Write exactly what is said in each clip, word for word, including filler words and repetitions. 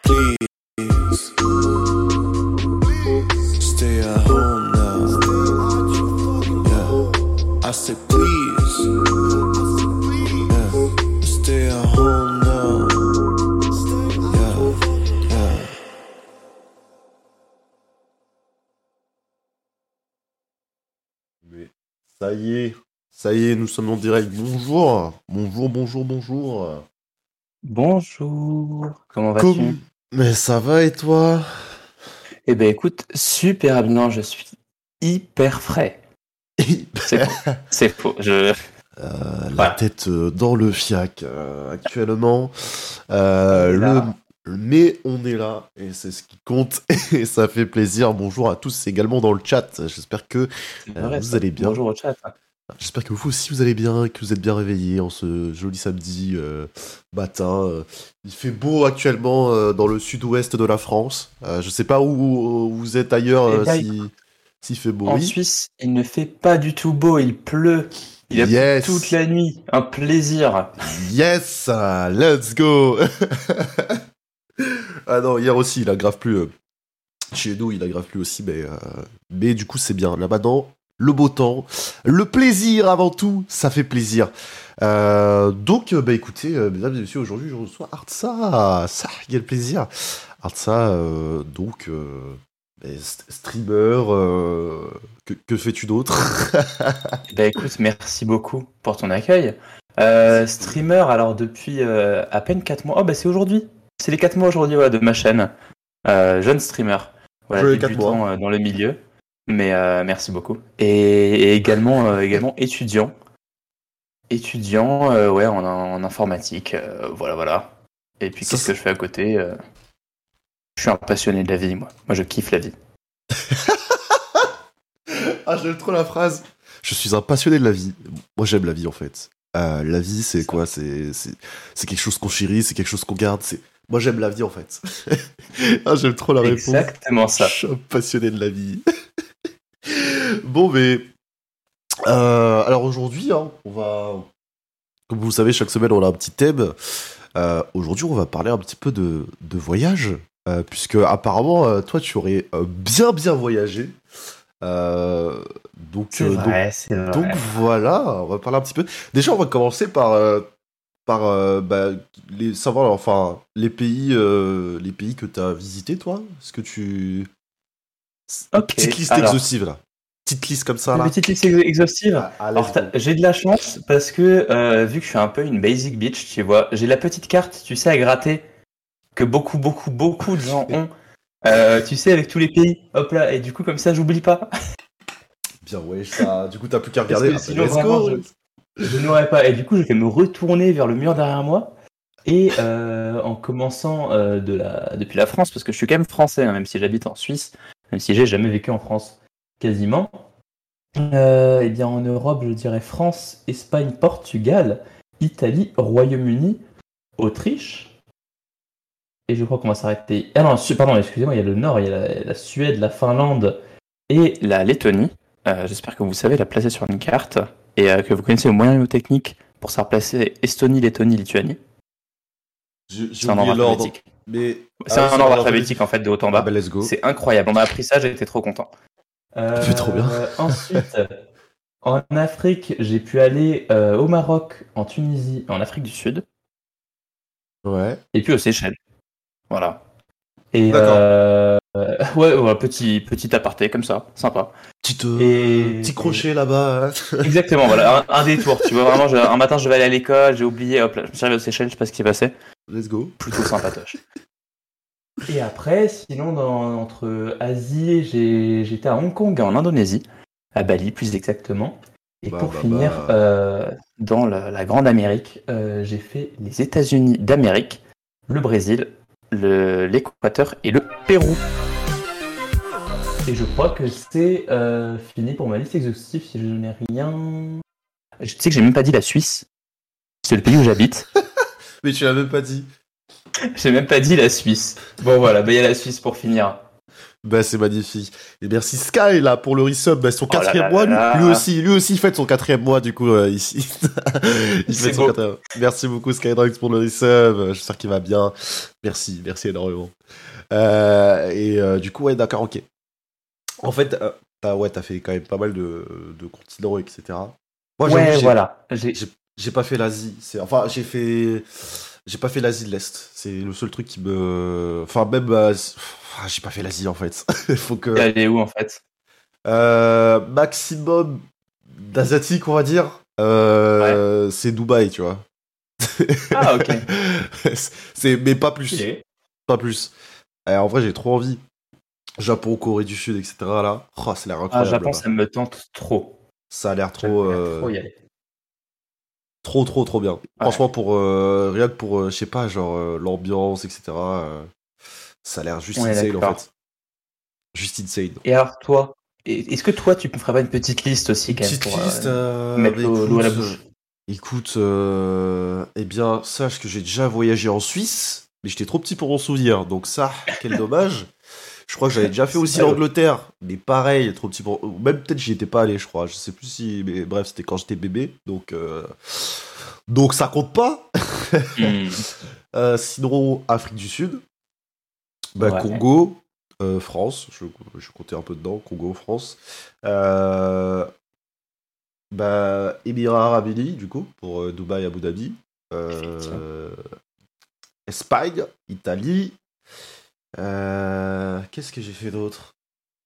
Please, stay at home now. Yeah, I said please. Yeah, stay at home now. Yeah, yeah. Mais ça y est, ça y est, nous sommes en direct. Bonjour, bonjour, bonjour, bonjour. Bonjour, comment vas-tu? Comme... Mais ça va et toi? Eh ben écoute, super bien, je suis hyper frais. C'est faux, c'est faux. Je... Euh, la Voilà. tête euh, dans le fiac euh, actuellement. Euh, On est le... là. Mais on est là et c'est ce qui compte et ça fait plaisir. Bonjour à tous également dans le chat. J'espère que C'est euh, vrai, vous ça. allez bien. Bonjour au chat. J'espère que vous aussi vous allez bien, que vous êtes bien réveillés en ce joli samedi euh, matin. Euh, il fait beau actuellement euh, dans le sud-ouest de la France. Euh, je sais pas où, où vous êtes ailleurs Eh euh, ben, si s'il fait beau. En Oui. Suisse, il ne fait pas du tout beau, il pleut. Il a plu Yes. toute la nuit, un plaisir. Yes, ah, let's go. Ah non, hier aussi il a grave plu. euh, Chez nous il a grave plu aussi, mais euh, mais du coup c'est bien. Là maintenant le beau temps, le plaisir avant tout, ça fait plaisir. Euh, donc, euh, bah écoutez, euh, mesdames et messieurs, aujourd'hui je reçois Artsa. Ça, quel plaisir. Artsa, euh, donc, euh, bah, st- streamer, euh, que, que fais-tu d'autre? Eh ben écoute, merci beaucoup pour ton accueil. Euh, streamer, alors depuis euh, à peine quatre mois. Oh bah c'est aujourd'hui. C'est les quatre mois aujourd'hui voilà, de ma chaîne. Euh, jeune streamer. Voilà, Joyeux quatre débutant mois. euh, dans le milieu. Mais euh, merci beaucoup. Et, et également, euh, également étudiant. Étudiant euh, ouais, en, en informatique. euh, voilà, voilà. Et puis Ça, qu'est-ce c'est- que je fais à côté euh, Je suis un passionné de la vie, moi. Moi, je kiffe la vie. Ah, j'aime trop la phrase. Je suis un passionné de la vie. Moi, j'aime la vie, en fait. Euh, la vie, c'est C'est ça. quoi? C'est c'est c'est quelque chose qu'on chérit, c'est quelque chose qu'on garde. C'est moi, j'aime la vie, en fait. Ah, j'aime trop la réponse. Exactement Je ça. suis un passionné de la vie. Bon, mais euh, alors aujourd'hui, hein, on va, comme vous le savez, chaque semaine, on a un petit thème. Euh, aujourd'hui, on va parler un petit peu de de voyage, euh, puisque apparemment, euh, toi, tu aurais euh, bien bien voyagé. Euh, donc, C'est euh, donc vrai, c'est donc vrai. voilà, on va parler un petit peu. Déjà, on va commencer par, euh, par euh, bah, les, savoir enfin, les pays, euh, les pays que tu as visités, toi. Est-ce que tu. Ok, Petite liste alors, exhaustive, là. Petite liste comme ça, une là. petite liste ex- exhaustive. Ah, ah, Alors, let's t'as- go. j'ai de la chance parce que, euh, vu que je suis un peu une basic bitch, tu vois, j'ai la petite carte, tu sais, à gratter, que beaucoup, beaucoup, beaucoup de gens ont. Euh, tu sais, avec tous les pays. Hop là, et du coup, comme ça, j'oublie pas. Bien, ouais, ça. Du coup, t'as plus qu'à Parce regarder. que Ah, bah, sinon, let's vraiment, go. je, je n'aurais pas. Et du coup, je vais me retourner vers le mur derrière moi. Et euh, en commençant euh, de la, depuis la France, parce que je suis quand même français, hein, même si j'habite en Suisse, même si j'ai jamais vécu en France, quasiment. Euh, eh bien, en Europe, je dirais France, Espagne, Portugal, Italie, Royaume-Uni, Autriche. Et je crois qu'on va s'arrêter. Ah non, su- pardon, excusez-moi, il y a le Nord, il y a la, la Suède, la Finlande et la Lettonie. Euh, j'espère que vous savez la placer sur une carte et euh, que vous connaissez le moyen mnémotechnique pour savoir placer Estonie, Lettonie, Lituanie. J'ai j'ai C'est un oublié ordre l'ordre. alphabétique. Mais. C'est Ah oui, un ordre alphabétique en fait de haut en Ah, bas. bah, let's go. C'est incroyable. On m'a appris ça, j'ai été trop content. Euh, C'est trop bien. Ensuite, en Afrique, j'ai pu aller euh, au Maroc, en Tunisie, en Afrique du Sud, Ouais. et puis aux Seychelles. Voilà. Et D'accord. euh, euh, ouais, ouais, petit petit aparté comme ça, sympa. Petite, euh, Et- petit crochet là-bas. Exactement, voilà, un, un détour. Tu vois vraiment, je- un matin je vais aller à l'école, j'ai oublié, hop là, je me suis arrivé aux Seychelles, je sais pas ce qui s'est passé. Let's go. Plutôt sympatoche. Et après, sinon, dans, entre Asie, j'ai, j'étais à Hong Kong, en Indonésie, à Bali plus exactement. Et Bah, pour bah, finir, bah. euh, dans la, la Grande Amérique, euh, j'ai fait les États-Unis d'Amérique, le Brésil, le, l'Équateur et le Pérou. Et je crois que c'est euh, fini pour ma liste exhaustive si je n'ai rien. Je sais que j'ai même pas dit la Suisse. C'est le pays où j'habite. Mais tu l'as même pas dit. J'ai même pas dit la Suisse. Bon voilà, bah il y a la Suisse pour finir. Bah, c'est magnifique. Et merci Sky, là, pour le resub. Bah, son Oh là quatrième là mois, là lui là. aussi, lui aussi fête son quatrième mois, du coup, euh, ici. Il C'est fête son beau. quatrième. Merci beaucoup, Skydrox, pour le resub. J'espère qu'il va bien. Merci, merci énormément. Euh, et euh, du coup, ouais, d'accord, ok. En fait, euh, t'as, ouais, t'as fait quand même pas mal de, de continents, et cetera. Moi, j'avoue, Ouais, j'ai, voilà. J'ai... j'ai, j'ai pas fait l'Asie. C'est, enfin, j'ai fait, j'ai pas fait l'Asie de l'Est. C'est le seul truc qui me, enfin, même, euh, c'est- ah, j'ai pas fait l'Asie en fait. Il faut que, T'es allé où en fait? euh, maximum d'asiatique, on va dire. Ouais. Euh, c'est Dubaï, tu vois. Ah, ok. c'est, mais pas plus, Stylé. pas plus. Euh, en vrai, j'ai trop envie. Japon, Corée du Sud, et cetera. Là, oh, ça a l'air Ah, incroyable Japon, là-bas. ça me tente trop. Ça a l'air trop, J'aimerais euh, trop y aller. trop, trop, trop bien. Ouais. Franchement, pour euh, rien que pour, euh, je sais pas, genre euh, l'ambiance, et cetera. euh, ça a l'air juste On est insane en d'accord. fait. Juste insane. Et alors, toi, est- est-ce que toi, tu me ferais pas une petite liste aussi, Une quand même, petite pour liste. euh, euh, mettre bah, l'eau l'eau à la écoute, bouche? euh, écoute, euh, eh bien, sache que j'ai déjà voyagé en Suisse, mais j'étais trop petit pour m'en souvenir. Donc ça, quel dommage. Je crois que j'avais déjà fait C'est aussi pas grave. l'Angleterre, mais pareil, trop petit pour. ou Même peut-être j'y étais pas allé, je crois. Je sais plus si, mais bref, c'était quand j'étais bébé, donc euh, donc ça compte pas. Hmm. Euh, sinon, Afrique du Sud, bah, Ouais. Congo, euh, France, je, je comptais un peu dedans, Congo, France. Euh, bah, Émirats Arabes Unis, du coup, pour euh, Dubaï, Abu Dhabi. Euh, Espagne, Italie. Euh, Qu'est-ce que j'ai fait d'autre?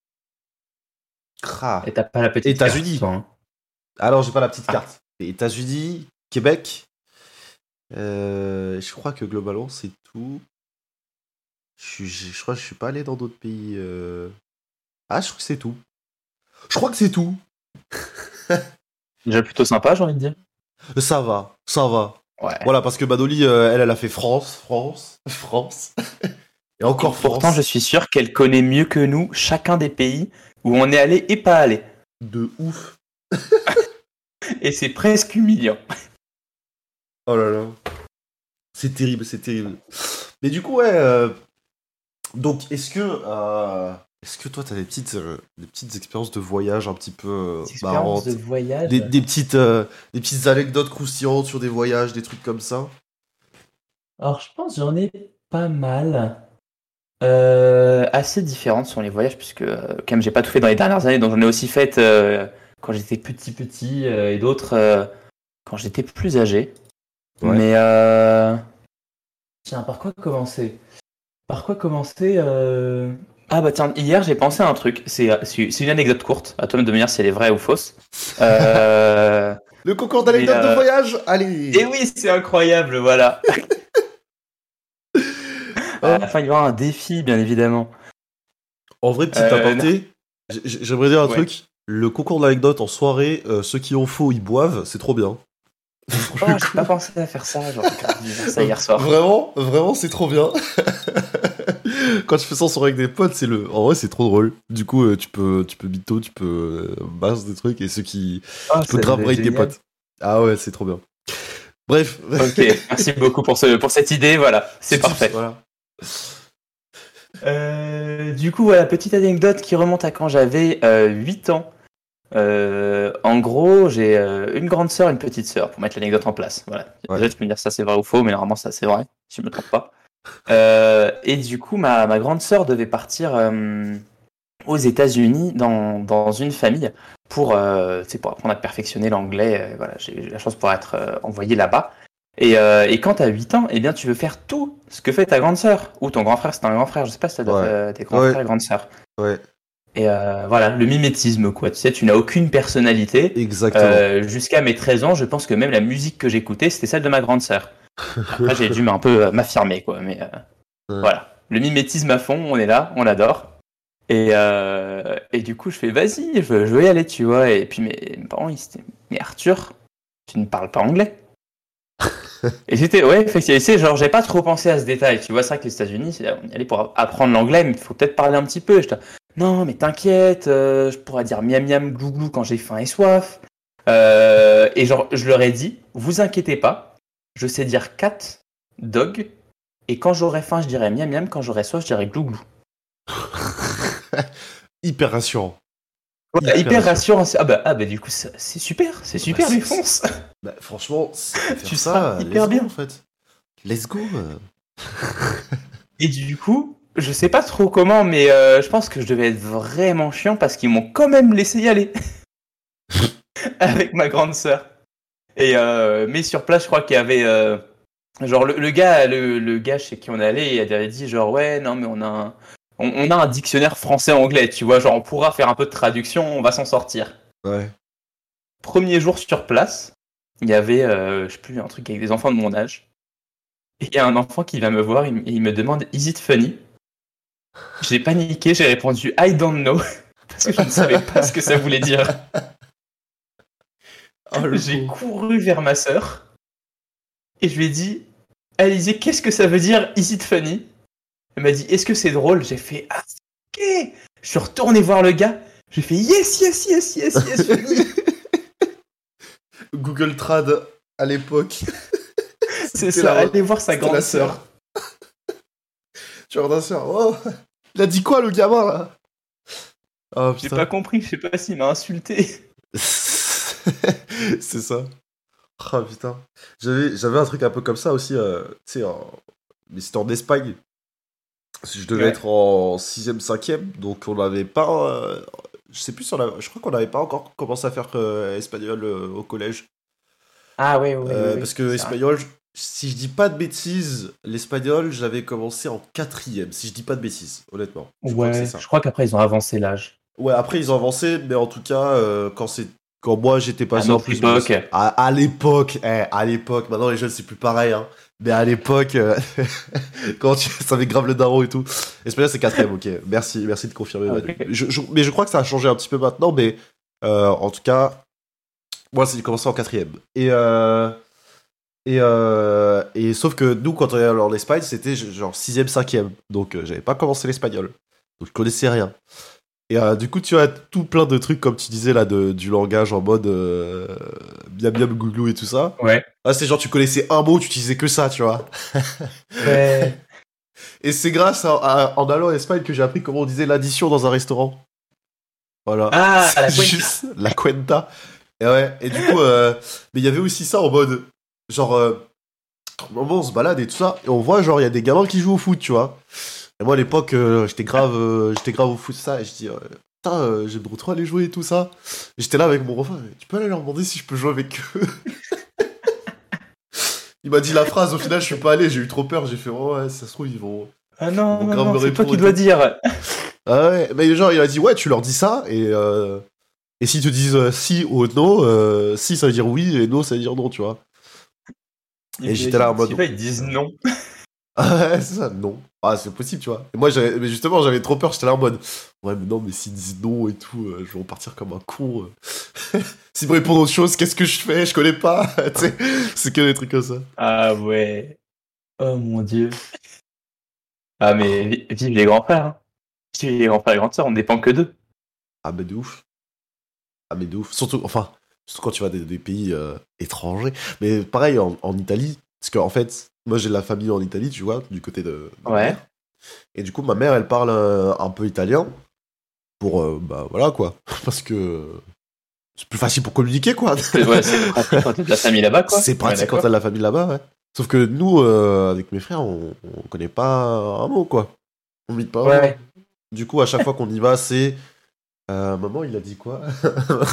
Cra. Et t'as pas la petite États-Unis. carte, toi, hein. Alors, j'ai pas la petite Ah. carte. Mais États-Unis, Québec. Euh, je crois que globalement, c'est tout. Je, suis- je, je crois que je suis pas allé dans d'autres pays. euh. Ah, je crois que c'est tout. Je crois que c'est tout. Déjà plutôt sympa, j'ai envie de dire. Ça va, ça va. Ouais. Voilà, parce que Badoli, euh, elle, elle a fait France, France, France. Et encore France. Pourtant, je suis sûr qu'elle connaît mieux que nous chacun des pays où on est allé et pas allé. De ouf. Et c'est presque humiliant. Oh là là. C'est terrible, c'est terrible. Mais du coup, ouais. euh, Donc, est-ce que. euh, Est-ce que toi, t'as des petites, euh, des petites expériences de voyage un petit peu euh, Expérience marrantes? de voyage. Des, des petites, euh, des petites anecdotes croustillantes sur des voyages, des trucs comme ça? Alors, je pense que j'en ai pas mal. Euh, assez différentes sur les voyages, puisque euh, quand même, j'ai pas tout fait dans les dernières années, donc j'en ai aussi fait euh, quand j'étais petit, petit, euh, et d'autres euh, quand j'étais plus âgé. Ouais. Mais euh... tiens, par quoi commencer? Par quoi commencer euh... Ah bah tiens, hier j'ai pensé à un truc. C'est c'est c'est une anecdote courte. À toi de me dire si elle est vraie ou fausse. Euh... Le concours d'anecdotes Mais, euh, de voyage? Allez! Et oui, c'est incroyable, voilà. À la fin, il y aura un défi, bien évidemment. En vrai, petit Euh, aparté, j- j- j'aimerais dire un Ouais. truc. Le concours d'anecdotes en soirée, euh, ceux qui ont faux, ils boivent, c'est trop bien. Oh, j'ai pas pensé à faire ça. Genre, j'ai fait ça hier soir. Vraiment, vraiment, c'est trop bien. Quand je fais ça en soirée avec des potes, c'est le. En vrai, c'est trop drôle. Du coup, euh, tu peux, tu peux mytho, tu peux euh, basse des trucs et ceux qui, Oh, tu peux c'est grave avec tes génial. potes. Ah ouais, c'est trop bien. Bref. Ok, merci beaucoup pour, ce, pour cette idée. Voilà, c'est parfait. Voilà. Euh, du coup, voilà, petite anecdote qui remonte à quand j'avais euh, huit ans. Euh, en gros, j'ai euh, une grande sœur et une petite sœur, pour mettre l'anecdote en place. Voilà. Ouais. Déjà, tu peux me dire ça c'est vrai ou faux, mais normalement, ça c'est vrai, si je me trompe pas. Euh, et du coup, ma, ma grande sœur devait partir euh, aux États-Unis dans, dans une famille pour, euh, tu sais, pour apprendre à perfectionner l'anglais. Euh, voilà, j'ai eu la chance pour être euh, envoyé là-bas. Et, euh, et quand tu as huit ans, eh bien, tu veux faire tout ce que fait ta grande sœur ou ton grand frère. C'est un grand frère, je sais pas si tu as Ouais. euh, des grands Ouais. frères et grandes sœurs. Ouais, Et euh, voilà, le mimétisme, quoi. Tu sais, tu n'as aucune personnalité. exactement. Euh, jusqu'à mes treize ans, je pense que même la musique que j'écoutais, c'était celle de ma grande sœur. Après, j'ai dû un peu euh, m'affirmer, quoi. Mais euh, Ouais. voilà, le mimétisme à fond, on est là, on l'adore. Et, euh, et du coup, je fais, vas-y, je veux, je veux y aller, tu vois. Et puis mes, mes parents, ils étaient, mais Arthur, tu ne parles pas anglais. Et j'étais, ouais, effectivement, c'est genre, j'ai pas trop pensé à ce détail. Tu vois, c'est vrai que les États-Unis, c'est- on y allait pour apprendre l'anglais, mais il faut peut-être parler un petit peu. J'étais, non, mais t'inquiète, euh, je pourrais dire miam miam glou glou quand j'ai faim et soif. Euh, et genre, je leur ai dit, vous inquiétez pas, je sais dire cat, dog, et quand j'aurai faim, je dirai miam miam, quand j'aurai soif, je dirai glou glou. Hyper rassurant. Ouais, hyper, hyper rassurant. Ah bah, ah bah du coup, c'est, c'est super, c'est super, bah, mais fonce. Bah, franchement, tu seras hyper bien en fait. Let's go. Et du coup, je sais pas trop comment, mais euh, je pense que je devais être vraiment chiant parce qu'ils m'ont quand même laissé y aller avec ma grande sœur. Et euh, mais sur place, je crois qu'il y avait euh, genre le, le gars, le, le gars chez qui on allait, il avait dit genre ouais non mais on a un, on, on a un dictionnaire français-anglais, tu vois, genre on pourra faire un peu de traduction, on va s'en sortir. Ouais. Premier jour sur place, il y avait euh, je sais plus un truc avec des enfants de mon âge. Et il y a un enfant qui vient me voir et il me demande « Is it funny ?» J'ai paniqué, j'ai répondu « I don't know » parce que je ne savais pas ce que ça voulait dire. Oh, j'ai beau. couru vers ma sœur et je lui ai dit « Alizé, qu'est-ce que ça veut dire « Is it funny ?» Elle m'a dit « Est-ce que c'est drôle ?» J'ai fait « Ah, ok !» Je suis retourné voir le gars, j'ai fait « Yes, yes, yes, yes, yes, funny !» Google Trad à l'époque. C'est ça, la... allez voir sa grande sœur. Tu regardes sa sœur. Oh, il a dit quoi le gamin là? Oh, j'ai pas compris, je sais pas s'il m'a insulté. C'est ça. Oh putain. J'avais, j'avais un truc un peu comme ça aussi, euh, tu sais, en... mais c'était en Espagne. Je devais ouais. être en sixième, cinquième, donc on n'avait pas. Euh... Je sais plus si on avait... Je crois qu'on n'avait pas encore commencé à faire euh, espagnol euh, au collège. Ah oui, oui, euh, oui. Parce que espagnol. Si je dis pas de bêtises, l'espagnol, j'avais commencé en quatrième, si je dis pas de bêtises, honnêtement. Je ouais, crois que c'est ça. Je crois qu'après, ils ont avancé l'âge. Ouais, après, ils ont avancé, mais en tout cas, euh, quand, c'est... quand moi, j'étais passé en plus... Époque. À, à l'époque, eh, à l'époque, maintenant, les jeunes, c'est plus pareil, hein. Mais à l'époque, euh... quand tu... ça avait grave le daron et tout. Espagnol, c'est quatrième, ok. Merci, merci de confirmer. Okay. Je, je... Mais je crois que ça a changé un petit peu maintenant, mais euh, en tout cas, moi, c'est commencé en quatrième. Et... Euh... Et, euh, et sauf que nous, quand on est allé en Espagne, c'était genre sixième, cinquième. Donc euh, j'avais pas commencé l'espagnol. Donc je connaissais rien. Et euh, du coup, tu as tout plein de trucs, comme tu disais là, de, du langage en mode euh, miam miam glouglou et tout ça. Ouais. Là, c'est genre tu connaissais un mot, tu utilisais que ça, tu vois. Ouais. Et c'est grâce à, à, en allant en Espagne que j'ai appris comment on disait l'addition dans un restaurant. Voilà. Ah, la juste la cuenta. Et ouais. Et du coup, euh, mais il y avait aussi ça en mode. Genre, euh, on se balade et tout ça, et on voit, genre, il y a des gamins qui jouent au foot, tu vois. Et moi, à l'époque, euh, j'étais grave euh, j'étais grave au foot, ça, et je dis, euh, putain, euh, j'aimerais trop aller jouer et tout ça. Et j'étais là avec mon refrain, tu peux aller leur demander si je peux jouer avec eux? Il m'a dit la phrase, au final, je suis pas allé, j'ai eu trop peur, j'ai fait, oh ouais, ça se trouve, ils vont. Ah non, ils vont non, non c'est toi qui dois dire. Ah ouais, mais genre, il a dit, ouais, tu leur dis ça, et, euh, et s'ils te disent euh, si ou non, euh, si, ça veut dire oui, et non, ça veut dire non, tu vois. Et j'étais là en mode. Tu sais pas, ils disent non. Ah ouais, c'est ça, non. Ah, c'est possible, tu vois. Et moi, j'avais... mais justement, j'avais trop peur, j'étais là en mode. Ouais, mais non, mais s'ils disent non et tout, euh, je vais repartir comme un con. Euh. S'ils me répondent autre chose, qu'est-ce que je fais? Je connais pas. Tu sais, c'est que des trucs comme ça. Ah ouais. Oh mon dieu. Ah, mais vive les grands frères. Hein. Vive les grands frères et grandes sœurs, on dépend que d'eux. Ah, mais de ouf. Ah, mais de ouf. Surtout, enfin. Surtout quand tu vas dans des, des pays euh, étrangers. Mais pareil, en, en Italie, parce qu'en fait, moi j'ai de la famille en Italie, tu vois, du côté de, de ouais. ma mère. Et du coup, ma mère, elle parle euh, un peu italien. Pour, euh, bah voilà quoi. Parce que c'est plus facile pour communiquer, quoi. C'est, ouais, c'est pratique quand t'as de la famille là-bas, quoi. C'est pratique ouais, quand t'as de la famille là-bas, ouais. Sauf que nous, euh, avec mes frères, on, on connaît pas un mot, quoi. On vit pas. Ouais. ouais. Du coup, à chaque fois qu'on y va, c'est. Euh, maman, il a dit quoi? Tu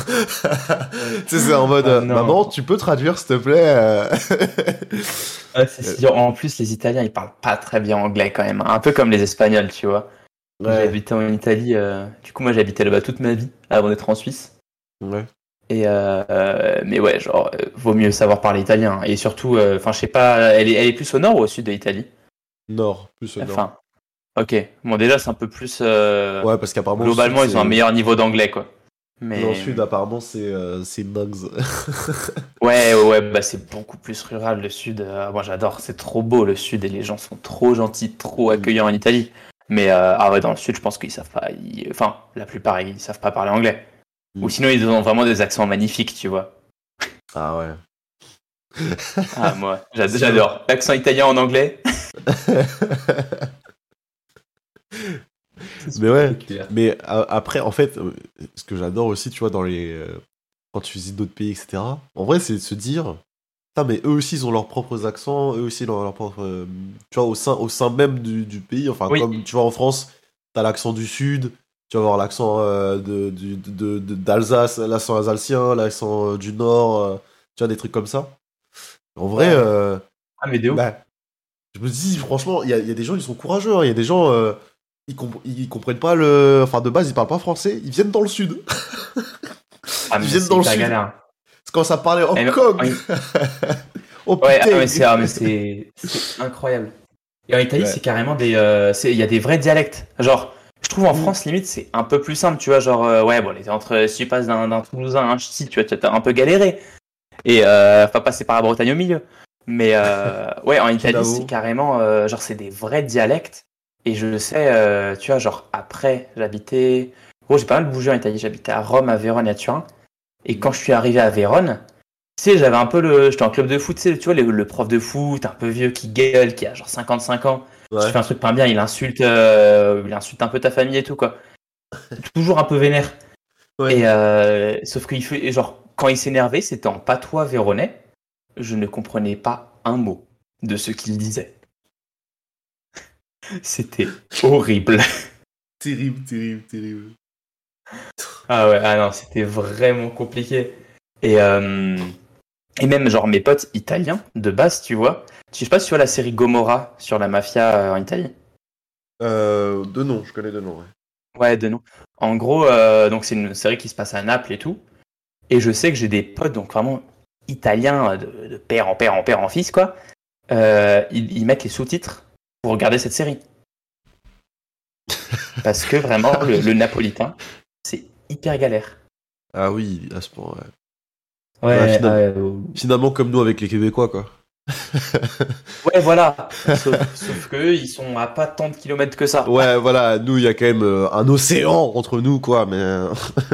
sais, c'est en mode, oh, maman, tu peux traduire, s'il te plaît? Ouais, c'est sûr. En plus, les Italiens, ils parlent pas très bien anglais quand même. Un peu comme les Espagnols, tu vois. Ouais. J'ai habité en Italie. Euh... Du coup, moi, j'ai habité là-bas toute ma vie, avant d'être en Suisse. Ouais. Et euh... Mais ouais, genre, euh, vaut mieux savoir parler italien. Et surtout, enfin, euh, je sais pas, elle est, elle est plus au nord ou au sud de l'Italie? Nord, plus au nord. Enfin, ok. Bon, déjà, c'est un peu plus. Euh... Ouais, parce qu'apparemment. Globalement, sud, ils ont un meilleur niveau d'anglais, quoi. Mais... Dans le sud, apparemment, c'est, euh, c'est Nugs. ouais, ouais, ouais, bah c'est beaucoup plus rural, le sud. Euh, moi, j'adore, c'est trop beau, le sud, et les gens sont trop gentils, trop accueillants en Italie. Mais euh, ah ouais, dans le sud, je pense qu'ils savent pas. Ils... Enfin, la plupart, ils savent pas parler anglais. Mm. Ou sinon, ils ont vraiment des accents magnifiques, tu vois. Ah ouais. Ah, moi, j'adore. j'adore. L'accent italien en anglais. Mais Mais ouais. C'est clair. Mais euh, après, en fait, euh, ce que j'adore aussi, tu vois, dans les. euh, quand tu visites d'autres pays, et cetera. En vrai, c'est de se dire. Putain, mais eux aussi, ils ont leurs propres accents, eux aussi, ils ont leurs propres. euh, tu vois, au sein, au sein même du, du pays. Enfin, Oui. comme tu vois, en France, t'as l'accent du Sud, tu vas avoir l'accent euh, de, du- de, de- d'Alsace, l'accent alsacien, l'accent euh, du Nord, euh, tu vois, des trucs comme ça. En vrai, Ouais. euh, Ah, mais de ouf. bah, je me dis, franchement, il y a, il y a des gens, ils sont courageux, hein. Il y a des gens, euh, ils, comp- ils comprennent pas le. Enfin, de base, ils parlent pas français, ils viennent dans le Sud. Ah, Ils mais viennent c'est dans le hyper Sud. galère. C'est quand ça parlait en Et même- cogne. en- Oh Ouais, ah, putain. mais c'est ah, mais c'est c'est incroyable. Et en Italie, Ouais. c'est carrément des. euh, c'est- Il y a des vrais dialectes. Genre, je trouve en Mm. France, limite, c'est un peu plus simple, tu vois. Genre, euh, ouais, bon, les- entre, si tu passes d'un d'un Toulousain à un Ch'ti, tu vois, tu as un peu galéré. Et euh, pas passer par la Bretagne au milieu. Mais euh, ouais, en Italie, Pinavo. c'est carrément. euh, genre, c'est des vrais dialectes. Et je sais, euh, tu vois, genre, après, j'habitais. Oh, j'ai pas mal bougé en Italie. J'habitais à Rome, à Vérone et à Turin. Et quand je suis arrivé à Vérone, tu sais, j'avais un peu le. J'étais en club de foot, tu sais, tu vois, le, le prof de foot, un peu vieux, qui gueule, qui a genre cinquante-cinq ans. Si Ouais. tu fais un truc pas bien, il insulte, euh, il insulte un peu ta famille et tout, quoi. Toujours un peu vénère. Ouais. Et euh, sauf qu'il fait. Et genre, quand il s'énervait, c'était en patois véronais. Je ne comprenais pas un mot de ce qu'il disait. C'était horrible. Terrible, terrible, terrible. Ah ouais, ah non, c'était vraiment compliqué. Et, euh, et même, genre, mes potes italiens, de base, tu vois. Je sais pas si tu vois la série Gomorra sur la mafia euh, en Italie. Euh, deux noms, je connais deux noms, ouais. Ouais, de nom. En gros, euh, donc c'est une série qui se passe à Naples et tout. Et je sais que j'ai des potes, donc vraiment italiens, de, de père en père en père en fils, quoi. Euh, ils, ils mettent les sous-titres pour regarder cette série. Parce que vraiment, le, le napolitain, c'est hyper galère. Ah oui, à ce point, ouais. Ouais, Ouais, finalement. euh, Finalement, comme nous avec les Québécois, quoi. ouais, voilà. Sauf, sauf que eux, ils sont à pas tant de kilomètres que ça. Ouais, voilà, nous, il y a quand même euh, un océan entre nous, quoi, mais... euh,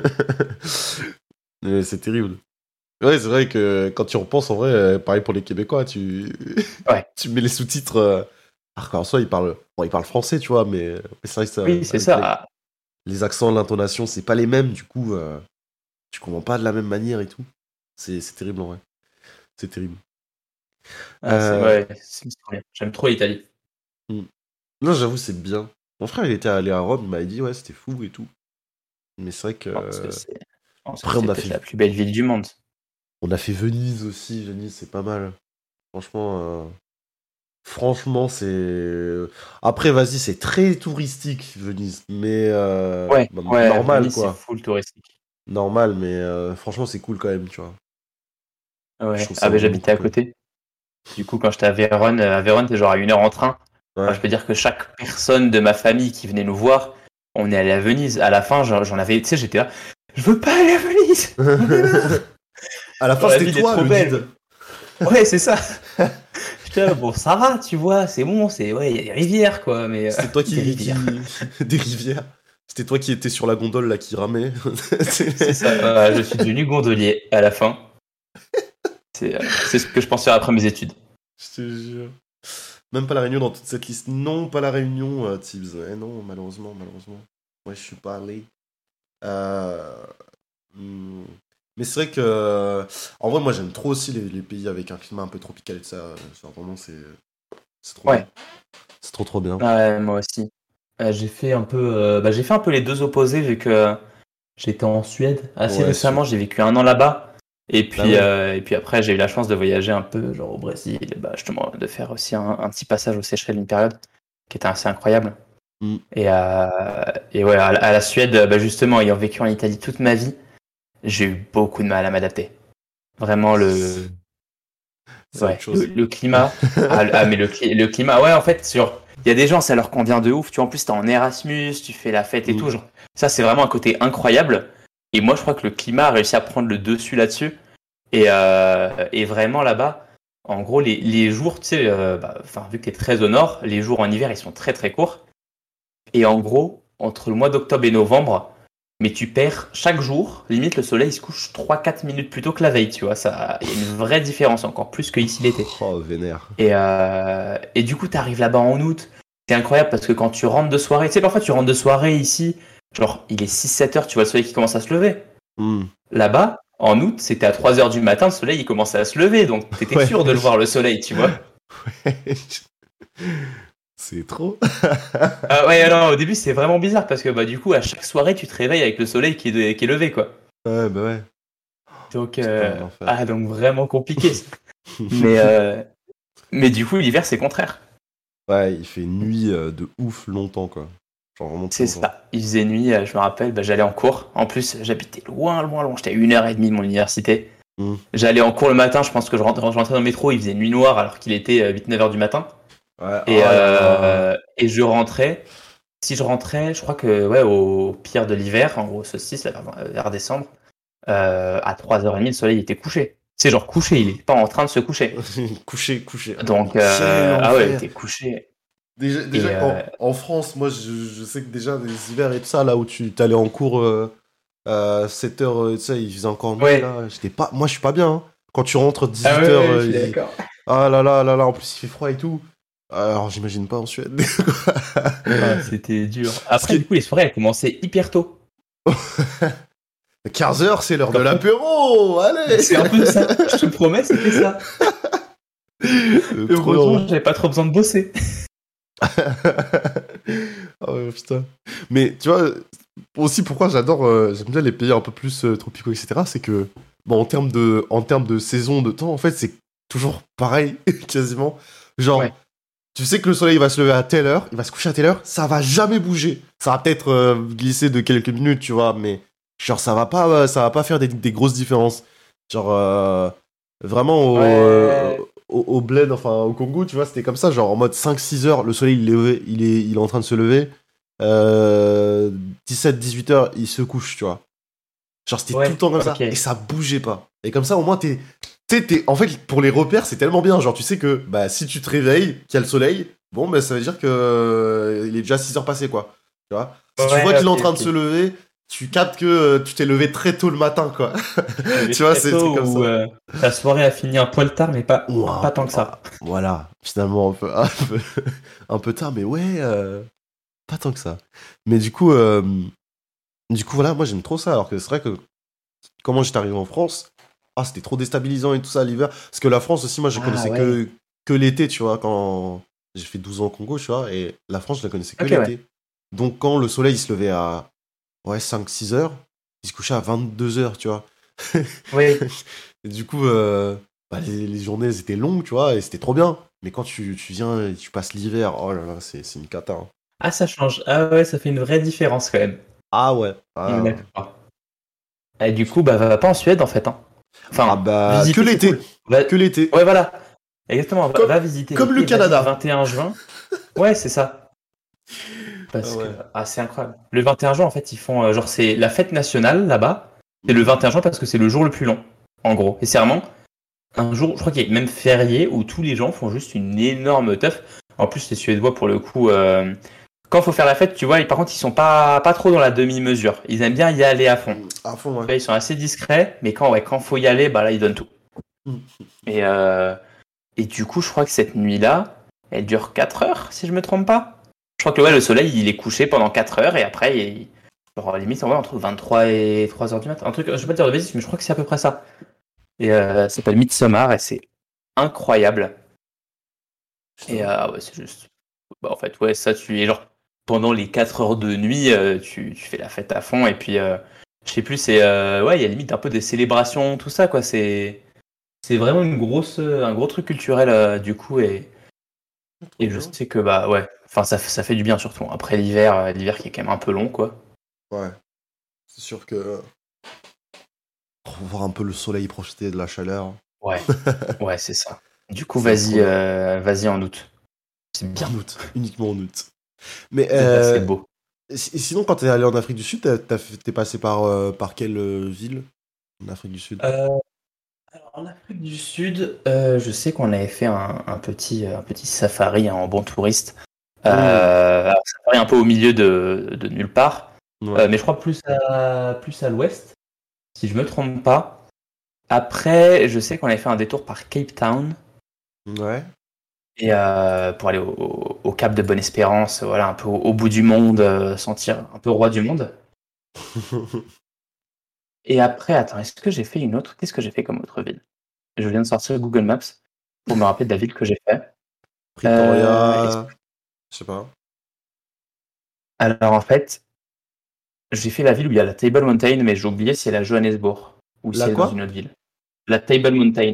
mais c'est terrible. Ouais, c'est vrai que quand tu repenses, en vrai, euh, pareil pour les Québécois, tu, Ouais. tu mets les sous-titres... euh, Alors qu'en soi, ils parlent... Bon, ils parlent français, tu vois, mais, mais c'est vrai que ça... Oui, c'est avec ça. Les... les accents, l'intonation, c'est pas les mêmes, du coup, euh, tu comprends pas de la même manière et tout. C'est c'est terrible, en vrai. C'est terrible. Ah, c'est- Euh, ouais, c'est c'est trop bien. J'aime trop l'Italie. Non, j'avoue, c'est bien. Mon frère, il était allé à Rome, il m'avait dit, ouais, c'était fou et tout. Mais c'est vrai que... Je pense que c'est je pense que Après, on c'est a peut-être fait... la plus belle ville du monde. On a fait Venise aussi. Venise, c'est pas mal. Franchement, euh, franchement, c'est. Après, vas-y, c'est très touristique, Venise. Mais euh, Ouais, bah, ouais, normal, Venise, c'est quoi. full touristique. Normal, mais euh, franchement, c'est cool quand même, tu vois. Je Ouais. trouve ça Ah, ben vraiment j'habitais à cool. côté. Du coup, quand j'étais à Vérone, euh, à Vérone, t'es genre à une heure en train. Ouais. Enfin, je peux dire que chaque personne de ma famille qui venait nous voir, on est allé à Venise. À la fin, j'en j'en avais, tu sais, j'étais là, je veux pas aller à Venise. À la fin, Genre, la c'était ville est toi, trop le belle. guide. Ouais, c'est ça. J'étais là, bon, ça va, tu vois, c'est bon, c'est ouais, il y a des rivières quoi, mais euh, C'était toi des qui, rivières. qui- des rivières. C'était toi qui étais sur la gondole là qui ramait. C'est ça. Euh, je suis devenu gondolier à la fin. C'est euh, c'est ce que je pense faire après mes études. Je te jure. Même pas la Réunion dans toute cette liste. Non, pas la Réunion, euh, Tibbs. Eh non, malheureusement, malheureusement. Moi, je suis pas allé. Euh, hmm. Mais c'est vrai que... euh, En vrai, moi, j'aime trop aussi les, les pays avec un climat un peu tropical et tout ça. euh, genre, vraiment, c'est... C'est trop Ouais. bien. C'est trop, trop bien. Ouais, moi aussi. Euh, j'ai fait un peu, euh, bah, j'ai fait un peu les deux opposés vu que j'étais en Suède assez Ouais, récemment. Suède. J'ai vécu un an là-bas. Et puis, Ah ouais. euh, et puis après, j'ai eu la chance de voyager un peu, genre au Brésil, et bah, justement, de faire aussi un, un petit passage aux Seychelles, une période qui était assez incroyable. Mm. Et, euh, et ouais, à, la- à la Suède, bah, justement, ayant vécu en Italie toute ma vie, j'ai eu beaucoup de mal à m'adapter. Vraiment, le, C'est ouais, autre chose. le, le climat. Ah, le- ah, mais le, cli- le climat, ouais, en fait, sur, il y a des gens, ça leur convient de ouf. Tu vois, en plus, t'es en Erasmus, tu fais la fête et Mm. tout. Genre, ça, c'est vraiment un côté incroyable. Et moi, je crois que le climat a réussi à prendre le dessus là-dessus. Et, euh, et vraiment là-bas, en gros, les, les jours, tu sais, euh, bah, enfin, vu que t'es très au nord, les jours en hiver, ils sont très très courts. Et en gros, entre le mois d'octobre et novembre, mais tu perds chaque jour, limite le soleil il se couche trois quatre minutes plus tôt que la veille, tu vois. Ça, il y a une vraie différence, encore plus qu'ici l'été. Oh, vénère. Et, euh, et du coup, t'arrives là-bas en août, c'est incroyable parce que quand tu rentres de soirée, tu sais, parfois tu rentres de soirée ici, genre il est six sept heures, tu vois le soleil qui commence à se lever. Hmm. Là-bas, en août, c'était à trois heures du matin, le soleil il commençait à se lever, donc t'étais Ouais. sûr de le voir le soleil, tu vois. C'est trop. Ah ouais, non, au début c'est vraiment bizarre parce que bah du coup à chaque soirée tu te réveilles avec le soleil qui est, qui est levé quoi. Ouais, bah ouais. Donc C'est euh, pas un enfer. ah donc vraiment compliqué. mais euh, mais du coup l'hiver c'est contraire. Ouais, il fait nuit euh, de ouf longtemps, quoi. Genre vraiment C'est longtemps. ça. Il faisait nuit, euh, je me rappelle, bah, j'allais en cours. En plus j'habitais loin, loin, loin. J'étais à une heure et demie de mon université. Mm. J'allais en cours le matin. Je pense que je rentrais, je rentrais dans le métro, il faisait nuit noire alors qu'il était huit neuf heures du matin. Ouais, Et, oh là là. euh, et je rentrais. Si je rentrais, je crois que ouais, au pire de l'hiver, en gros solstice, là, vers, vers décembre, euh, à trois heures trente, le soleil était couché. C'est genre couché, il est pas en train de se coucher. couché, couché. Donc, Quel euh, ah ouais, il enfer. était couché. Déjà, déjà Et, qu'en- euh, en France, moi, je, je sais que déjà, les hivers et tout ça, là où tu t'allais en cours euh, à sept heures, euh, tu sais, il faisait encore nuit, Ouais. là. J'étais pas... Moi, je suis pas bien, hein. Quand tu rentres dix-huit Ah ouais, heures, ouais, euh, je suis il- d'accord. ah là là là là, en plus, il fait froid et tout. Alors, j'imagine pas en Suède. Ah, c'était dur. Après, qui- du coup, les soirées, elles commençaient hyper tôt. quinze heures, c'est l'heure de Comme- l'apéro. Allez. C'est un peu ça, je te promets, c'était ça. Euh, trop Heureusement, bien. j'avais pas trop besoin de bosser. Oh putain. Mais tu vois, aussi pourquoi j'adore, euh, j'aime bien les pays un peu plus euh, tropicaux, et cetera. C'est que, bon, en termes de, en termes de saison, de temps, en fait, c'est toujours pareil, quasiment. Genre, Ouais. tu sais que le soleil va se lever à telle heure, il va se coucher à telle heure, ça va jamais bouger. Ça va peut-être euh, glisser de quelques minutes, tu vois, mais genre, ça va pas, euh, ça va pas faire des, des grosses différences. Genre, euh, vraiment, au, Ouais. euh, au, au bled, enfin, au Congo, tu vois, c'était comme ça, genre en mode cinq six heures, le soleil, il est, levé- il est, il est en train de se lever. Euh, dix-sept dix-huit heures, il se couche, tu vois. Genre, c'était Ouais, tout le temps comme ça, ok. et ça bougeait pas. Et comme ça, au moins, t'es. Tu sais, t'es- en fait, pour les repères, c'est tellement bien. Genre, tu sais que bah, si tu te réveilles, qu'il y a le soleil, bon, bah, ça veut dire que euh, il est déjà six heures passées, quoi. Tu vois. Si tu Ouais, vois qu'il est en ok, train ok. de se lever, tu captes que euh, tu t'es levé très tôt le matin, quoi. Tu vois, c'est des trucs comme où, ça. euh, la soirée a fini un poil tard, mais pas, Ouah, pas tant que ça. Voilà, finalement, un peu, un peu, un peu tard, mais ouais, euh, pas tant que ça. Mais du coup, euh, du coup, voilà, moi j'aime trop ça. Alors que c'est vrai que comment j'étais arrivé en France, ah, c'était trop déstabilisant et tout ça l'hiver. Parce que la France aussi, moi je Ah, connaissais ouais. que, que l'été, tu vois, quand j'ai fait douze ans au Congo, tu vois, et la France, je la connaissais que Ok, l'été. Donc quand le soleil il se levait à ouais, cinq six heures, il se couchait à vingt-deux heures, tu vois. Oui. Et du coup, euh, bah, les, les journées elles étaient longues, tu vois, et c'était trop bien. Mais quand tu, tu viens et tu passes l'hiver, oh là là, c'est, c'est une cata. Hein. Ah, ça change. Ah ouais, ça fait une vraie différence quand même. Ah ouais. On est Ah, d'accord. Et du coup, bah, va pas en Suède en fait. Hein. Enfin, ah bah, visiter, que c'est l'été. cool. Va- Que l'été. Ouais, voilà. Exactement. Va, Comme- va visiter. comme l'été, le Canada. vas-y, le vingt et un juin. Ouais, c'est ça. Parce Ah ouais. que ah, c'est incroyable. Le vingt et un juin, en fait, ils font euh, genre c'est la fête nationale là-bas. C'est le vingt et un juin parce que c'est le jour le plus long, en gros. Et c'est vraiment un jour, je crois qu'il y a même férié où tous les gens font juste une énorme teuf. En plus, les Suédois, pour le coup, euh, quand il faut faire la fête, tu vois, et par contre, ils sont pas, pas trop dans la demi-mesure. Ils aiment bien y aller à fond. À fond, ouais. Là, ils sont assez discrets, mais quand ouais, quand faut y aller, bah là, ils donnent tout. Mm. Et, euh, et du coup, je crois que cette nuit-là, elle dure quatre heures, si je me trompe pas. Je crois que ouais, le soleil, il est couché pendant quatre heures, et après, il, genre, limite, on va entre vingt-trois et trois heures du matin. Un truc, je vais pas te dire de bêtises, mais je crois que c'est à peu près ça. Et euh, ça s'appelle Midsommar, et c'est incroyable. Et euh, ouais, c'est juste. Bah, en fait, ouais, ça, tu es genre. Pendant les quatre heures de nuit, euh, tu, tu fais la fête à fond, et puis, euh, je sais plus, c'est. Euh, ouais, il y a limite un peu des célébrations, tout ça, quoi. C'est. C'est vraiment une grosse, un gros truc culturel, euh, du coup, et. Et je sais que, bah, ouais. Enfin, ça, ça fait du bien, surtout. Après l'hiver, euh, l'hiver qui est quand même un peu long, quoi. Ouais. C'est sûr que. Pour voir un peu le soleil profiter de la chaleur. Ouais. Ouais, c'est ça. Du coup, C'est vas-y, trop bien. euh, vas-y en août. C'est bien. En août. Uniquement en août. Mais C'est euh, c'est beau. si- sinon, quand t'es allé en Afrique du Sud, t'as- t'as fait- t'es passé par, euh, par quelle euh, ville en Afrique du Sud? Euh, alors, en Afrique du Sud, euh, je sais qu'on avait fait un, un petit, un petit safari hein, en bon touriste. Euh, alors, safari un peu au milieu de, de nulle part. Ouais. Euh, mais je crois plus à, plus à l'ouest, si je me trompe pas. Après, je sais qu'on avait fait un détour par Cape Town. Ouais. Et euh, pour aller au, au Cap de Bonne-Espérance, voilà, un peu au, au bout du monde, euh, sentir un peu roi du monde. Et après, attends, est-ce que j'ai fait une autre? Qu'est-ce que j'ai fait comme autre ville? Je viens de sortir Google Maps pour me rappeler de la ville que j'ai fait. Euh, est-ce- Pretoria, je sais pas. Alors en fait, j'ai fait la ville où il y a la Table Mountain, mais j'ai oublié si elle est à Johannesburg ou si La elle est dans quoi? une autre ville. La Table Mountain.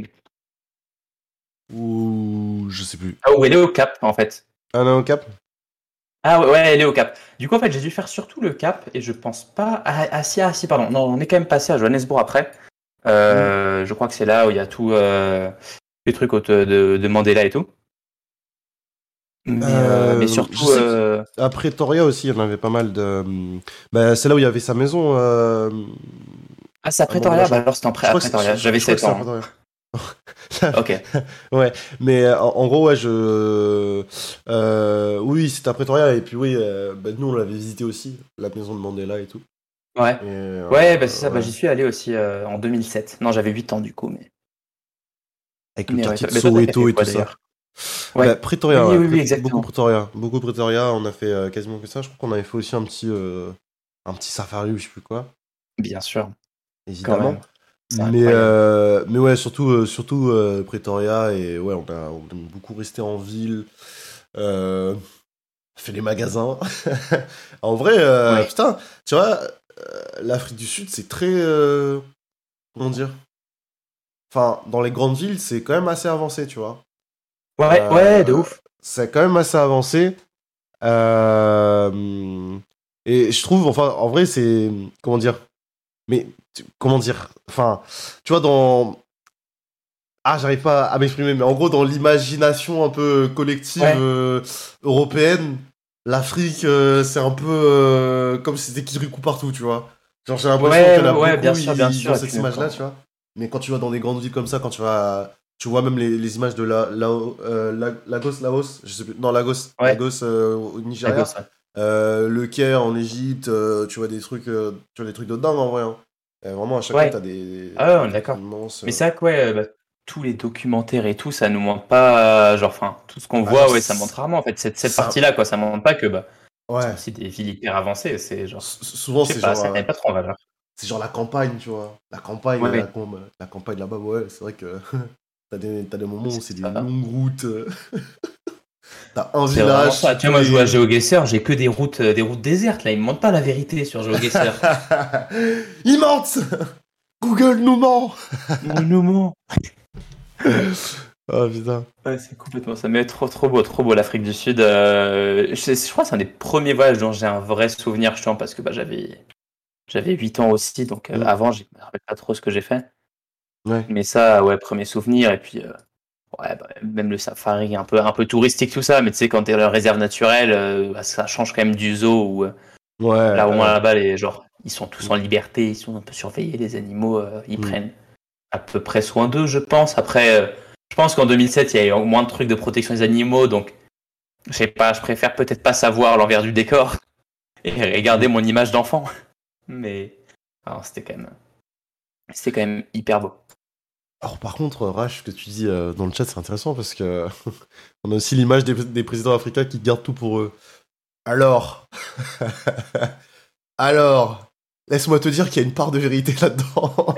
Ou je sais plus. Ah, où elle est au Cap, en fait. Ah non, Cap? Ah ouais, ouais, elle est au Cap. Du coup, en fait, j'ai dû faire surtout le Cap et je pense pas. Ah, ah, si, ah si, pardon. Non, on est quand même passé à Johannesburg après. Hmm. Euh, je crois que c'est là où il y a tout euh, les trucs auto- de, de Mandela et tout. Mais, euh, mais Euh, je surtout, sais euh, qu'à Pretoria aussi, il y en avait pas mal de. hum, Bah, c'est là où il y avait sa maison. Euh... ah, c'est à à Mandela, Pretoria. je Bah crois. alors c'était en Je pré- à crois que c'est je, Pretoria. je- J'avais je crois que sept c'est à ans, Pretoria. hein. Ok. Ouais, mais euh, en, en gros, ouais, je. Euh, oui, c'était à Pretoria, et puis oui, euh, bah, nous on l'avait visité aussi, la maison de Mandela et tout. Ouais. Et, euh, Ouais, bah c'est ça. Bah, ouais. j'y suis allé aussi euh, en deux mille sept. Non, j'avais huit ans du coup, mais. Avec le Mais ouais. quartier Toi, de mais toi, t'as fait Soweto et quoi tout ça. d'ailleurs? Bah, Ouais. Pretoria, Oui, ouais, oui, oui, Pré- beaucoup exactement. Pretoria. Beaucoup Pretoria, on a fait euh, quasiment que ça. Je crois qu'on avait fait aussi un petit, euh, un petit safari ou je sais plus quoi, Bien sûr, quand évidemment. même. C'est Mais, incroyable. euh, mais ouais, surtout, euh, surtout euh, Pretoria, et ouais, on a, on a beaucoup resté en ville, euh, fait les magasins. En vrai, euh, Ouais. putain, tu vois, euh, l'Afrique du Sud, c'est très, euh, comment dire? Enfin, dans les grandes villes, c'est quand même assez avancé, tu vois. Ouais, ouais, de Euh, ouf. c'est quand même assez avancé. Euh, et je trouve, enfin, en vrai, c'est, comment dire? Mais, tu- comment dire? Enfin, tu vois, dans, ah, j'arrive pas à m'exprimer, mais en gros, dans l'imagination un peu collective Ouais. euh, européenne, l'Afrique, euh, c'est un peu euh, comme si c'était Kirikou partout, tu vois. Genre, j'ai l'impression Ouais, qu'il y en ouais, a ouais, bien beaucoup, sûr, bien ils, ils ont sûr. Et cette puis même image-là, quand. tu vois. Mais quand tu vas dans des grandes villes comme ça, quand tu vas, tu vois même les, les images de la, la, euh, la- Lagos, Laos, je sais plus, non, Lagos, Ouais, Lagos euh, au la Nigeria, gosse, ouais. euh, le Caire en Égypte, euh, tu vois des trucs, euh, tu vois des trucs de dingue en vrai, hein. Euh, vraiment, à chaque fois, t'as Ouais. des, Ah ouais, on des est trucs d'accord. immenses. Mais euh. c'est vrai que ouais, euh, bah, tous les documentaires et tout, ça nous montre pas, euh, genre, enfin, tout ce qu'on Ah, genre, voit, ouais, ça c'est- montre rarement, en fait, cette, cette ça, partie-là, quoi. Ça montre pas que, bah, c'est ouais. aussi des villes hyper avancées, c'est genre, S- souvent, je sais c'est pas, genre, ça euh, met pas trop en valeur. c'est genre la campagne, tu vois. La campagne, la, Ouais, com- la campagne là-bas, ouais, c'est vrai que t'as des, t'as des moments où c'est c'est des ça. longues routes. euh, T'as un C'est vraiment village, ça. c'est Tu vois, tous moi, je joue à les. GeoGuessr, j'ai que des routes, euh, des routes désertes, là. Ils me montrent pas la vérité sur GeoGuessr. Ils mentent. Google nous ment. Il nous ment. Oh putain. Ouais, c'est complètement ça. Mais trop, trop beau, trop beau l'Afrique du Sud. Euh, je, je crois que c'est un des premiers voyages dont j'ai un vrai souvenir, justement, parce que bah, j'avais, j'avais huit ans aussi, donc euh, Mm. avant, je me rappelle pas trop ce que j'ai fait. Ouais. Mais ça, ouais, premier souvenir. Et puis, euh, ouais, bah, même le safari, un peu, un peu touristique, tout ça. Mais tu sais, quand t'es dans la réserve naturelle, euh, bah, ça change quand même du zoo où, euh, Ouais, là, au moins ouais. là-bas, les, genre, ils sont Mm. tous en liberté, ils sont un peu surveillés, les animaux, euh, ils Mm. prennent à peu près soin d'eux, je pense. Après, euh, je pense qu'en deux mille sept, il y a eu moins de trucs de protection des animaux, donc je sais pas, je préfère peut-être pas savoir l'envers du décor et regarder Mm. mon image d'enfant. Mais alors, c'était quand même, c'était quand même hyper beau. Alors par contre, Rach, ce que tu dis euh, dans le chat, c'est intéressant parce que on a aussi l'image des, des présidents africains qui gardent tout pour eux. Alors, alors, laisse-moi te dire qu'il y a une part de vérité là-dedans.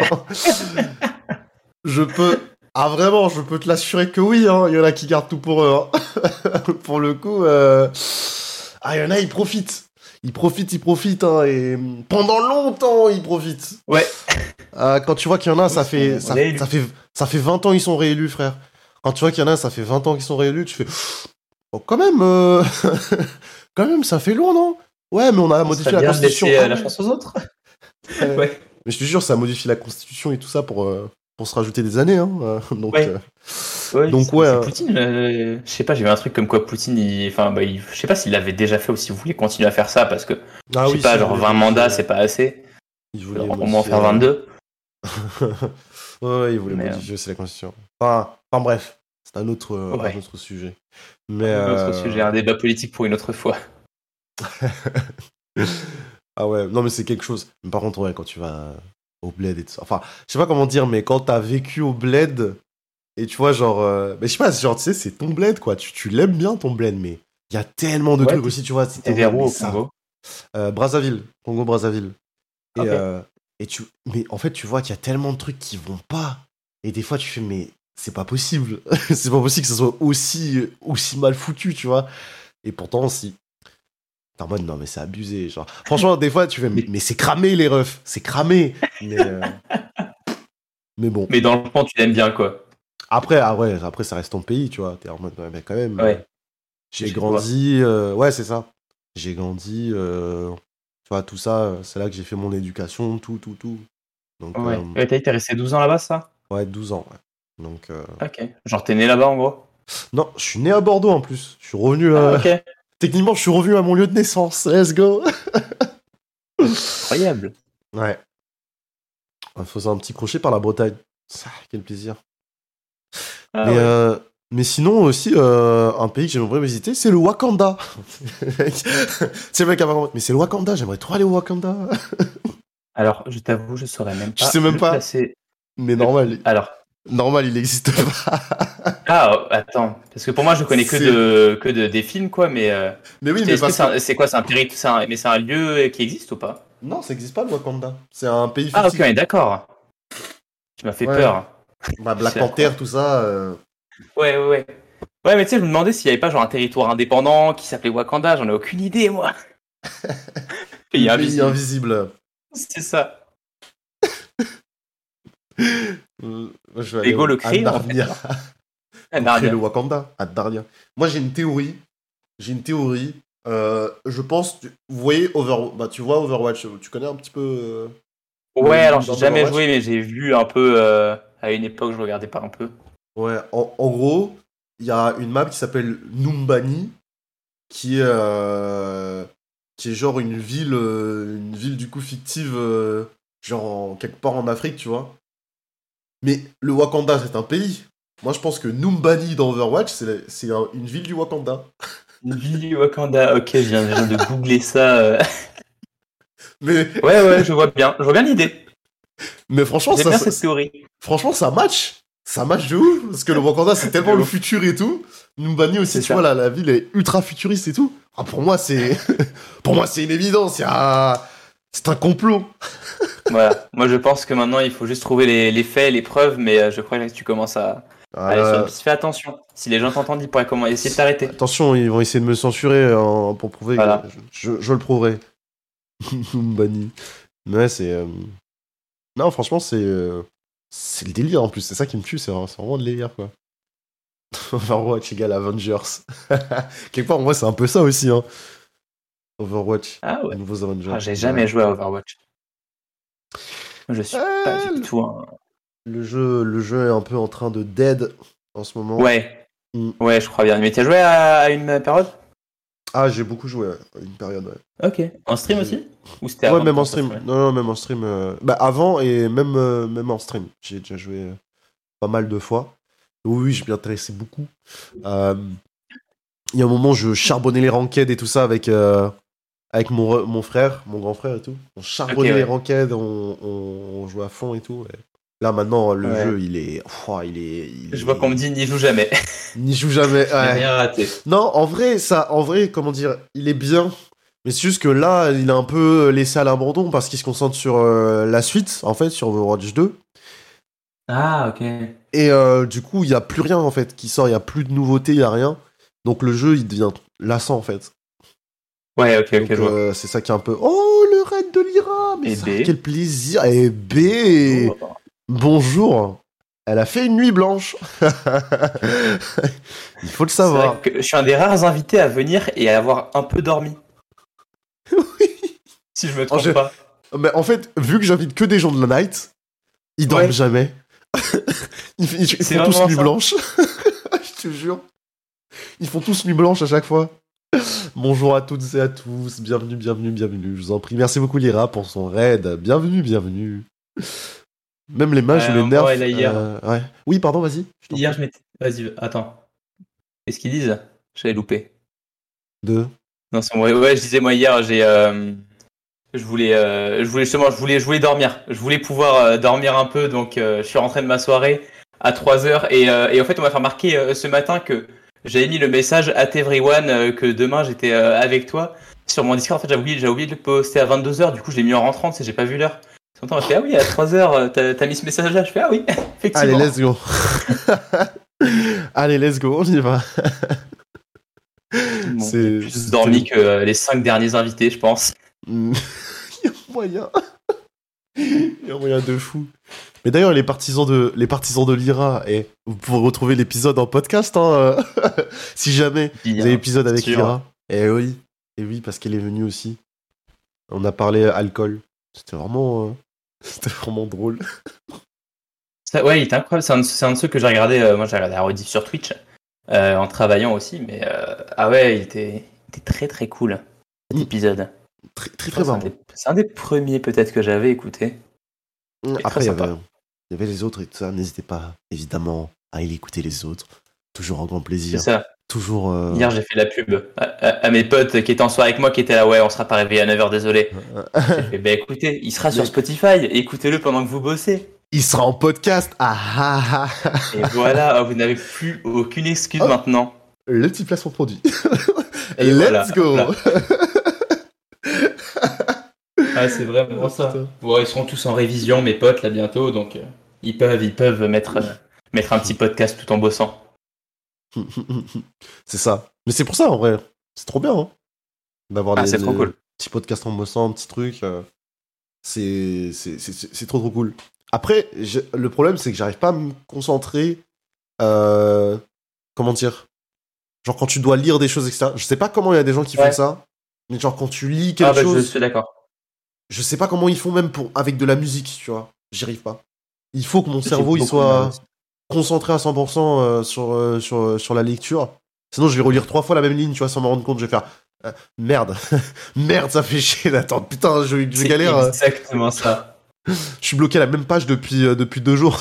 Je peux, ah vraiment, je peux te l'assurer que oui, hein, il y en a qui gardent tout pour eux, hein. Pour le coup, euh... ah, il y en a, ils profitent. Ils profitent, ils profitent, hein, et pendant longtemps, ils profitent. Ouais. Ah, quand tu vois qu'il y en a, ça Ils fait, sont ça, réélus. ça fait, ça fait vingt ans ils sont réélus, frère. Quand tu vois qu'il y en a, ça fait vingt ans qu'ils sont réélus, tu fais, oh, quand même, euh... quand même, ça fait loin, non? Ouais, mais on a Ce modifié serait la bien de constitution. laisser Ah euh, la ouais. chance aux autres. Ouais. Ouais. Mais je te jure, ça modifie la constitution et tout ça pour, euh, pour se rajouter des années, hein. euh, Donc, Ouais. euh, Ouais, donc c'est ouais. c'est euh, Poutine. euh, je sais pas, j'ai vu un truc comme quoi Poutine, il, enfin, bah, il- je sais pas s'il l'avait déjà fait ou s'il voulait continuer à faire ça parce que, Ah je sais oui, pas, si, il genre voulait vingt modifier. mandats, c'est pas assez. Il Il voulait faudra au moins en modifier. faire euh, vingt-deux. ouais, ouais, il voulait Mais, euh, modifier aussi la constitution. Enfin, enfin bref, c'est un autre, euh, un ouais. autre sujet. Mais. Un autre euh, sujet, un débat politique pour une autre fois. Ah ouais, non mais c'est quelque chose. Mais par contre, ouais, quand tu vas au bled et tout ça. Enfin, je sais pas comment dire, mais quand t'as vécu au bled Et tu vois, genre, euh, mais je sais pas, genre, tu sais, c'est ton bled, quoi. Tu, tu l'aimes bien, ton bled, mais il y a tellement de Ouais, trucs t'es- aussi, tu vois. T'es t'es vers mais où au ça- Congo? Euh, Brazzaville, Congo-Brazzaville. Et, Ok. euh, et tu, mais en fait, tu vois qu'il y a tellement de trucs qui vont pas. Et des fois, tu fais, mais c'est pas possible. C'est pas possible que ça soit aussi, aussi mal foutu, tu vois. Et pourtant, si. T'es en mode, non, mais c'est abusé. Genre, franchement, des fois, tu fais, mais, mais c'est cramé, les refs. C'est cramé. Mais, euh, mais bon. Mais dans le fond, tu l'aimes bien, quoi. Après, ah ouais, après, ça reste ton pays, tu vois. T'es en mode, ouais, mais quand même. euh, Ouais. J'ai Chez grandi. euh, ouais, c'est ça. J'ai grandi. euh, tu vois, tout ça, euh, c'est là que j'ai fait mon éducation, tout, tout, tout. Donc, Ouais. euh, Ouais, t'as dit que t'es resté douze ans là-bas, ça? ouais, douze ans, ouais. Donc, euh, Ok. Genre, t'es né là-bas, en gros? non, je suis né à Bordeaux en plus. Je suis revenu. Ah, euh, ok. Techniquement, je suis revenu à mon lieu de naissance. Let's go. Incroyable. Ouais. On faisait un petit crochet par la Bretagne. Ça, quel plaisir. Ah, mais, ouais. euh, mais sinon aussi, euh, un pays que j'aimerais visiter, c'est le Wakanda. C'est le mec avant. Mais c'est le Wakanda, j'aimerais trop aller au Wakanda. Alors, je t'avoue, je saurais même Je pas. sais même le pas. placer. Mais normal, Alors, normal, il n'existe pas. ah, oh, attends, parce que pour moi, je connais que C'est- de que de des films, quoi. Mais euh, Mais oui, mais est-ce que parce c'est que... un- c'est quoi, c'est un territoire, c'est un- mais c'est un lieu qui existe ou pas? Non, ça n'existe pas le Wakanda. C'est un pays Ah, ok, fictif. on est d'accord. Tu m'as fait Ouais. peur. Bah, Black C'est Panther, incroyable. tout ça. euh, Ouais, ouais, ouais. Ouais, mais tu sais, je me demandais s'il y avait pas genre un territoire indépendant qui s'appelait Wakanda. J'en ai aucune idée, moi. Pays Le pays invisible. invisible. C'est ça. Euh, moi, je vais aller Lego au- le à crime, en fait. Narnia. alors. Ah, Pour créer Narnia. le Wakanda, à Narnia. Moi, j'ai une théorie. J'ai une théorie. Euh, je pense, tu- vous voyez Over, bah tu vois Overwatch, tu connais un petit peu. euh, Ouais, le- alors j'ai l'univers jamais d'Overwatch joué, mais j'ai vu un peu euh, à une époque, je regardais pas un peu. Ouais, en, en gros, il y a une map qui s'appelle Numbani, qui est, euh, qui est genre une ville, euh, une ville du coup fictive, euh, genre en- quelque part en Afrique, tu vois. Mais le Wakanda, c'est un pays. Moi, je pense que Numbani dans Overwatch, c'est la- c'est un- une ville du Wakanda. Ville Wakanda, ok, je viens, je viens de googler ça. euh. Mais, Ouais, ouais, je vois bien, je vois bien l'idée. mais franchement, J'aime ça, bien ça- cette théorie. franchement, ça match. Ça match de ouf. Parce que le Wakanda, c'est tellement De le ouf. futur et tout. Numbani aussi, C'est tu ça. vois, la, la ville est ultra futuriste et tout. Ah, pour moi, c'est pour moi, c'est une évidence. Il y a... C'est un complot. Voilà. Moi, je pense que maintenant, il faut juste trouver les, les faits, les preuves, mais euh, je crois que tu commences à Ah, aller sur là, une piste. Fais attention. Si les gens t'entendent, ils pourraient comment essayer de t'arrêter. attention, ils vont essayer de me censurer hein, pour prouver Voilà. que je, je- je le prouverai. Numbani. Mais ouais, c'est... euh, non, franchement, c'est... euh, C'est le délire, en plus. C'est ça qui me tue. C'est vraiment, c'est vraiment le délire, quoi. Overwatch égale Avengers. Quelque part, en vrai, c'est un peu ça aussi, hein. Overwatch. Ah ouais. Les nouveaux Avengers. Ah, j'ai jamais joué à Overwatch. Moi, je suis pas Euh, du tout un... Le jeu, le jeu est un peu en train de dead en ce moment. Ouais. Mm. Ouais, je crois bien. Mais tu as joué à, à une période? Ah, j'ai beaucoup joué, ouais, à une période, ouais. Ok. En stream aussi? Ou c'était Ouais, avant même que en ça stream. se fasse? Non, non, même en stream. euh, Bah, avant et même, euh, même en stream. J'ai déjà joué euh, pas mal de fois. Oui, oui, je m'y intéressais beaucoup. Euh, Il y a un moment, je charbonnais les ranked et tout ça avec, euh, avec mon, re- mon frère, mon grand frère et tout. On charbonnait Ok, ouais. les ranked, on, on, on jouait à fond et tout. et Là, maintenant, le Ouais. jeu, il est... Ouah, il est il Je vois est- qu'on me dit n'y joue jamais. Il n'y joue jamais. J'ai ouais. rien raté. Non, en vrai, ça, en vrai, comment dire, il est bien. Mais c'est juste que là, il est un peu laissé à l'abandon parce qu'il se concentre sur euh, la suite, en fait, sur Overwatch deux. Ah, ok. Et euh, du coup, il n'y a plus rien, en fait, qui sort. Il n'y a plus de nouveautés, il n'y a rien. Donc le jeu, il devient lassant, en fait. Ouais, ok, ok, Donc je vois. euh, c'est ça qui est un peu... Oh, le raid de l'Ira. Mais Et ça, B. quel plaisir. Et B. Oh. Bonjour. Elle a fait une nuit blanche. Il faut le C'est savoir. vrai que je suis un des rares invités à venir et à avoir un peu dormi. Oui. Si je me trompe je- pas. Mais en fait, vu que j'invite que des gens de la night, ils dorment Ouais. jamais. ils, ils- ils C'est font tous vraiment nuit ça. blanche. Je te jure. Ils font tous nuit blanche à chaque fois. Bonjour à toutes et à tous. Bienvenue, bienvenue, bienvenue. Je vous en prie. Merci beaucoup, Lyra, pour son raid. Bienvenue, bienvenue. Même les mages Euh, ou les on nerfs. parlait là hier. euh, ouais. Oui, pardon, vas-y. Je t'en Hier, je m'étais. Vas-y, attends. Qu'est-ce qu'ils disent? J'avais loupé. prie. Deux. Non, c'est moi. Ouais, je disais, moi, hier, j'ai. euh, Je voulais, euh, je voulais justement, je voulais, je voulais dormir. Je voulais pouvoir euh, dormir un peu, donc euh, je suis rentré de ma soirée. à trois heures. Et, euh, et en fait, on m'a fait remarquer euh, ce matin que j'avais mis le message at everyone euh, que demain j'étais euh, avec toi sur mon Discord. En fait, j'avais oublié, j'avais oublié de le poster à vingt-deux heures. Du coup, je l'ai mis en rentrant, tu sais, j'ai pas vu l'heure. Ce matin, on m'a fait ah oui, à trois heures, t'as, t'as mis ce message là. Je fais ah oui, effectivement. Allez, let's go. Allez, let's go, on y va. Bon, C'est- j'ai plus c'est dormi tellement- que euh, les cinq derniers invités, je pense. Il y a moyen. Il y a moyen de fou. Mais d'ailleurs, les partisans de, les partisans de Lyra, et vous pouvez retrouver l'épisode en podcast, hein, euh, si jamais vous avez l'épisode avec sûr. Lyra. Et oui, et oui, parce qu'elle est venue aussi. On a parlé alcool. C'était vraiment, euh, c'était vraiment drôle. Ça, ouais, il était incroyable. C'est un, c'est un de ceux que j'ai regardé. euh, moi, j'ai regardé la rediff sur Twitch euh, en travaillant aussi. Mais euh, ah ouais, il était, il était très très cool cet Mm. épisode. Très, très, Je très crois marrant. que C'est un, des- c'est un des premiers peut-être que j'avais écouté. Après, il y sympa. avait, il y avait les autres et tout ça. N'hésitez pas, évidemment, à aller écouter les autres. Toujours un grand C'est plaisir. ça. Toujours. euh, Hier, j'ai fait la pub à, à- à mes potes qui étaient en soirée avec moi, qui étaient là. Ouais, on sera pas réveillé à neuf heures, désolé. J'ai fait, bah écoutez, il sera sur Mais- Spotify. Écoutez-le pendant que vous bossez. Il sera en podcast. Ah ah ah. Et voilà, vous n'avez plus aucune excuse Oh. maintenant. Le petit placement produit. Et Let's voilà, go. voilà. Ah, c'est vraiment Oh, ça. putain. Bon, ils seront tous en révision, mes potes, là, bientôt, donc euh, ils peuvent, ils peuvent mettre, euh, mettre un petit podcast tout en bossant. C'est ça. Mais c'est pour ça, en vrai. C'est trop bien, hein. D'avoir Ah, des, c'est trop des cool. petits podcasts en bossant, petits trucs. euh, c'est, c'est, c'est, c'est- c'est trop, trop cool. Après, je- le problème, c'est que j'arrive pas à me concentrer. euh, comment dire? Genre, quand tu dois lire des choses, et cetera. Je sais pas comment il y a des gens qui font Ouais. ça. Mais genre, quand tu lis quelque Ah, bah, je chose, suis d'accord. je sais pas comment ils font même pour, avec de la musique, tu vois. J'y arrive pas. Il faut que mon J'ai cerveau il beaucoup de mal soit aussi. concentré à cent pour cent euh, sur, euh, sur, euh, sur la lecture. Sinon, je vais relire trois fois la même ligne, tu vois, sans me rendre compte. Je vais faire euh, merde, merde, ça fait chier. Attends, putain, je, je C'est galère. euh, exactement ça. Je suis bloqué à la même page depuis, euh, depuis deux jours.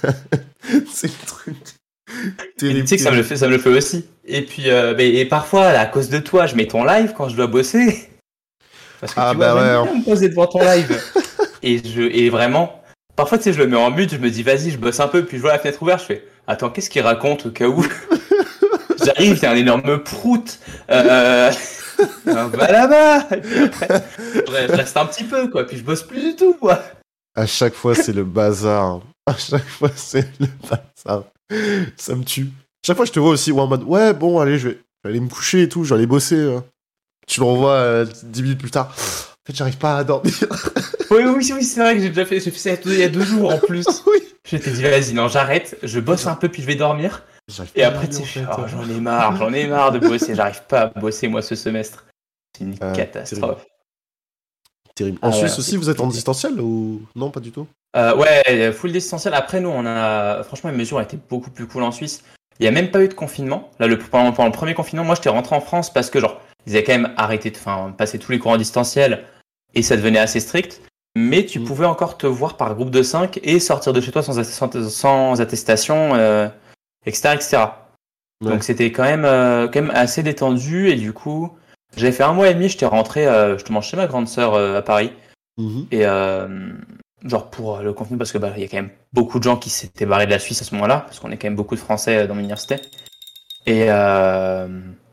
C'est le truc. Et terrible. tu sais que ça me le fait, ça me le fait aussi. Et puis, euh, mais, et parfois, à cause de toi, je mets ton live quand je dois bosser. Parce que Ah, tu bah vois, j'aime ouais. bien me poser devant ton live. et, je, et vraiment, parfois, tu sais, je le mets en mute, je me dis, vas-y, je bosse un peu, puis je vois la fenêtre ouverte, je fais, attends, qu'est-ce qu'il raconte au cas où J'arrive, t'es un énorme prout. Euh, euh, va là-bas. Et puis après, je reste un petit peu, quoi, puis je bosse plus du tout, moi. À chaque fois, c'est le bazar. À chaque fois, c'est le bazar. Ça me tue. Chaque fois, je te vois aussi ouais, en mode ouais, bon, allez, je vais, je vais aller me coucher et tout, je vais aller bosser. euh. Tu le revois euh, dix minutes plus tard. En fait, j'arrive pas à dormir. Oui, oui, oui, c'est vrai que j'ai déjà fait, j'ai fait ça il y a deux jours en plus. Oui. Je t'ai dit, vas-y, non, j'arrête, je bosse un peu, puis je vais dormir. J'arrive Et pas à après, tu dormir, sais, en fait. oh, j'en ai marre, j'en ai marre de bosser, j'arrive pas à bosser, moi, ce semestre. C'est une Euh, catastrophe. Terrible. Ah En ouais, Suisse c'est aussi, vous êtes en compliqué. distanciel ou non, pas du tout? Euh, ouais, full distanciel. Après, nous, on a. Franchement, les mesures étaient beaucoup plus cool en Suisse. Il n'y a même pas eu de confinement. Là, le... pendant, pendant le premier confinement, moi, j'étais rentré en France parce que, genre, ils avaient quand même arrêté de enfin, passer tous les cours en distanciel et ça devenait assez strict. Mais tu Mm. pouvais encore te voir par groupe de cinq et sortir de chez toi sans, sans, sans attestation, euh, et cetera, et cetera. Ouais. Donc, c'était quand même, euh, quand même assez détendu et du coup, j'avais fait un mois et demi, j'étais rentré euh, justement chez ma grande sœur euh, à Paris. Mhm. Et euh, genre pour le contenu, parce que bah, il y a quand même beaucoup de gens qui s'étaient barrés de la Suisse à ce moment-là, parce qu'on est quand même beaucoup de Français dans l'université. Et euh,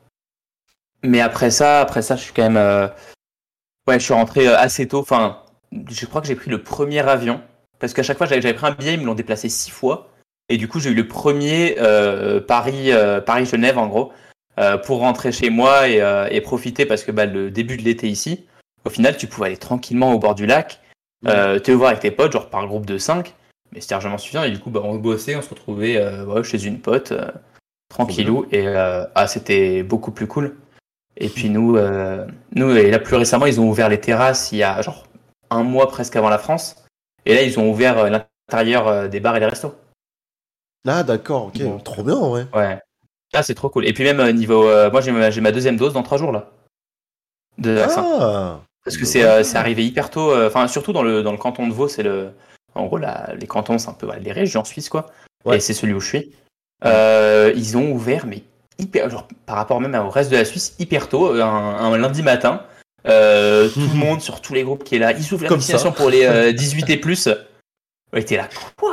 mais après ça, après ça, je suis quand même, euh... ouais, je suis rentré assez tôt. Enfin, je crois que j'ai pris le premier avion, parce qu'à chaque fois j'avais, j'avais pris un billet, ils me l'ont déplacé six fois, et du coup j'ai eu le premier euh, Paris, euh, Paris Genève en gros, euh, pour rentrer chez moi et, euh, et profiter, parce que bah, le début de l'été ici. Au final, tu pouvais aller tranquillement au bord du lac, euh, te voir avec tes potes, genre par groupe de cinq, mais c'était largement suffisant. Et du coup, bah, on bossait, on se retrouvait euh, ouais, chez une pote, euh, tranquillou, et euh, ah, c'était beaucoup plus cool. Et puis nous, euh, nous, et là plus récemment, ils ont ouvert les terrasses il y a genre un mois presque avant la France, et là, ils ont ouvert euh, l'intérieur euh, des bars et des restos. Ah, d'accord, ok. Bon. Trop bien, ouais. Ouais. Ah, c'est trop cool. Et puis même euh, niveau, euh, moi j'ai ma, j'ai ma deuxième dose dans trois jours là, de vaccin. Ah! Parce que Bah c'est, voilà. euh, c'est arrivé hyper tôt, enfin surtout dans le, dans le canton de Vaud, c'est le, en gros la, les cantons c'est un peu bah, les régions suisses quoi, Ouais. et c'est celui où je suis. Euh, ils ont ouvert mais hyper, genre par rapport même au reste de la Suisse hyper tôt, un, un lundi matin, euh, tout le monde sur tous les groupes qui est là, ils ouvrent la Comme vaccination ça. pour les euh, dix-huit et plus. Ouais, t'es là quoi?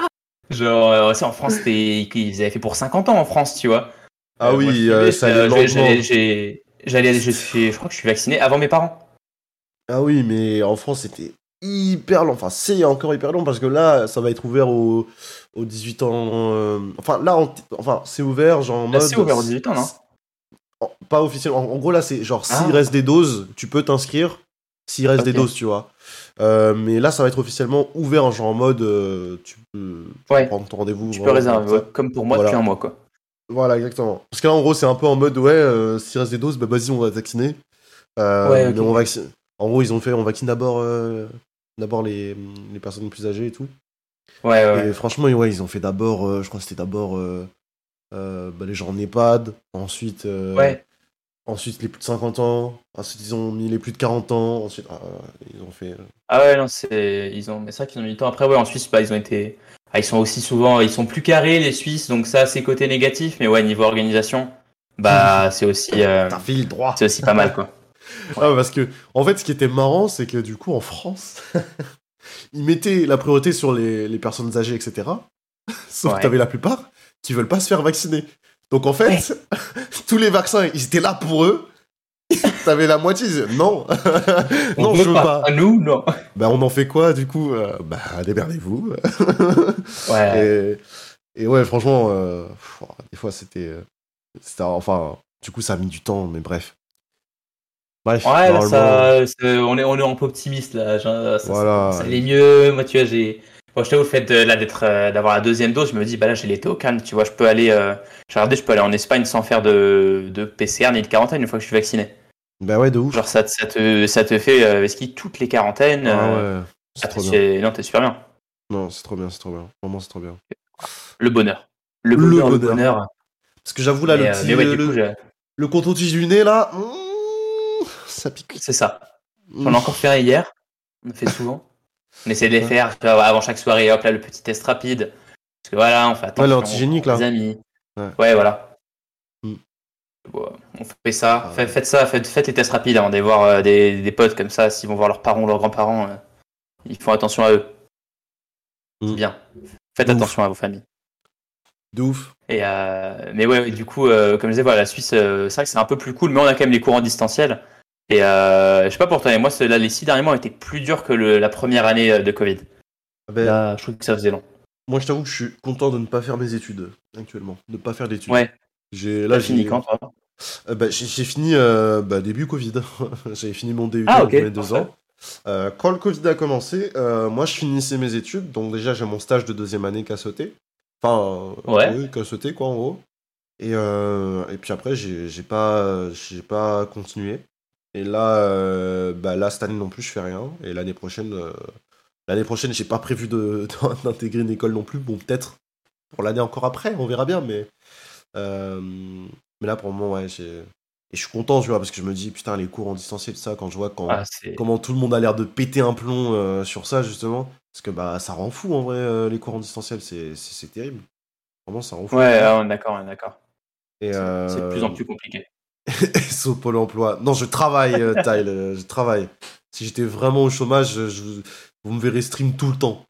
Genre, euh, aussi en France, c'était, ils avaient fait pour cinquante ans en France, tu vois. Ah Euh, moi, oui, je euh, suivais, ça euh, allait j'ai- lentement. j'allais, j'ai- j'allais, je suis, je crois que je suis vacciné avant mes parents. Ah oui, mais en France, c'était hyper long. Enfin, c'est encore hyper long parce que là, ça va être ouvert aux, aux dix-huit ans. euh, Enfin, là, en- enfin, c'est ouvert, genre en Là, mode. c'est ouvert aux dix-huit ans, non? c'est- en- Pas officiellement. En, en gros, là, c'est genre, s'il Ah. reste des doses, tu peux t'inscrire. S'il reste des Ok. doses, tu vois. Euh, mais là, ça va être officiellement ouvert, genre en mode. euh, tu peux, tu peux Ouais. prendre ton rendez-vous. Tu peux vraiment, réserver, comme ça. ouais, comme pour moi Voilà. depuis un mois, quoi. Voilà, exactement. Parce que là, en gros, c'est un peu en mode, ouais, euh, s'il reste des doses, bah vas-y, on va te vacciner. Euh, Ouais, ok. mais on vaccine. En gros, ils ont fait, on vaccine d'abord euh, d'abord les, les personnes les plus âgées et tout. Ouais, ouais. Et franchement, ouais, ils ont fait d'abord, euh, je crois que c'était d'abord euh, euh, bah, les gens en EHPAD, ensuite, euh, Ouais. ensuite les plus de cinquante ans, ensuite ils ont mis les plus de quarante ans, ensuite ah, ils ont fait. euh, Ah ouais, non, c'est, ils ont, mais c'est vrai qu'ils ont mis du temps. Après, ouais, en Suisse, bah, ils ont été, ah, ils sont aussi souvent, ils sont plus carrés, les Suisses, donc ça, c'est côté négatif, mais ouais, niveau organisation, bah, c'est aussi, euh, T'as fait le droit. c'est aussi pas mal, quoi. Ah, parce que, en fait, ce qui était marrant, c'est que du coup, en France, ils mettaient la priorité sur les, les personnes âgées, et cetera. Sauf Ouais. que t'avais la plupart qui veulent pas se faire vacciner. Donc en fait, tous les vaccins, ils étaient là pour eux. T'avais la moitié, ils disaient non, On non, veut je veux pas. À nous, non. Bah on en fait quoi du coup Euh, Bah démerdez-vous. Ouais. et, et ouais, franchement, euh, pff, des fois c'était, euh, c'était, enfin, du coup ça a mis du temps, mais bref. Bref, Ouais, là, normalement, ça, c'est- on est, on est un peu optimiste, là. Genre, ça, Voilà. ça, ça allait mieux. Moi, tu vois, j'ai, bon, je t'avoue, le fait de, là, d'être, euh, d'avoir la deuxième dose, je me dis, bah là, j'ai l'été au calme, tu vois, je peux aller, euh, j'ai regardé, je peux aller en Espagne sans faire de, de P C R ni de quarantaine une fois que je suis vacciné. bah ouais, de ouf. Genre, ça, ça te, ça te fait, euh, ski toutes les quarantaines. Ah euh, ouais, c'est ah, trop t'es- bien. c'est- non, t'es super bien. Non, c'est trop bien, c'est trop bien. Vraiment, c'est trop bien. Le bonheur. Le Le bonheur, le bonheur. bonheur. Parce que j'avoue là, mais, le euh, petit, mais ouais, euh, du le, coup, j'ai- le coton-tige du nez là, mmh, ça pique. c'est ça. J'en ai encore fait un hier. On le fait souvent. On essaie de les Ouais. faire tu vois, avant chaque soirée. Hop là, le petit test rapide. Parce que voilà, on fait attention. l'antigénique, on prend là. des amis. Ouais. Ouais, voilà. Mm. Bon, on fait ça. Ah, Fait- ouais. Faites ça. Faites, faites les tests rapides avant d'aller voir euh, des, des potes comme ça. S'ils vont voir leurs parents ou leurs grands-parents, euh, ils font attention à eux. Mm. C'est bien. Faites De ouf. attention à vos familles. De ouf. Et euh, mais ouais, ouais, du coup, euh, comme je disais, voilà, la Suisse, euh, c'est vrai que c'est un peu plus cool, mais on a quand même les cours en distanciel. Et euh, je sais pas pour toi, mais moi, c'est- là, les six derniers mois ont été plus durs que le- la première année euh, de Covid. Ah ben, Là, je trouve que ça faisait long. moi, je t'avoue que je suis content de ne pas faire mes études actuellement, de ne pas faire d'études. Ouais. J'ai là, T'as fini j'ai, quand, toi euh, bah, j'ai, j'ai fini euh, bah, début Covid. J'avais fini mon D U T, Ah, donc ok. mes deux ans. Euh, quand le Covid a commencé, euh, moi, je finissais mes études, donc déjà, j'ai mon stage de deuxième année qui a sauté. Enfin, euh, Ouais. oui, qui a sauté, quoi, en gros. Et, euh, et puis après, j'ai, j'ai pas, j'ai pas continué. Et là, euh, bah là, cette année non plus, je fais rien. Et l'année prochaine, euh, l'année prochaine, j'ai pas prévu de, d'intégrer une école non plus. Bon, peut-être pour l'année encore après, on verra bien. Mais, euh, mais là, pour le moment, ouais, j'ai. Et je suis content, tu vois, parce que je me dis, putain, les cours en distanciel, ça, quand je vois quand, Ah, c'est... comment tout le monde a l'air de péter un plomb euh, sur ça, justement. Parce que bah, ça rend fou, en vrai, euh, les cours en distanciel. C'est, c'est, c'est terrible. Vraiment, ça rend fou. Ouais, ah, on est d'accord, on est d'accord. Et, C'est- euh, C'est de plus en plus compliqué. S O Pôle emploi. Non, je travaille, euh, Tyle, euh, je travaille. Si j'étais vraiment au chômage, je, je- vous me verrez stream tout le temps.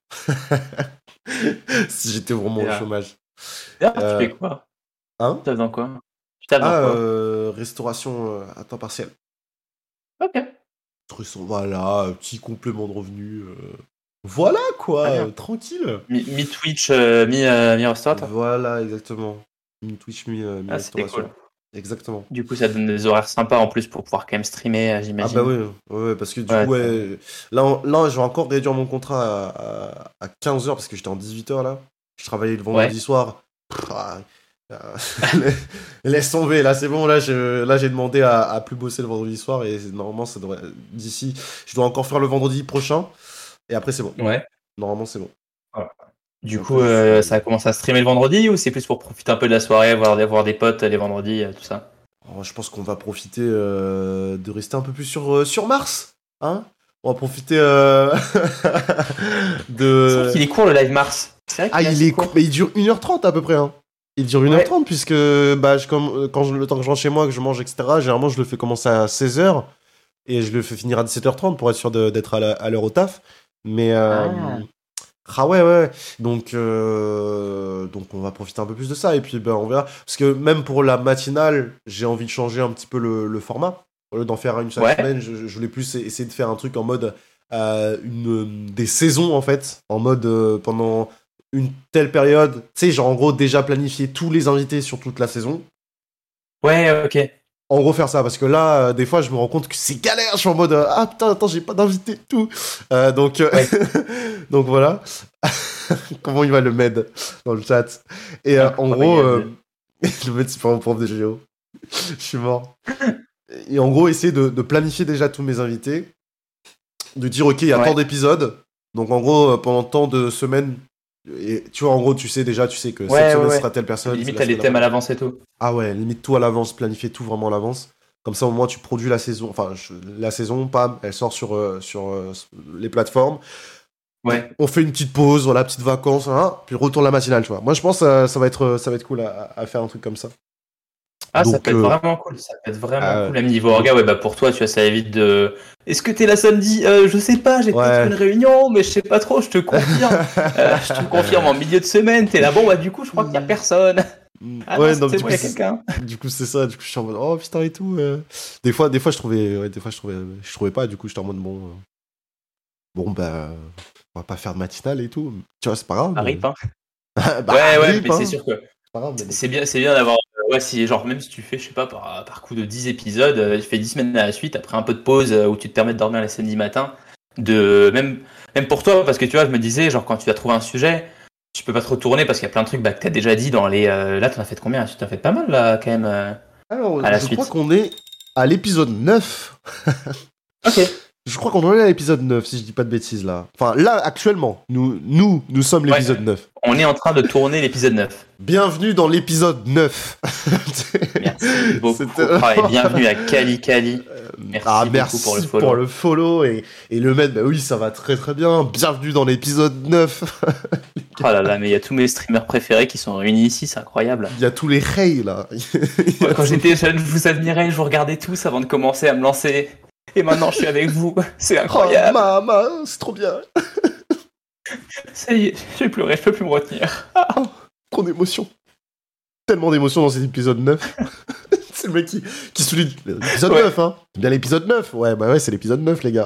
Si j'étais vraiment Yeah. au chômage. Ah, Euh, tu fais quoi Hein Tu tapes dans quoi Tu tapes dans Ah, quoi euh, restauration euh, à temps partiel. Ok. Restauration, voilà, euh, petit complément de revenu. euh, Voilà, quoi, Très bien. euh, tranquille. Mi, mi Twitch, euh, mi, euh, mi restaurateur. Voilà, exactement. Mi Twitch, mi, euh, mi Ah, c'était restauration. cool. Exactement. Du coup, ça donne des horaires sympas en plus pour pouvoir quand même streamer, euh, Ah j'imagine. bah oui, ouais, ouais, parce que du Ouais, coup, ouais, là, on- là, je vais encore réduire mon contrat à, à, à quinze heures parce que j'étais en dix-huit heures là. Je travaillais le vendredi Ouais. soir. Pff, ah, euh, laisse tomber, là c'est bon, là, je, là j'ai demandé à, à plus bosser le vendredi soir et normalement ça devrait, d'ici, je dois encore faire le vendredi prochain et après c'est bon. Ouais. Normalement c'est bon. Du Un coup, peu, euh, je- ça a commencé à streamer le vendredi ou c'est plus pour profiter un peu de la soirée, voir, voir des potes les vendredis, euh, tout ça Oh, je pense qu'on va profiter euh, de rester un peu plus sur, euh, sur Mars, hein. On va profiter euh, C'est de... vrai qu'il est court le live Mars. C'est vrai Ah, qu'il il assez est court, mais il dure une heure trente à peu près. Hein. Il dure une heure trente puisque bah, je, comme, euh, quand je, le temps que je rentre chez moi, que je mange, et cetera, généralement je le fais commencer à seize heures et je le fais finir à dix-sept heures trente pour être sûr de- d'être à la- à l'heure au taf. Mais euh, Ah. Ah ouais, ouais. Donc, euh, donc on va profiter un peu plus de ça. Et puis, ben, on verra. Parce que même pour la matinale, j'ai envie de changer un petit peu le, le format. Au lieu d'en faire une chaque Ouais. semaine, je, je voulais plus essayer de faire un truc en mode euh, une, des saisons, en fait. En mode euh, pendant une telle période. Tu sais, genre en gros, déjà planifier tous les invités sur toute la saison. Ouais, ok. En gros, faire ça, parce que là, euh, des fois, je me rends compte que c'est galère. Je suis en mode, euh, ah putain, attends, j'ai pas d'invité, tout. Euh, donc, euh, Ouais. donc voilà. Comment il va le med dans le chat. Et euh, en Incroyable. gros, euh, le med, c'est pas mon prof de géo. Je suis mort. Et en gros, essayer de, de planifier déjà tous mes invités. De dire, ok, il y a Ouais. tant d'épisodes. Donc, en gros, euh, pendant tant de semaines. Et tu vois, en gros, tu sais déjà, tu sais que Ouais, cette ouais, semaine ouais. sera telle personne. Limite, la t'as les semaine thèmes à d'après. l'avance et tout. Ah ouais, limite tout à l'avance, planifier tout vraiment à l'avance. Comme ça, au moins, tu produis la saison. Enfin, je- la saison, pam, elle sort sur, euh, sur euh, les plateformes. Ouais. On fait une petite pause, voilà, petite vacances, hein, puis retourne la matinale, tu vois. Moi, je pense que ça, ça va être, ça va être cool à, à faire un truc comme ça. Ah, ça Donc, peut être euh, vraiment cool, ça peut être vraiment ah ouais. cool. Même niveau orga, ouais, bah pour toi, tu vois, ça évite de. Est-ce que t'es là samedi euh, Je sais pas, j'ai Ouais. peut-être une réunion, mais je sais pas trop, je te confirme. Euh, je te confirme en milieu de semaine, t'es là, bon, bah du coup, je crois qu'il y a personne. Ah ouais, non, donc c'est du bon, coup, il y a c'est- quelqu'un. du coup, c'est ça. Du coup, je suis en mode, oh putain et tout. euh. Des fois, des fois, je trouvais, ouais, des fois, je trouvais, je trouvais pas. Du coup, j'étais en mode bon, euh, bon, bah, on va pas faire de matinale et tout. Tu vois, c'est pas grave. Ah, mais- rip, hein. Bah, Ouais, ouais, rip, mais hein. c'est sûr que C'est pas grave, mais bon. c'est bien, c'est bien d'avoir. euh, Ouais, si, genre, même si tu fais, je sais pas, par, par coup de dix épisodes, euh, tu fais dix semaines à la suite, après un peu de pause euh, où tu te permets de dormir les samedis matin, de même, même pour toi, parce que tu vois, je me disais, genre, quand tu as trouvé un sujet, tu peux pas te retourner parce qu'il y a plein de trucs bah, que t'as déjà dit dans les. euh, Là, t'en as fait combien? Tu t'en as fait pas mal, là, quand même. euh. Alors, À la je suite. crois qu'on est à l'épisode neuf. Ok. Je crois qu'on en est à l'épisode neuf, si je dis pas de bêtises, là. Enfin, là, actuellement, nous, nous, nous sommes l'épisode neuf. On est en train de tourner l'épisode neuf. Bienvenue dans l'épisode neuf. Merci beaucoup. C'était- Ah, et bienvenue à Kali Kali. Merci ah, beaucoup merci pour le follow. follow et, et le maître, bah oui, ça va très très bien. Bienvenue dans l'épisode neuf. Oh là là, mais il y a tous mes streamers préférés qui sont réunis ici, c'est incroyable. Il y a tous les rails, là. Ouais, quand j'étais jeune, je vous admirais, je vous regardais tous avant de commencer à me lancer. Et maintenant, je suis avec vous. C'est Oh, incroyable. maman, c'est trop bien. Ça y est, je vais pleurer, je peux plus me retenir. Trop d'émotions. Tellement d'émotions dans cet épisode neuf. C'est le mec qui, qui souligne l'épisode Ouais. neuf, hein. C'est bien l'épisode neuf. Ouais, bah ouais, c'est l'épisode neuf, les gars.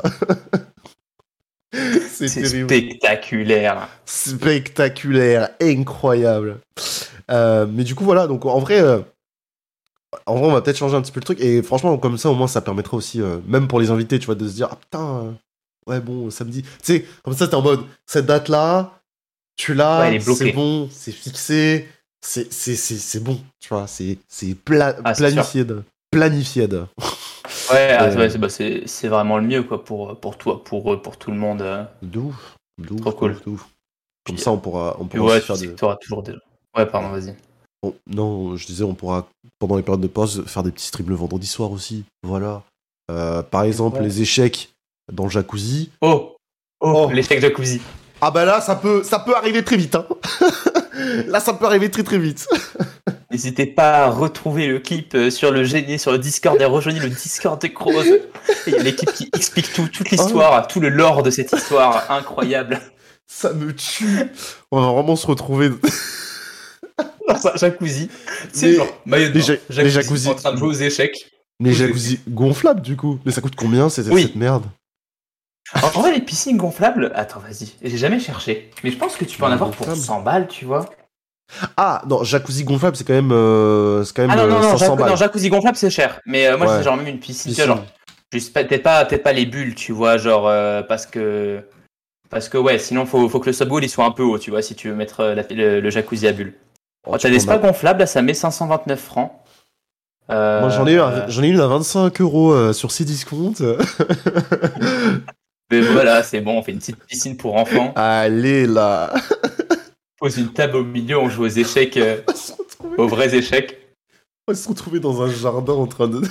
c'est C'est terrible. spectaculaire. Spectaculaire, incroyable. Euh, mais du coup, voilà, donc en vrai, euh, en vrai, on va peut-être changer un petit peu le truc. Et franchement, comme ça, au moins, ça permettra aussi, euh, même pour les invités, tu vois, de se dire, ah putain, euh, ouais, bon, samedi. Tu sais, comme ça, t'es en mode, cette date-là, tu l'as, Ouais, elle est bloquée. c'est bon, c'est fixé, c'est, c'est, c'est, c'est bon, tu vois, c'est, c'est pla- Ah, c'est planifié. De, planifié. De. Ouais, ah, Euh. ouais, c'est, bah, c'est, c'est vraiment le mieux quoi, pour, pour toi, pour eux, pour tout le monde. euh. De ouf, de ouf, Trop de cool. ouf, de ouf. Comme Puis, ça, on pourra, on Puis pourra ouais, aussi tu faire sais des... que t'auras toujours des. Ouais, pardon, vas-y. Bon, non, je disais, on pourra, pendant les périodes de pause, faire des petits streams le vendredi soir aussi. Voilà. Euh, par exemple, Ouais. les échecs dans le jacuzzi. Oh, oh, Oh. l'échec jacuzzi. Ah bah là, ça peut, ça peut arriver très vite. Hein. Là, ça peut arriver très très vite. N'hésitez pas à retrouver le clip euh, sur le Génie, sur le Discord, et rejoignez le Discord des Crows. Et il y a l'équipe qui explique tout, toute l'histoire, tout le lore de cette histoire incroyable. Ça me tue. On va vraiment se retrouver. Dans un jacuzzi. C'est Mais- genre maillot de les bain, ja- les jacuzzi- en train de jouer aux échecs. Les Vous jacuzzi gonflables, du coup. Mais ça coûte combien cette, Oui. cette merde? En vrai, les piscines gonflables, attends, vas-y, j'ai jamais cherché. Mais je pense que tu peux en Les avoir pour gonflables. cent balles, tu vois. Ah, non, jacuzzi gonflable, c'est quand même, euh, c'est quand même Ah non, non, euh, non, cinq cents jac- balles. non, jacuzzi gonflable, c'est cher. Mais euh, moi, Ouais. c'est genre même une piscine, tu Piscine. vois, genre, juste pas- peut-être pas, peut-être pas les bulles, tu vois, genre, euh, parce que. Parce que, ouais, sinon, faut, faut que le subwall il soit un peu haut, tu vois, si tu veux mettre euh, la- le, le jacuzzi à bulles. Oh, Oh, tu t'as des peux en spas avoir- gonflables, là, ça met cinq cent vingt-neuf francs. Euh, Moi, j'en ai, eu un- euh, j'en ai une à vingt-cinq euros euh, sur Cdiscount. Mais voilà, c'est bon, on fait une petite piscine pour enfants. Allez, là. Pose une table au milieu, on joue aux échecs, euh, On va se retrouver, aux vrais échecs. on va se retrouver dans un jardin en train de...